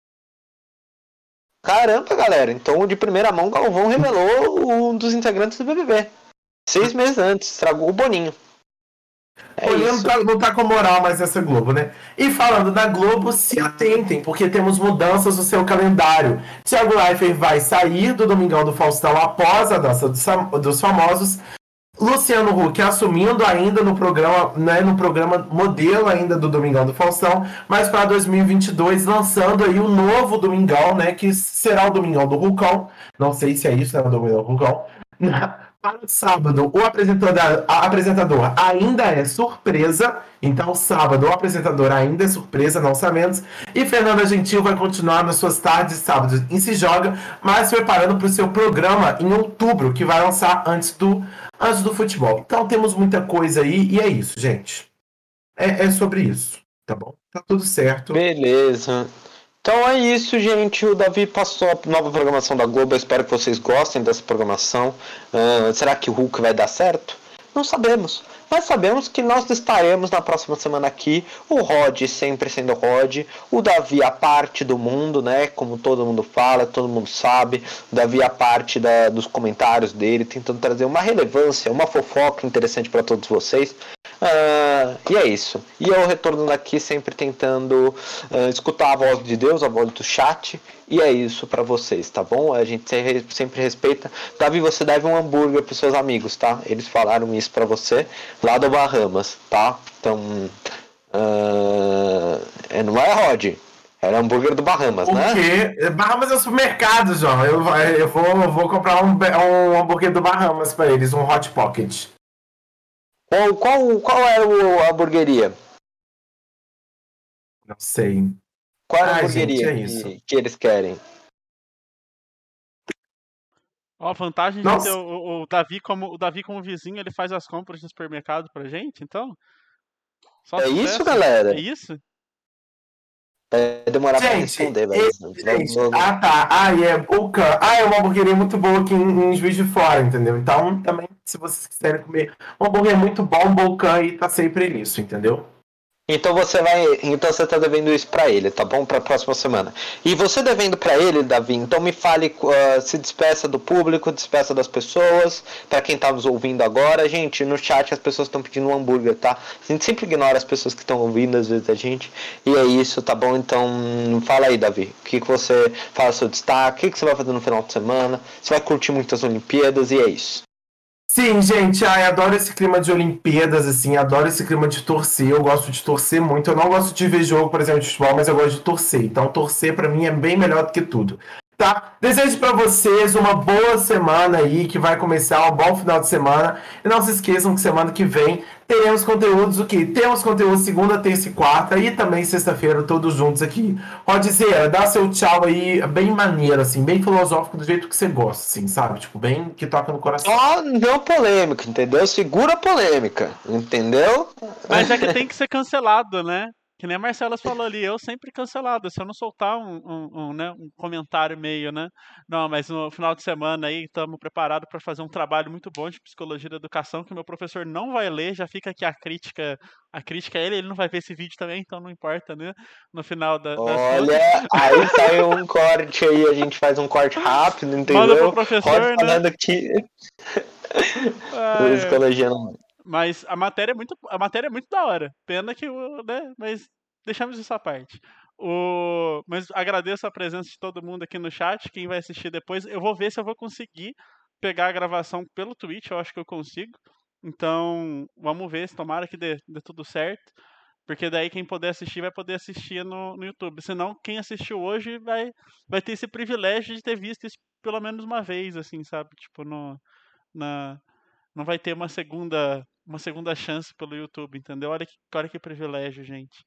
Caramba, galera. Então, de primeira mão, o Galvão revelou um dos integrantes do B B B. Seis meses antes. Estragou o Boninho. É Boninho não tá, não tá com moral mais nessa Globo, né? E falando da Globo, se atentem, porque temos mudanças no seu calendário. Thiago Leifert vai sair do Domingão do Faustão após a dança dos, dos famosos. Luciano Huck assumindo ainda no programa, né, no programa modelo ainda do Domingão do Faustão, mas para dois mil e vinte e dois lançando aí o novo Domingão, né, que será o Domingão do Hulcão. Não sei se é isso, né, o Domingão do Hulcão. Para o sábado, o apresentador, a apresentador ainda é surpresa. Então, sábado, o apresentador ainda é surpresa, não sabemos. E Fernanda Gentil vai continuar nas suas tardes e sábados em Se Joga, mas preparando para o seu programa em outubro, que vai lançar antes do, antes do futebol. Então, temos muita coisa aí e é isso, gente. É, é sobre isso, tá bom? Tá tudo certo. Beleza. Então é isso, gente. O Davi passou a nova programação da Globo. Eu espero que vocês gostem dessa programação. Uh, será que o Hulk vai dar certo? Não sabemos. Mas sabemos que nós estaremos na próxima semana aqui. O Rod sempre sendo Rod. O Davi a parte do mundo, né? Como todo mundo fala, todo mundo sabe. O Davi a parte da, dos comentários dele, tentando trazer uma relevância, uma fofoca interessante para todos vocês. Uh, e é isso. E eu retornando aqui sempre tentando uh, escutar a voz de Deus, a voz do chat. E é isso pra vocês, tá bom? A gente sempre respeita. Davi, você deve um hambúrguer pros seus amigos, tá? Eles falaram isso pra você lá do Bahamas, tá? Então, uh, não é Rod, era hambúrguer do Bahamas, O né? quê? Bahamas é o supermercado, João. Eu, eu, vou, eu vou comprar um, um hambúrguer do Bahamas pra eles, um Hot Pocket. Qual, qual, qual era o, a hamburgueria? Não sei. Qual era a Ai, hamburgueria gente, é isso. que, que eles querem? Ó, a vantagem de Nossa. ter o, o Davi como o Davi como vizinho, ele faz as compras no supermercado pra gente, então. Só É sucesso. isso, galera? É isso? Vai demorar pra Gente, responder, velho. Gente, ah tá, ah, é Bucan, ah, é uma hamburgueria muito boa aqui em, em Juiz de Fora, entendeu? Então, também, se vocês quiserem comer um hambúrguer muito bom, Bucan e tá sempre nisso, entendeu? Então você vai, então você tá devendo isso pra ele, tá bom? Pra próxima semana. E você devendo pra ele, Davi, então me fale, uh, se despeça do público, despeça das pessoas, pra quem tá nos ouvindo agora. Gente, no chat as pessoas estão pedindo um hambúrguer, tá? A gente sempre ignora as pessoas que estão ouvindo às vezes a gente. E é isso, tá bom? Então fala aí, Davi, o que, que você fala seu destaque, o que, que você vai fazer no final de semana, você vai curtir muitas Olimpíadas e é isso. Sim, gente, ai, adoro esse clima de Olimpíadas, assim, adoro esse clima de torcer, eu gosto de torcer muito, eu não gosto de ver jogo, por exemplo, de futebol, mas eu gosto de torcer, então torcer pra mim é bem melhor do que tudo, tá? Desejo pra vocês uma boa semana aí, que vai começar um bom final de semana, e não se esqueçam que semana que vem teremos conteúdos, o quê? Temos conteúdo segunda, terça e quarta, e também sexta-feira, todos juntos aqui. Rodizeira, dá seu tchau aí, bem maneiro, assim, bem filosófico, do jeito que você gosta, assim, sabe? Tipo, bem que toca no coração. Só não polêmica, entendeu? Segura a polêmica, entendeu? Mas é que tem que ser cancelado, né? Que nem a Marcela falou ali, eu sempre cancelado. Se eu não soltar um, um, um, né, um comentário meio, né? Não, mas no final de semana aí estamos preparados para fazer um trabalho muito bom de psicologia da educação, que o meu professor não vai ler, já fica aqui a crítica, a crítica a ele, ele não vai ver esse vídeo também, então não importa, né? No final da. Olha, aí saiu um corte aí, a gente faz um corte rápido, entendeu? Manda pro professor, Rod falando né? aqui. Ah, é. Psicologia não. Mas a matéria é muito, a matéria é muito da hora. Pena que o, né? Mas deixamos isso à parte. O, mas agradeço a presença de todo mundo aqui no chat. Quem vai assistir depois, eu vou ver se eu vou conseguir pegar a gravação pelo Twitch. Eu acho que eu consigo. Então, vamos ver se tomara que dê, dê tudo certo. Porque daí quem puder assistir vai poder assistir no, no YouTube. Senão, quem assistiu hoje vai, vai ter esse privilégio de ter visto isso pelo menos uma vez, assim, sabe? Tipo, no, na, não vai ter uma segunda, uma segunda chance pelo YouTube, entendeu? Olha que, olha que privilégio, gente.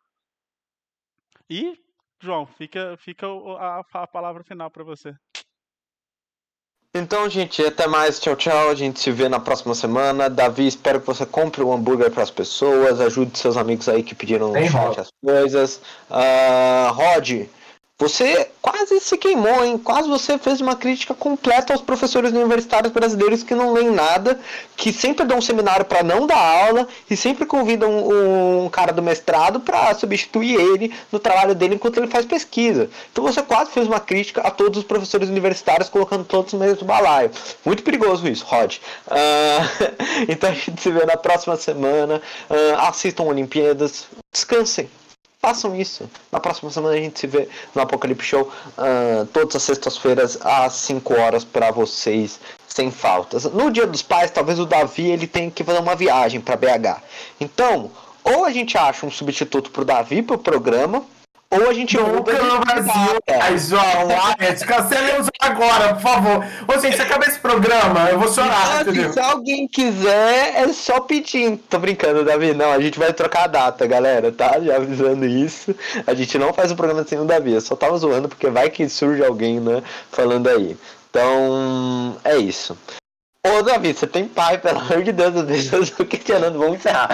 E, João, fica, fica a, a palavra final para você. Então, gente, até mais. Tchau, tchau. A gente se vê na próxima semana. Davi, espero que você compre um hambúrguer para as pessoas. Ajude seus amigos aí que pediram no chat as coisas. Uh, Rod, você quase se queimou, hein? Quase você fez uma crítica completa aos professores universitários brasileiros que não leem nada, que sempre dão um seminário para não dar aula e sempre convidam um, um cara do mestrado para substituir ele no trabalho dele enquanto ele faz pesquisa. Então você quase fez uma crítica a todos os professores universitários, colocando todos no mesmo balaio. Muito perigoso isso, Rod. Uh, então a gente se vê na próxima semana. Uh, assistam Olimpíadas. Descansem. Façam isso. Na próxima semana a gente se vê no Apocalipse Show, uh, todas as sextas-feiras às cinco horas para vocês, sem faltas. No Dia dos Pais, talvez o Davi ele tenha que fazer uma viagem para B H. Então, ou a gente acha um substituto pro Davi pro programa, ou a gente Nunca no Brasil. Ai, João, Alex, cancelemos agora, por favor. Ô, gente, se acabar esse programa, eu vou chorar, então, entendeu? assim, se alguém quiser, é só pedir. Tô brincando, Davi. Não, a gente vai trocar a data, galera, tá? Já avisando isso. A gente não faz o programa sem o Davi. Eu só tava zoando, porque vai que surge alguém, né, falando aí. Então, é isso. Ô, Davi, você tem pai, pelo amor de Deus, eu tô questionando. Vamos encerrar.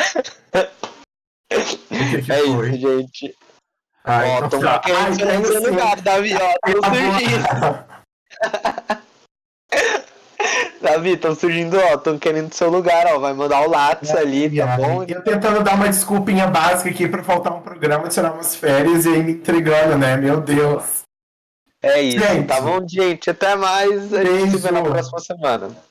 que que é foi? isso, gente. Ai, Ó, estão querendo ser no seu lugar, Davi, ó. Tô surgindo. Davi, estão surgindo, ó, estão querendo seu lugar, ó. Vai mandar o Lattes ali, tá bom? Eu tentando dar uma desculpinha básica aqui pra faltar um programa, tirar umas férias e aí me entregando, né? Meu Deus. É isso, Gente. tá bom, gente? Até mais. A gente se vê na Beijo. próxima semana.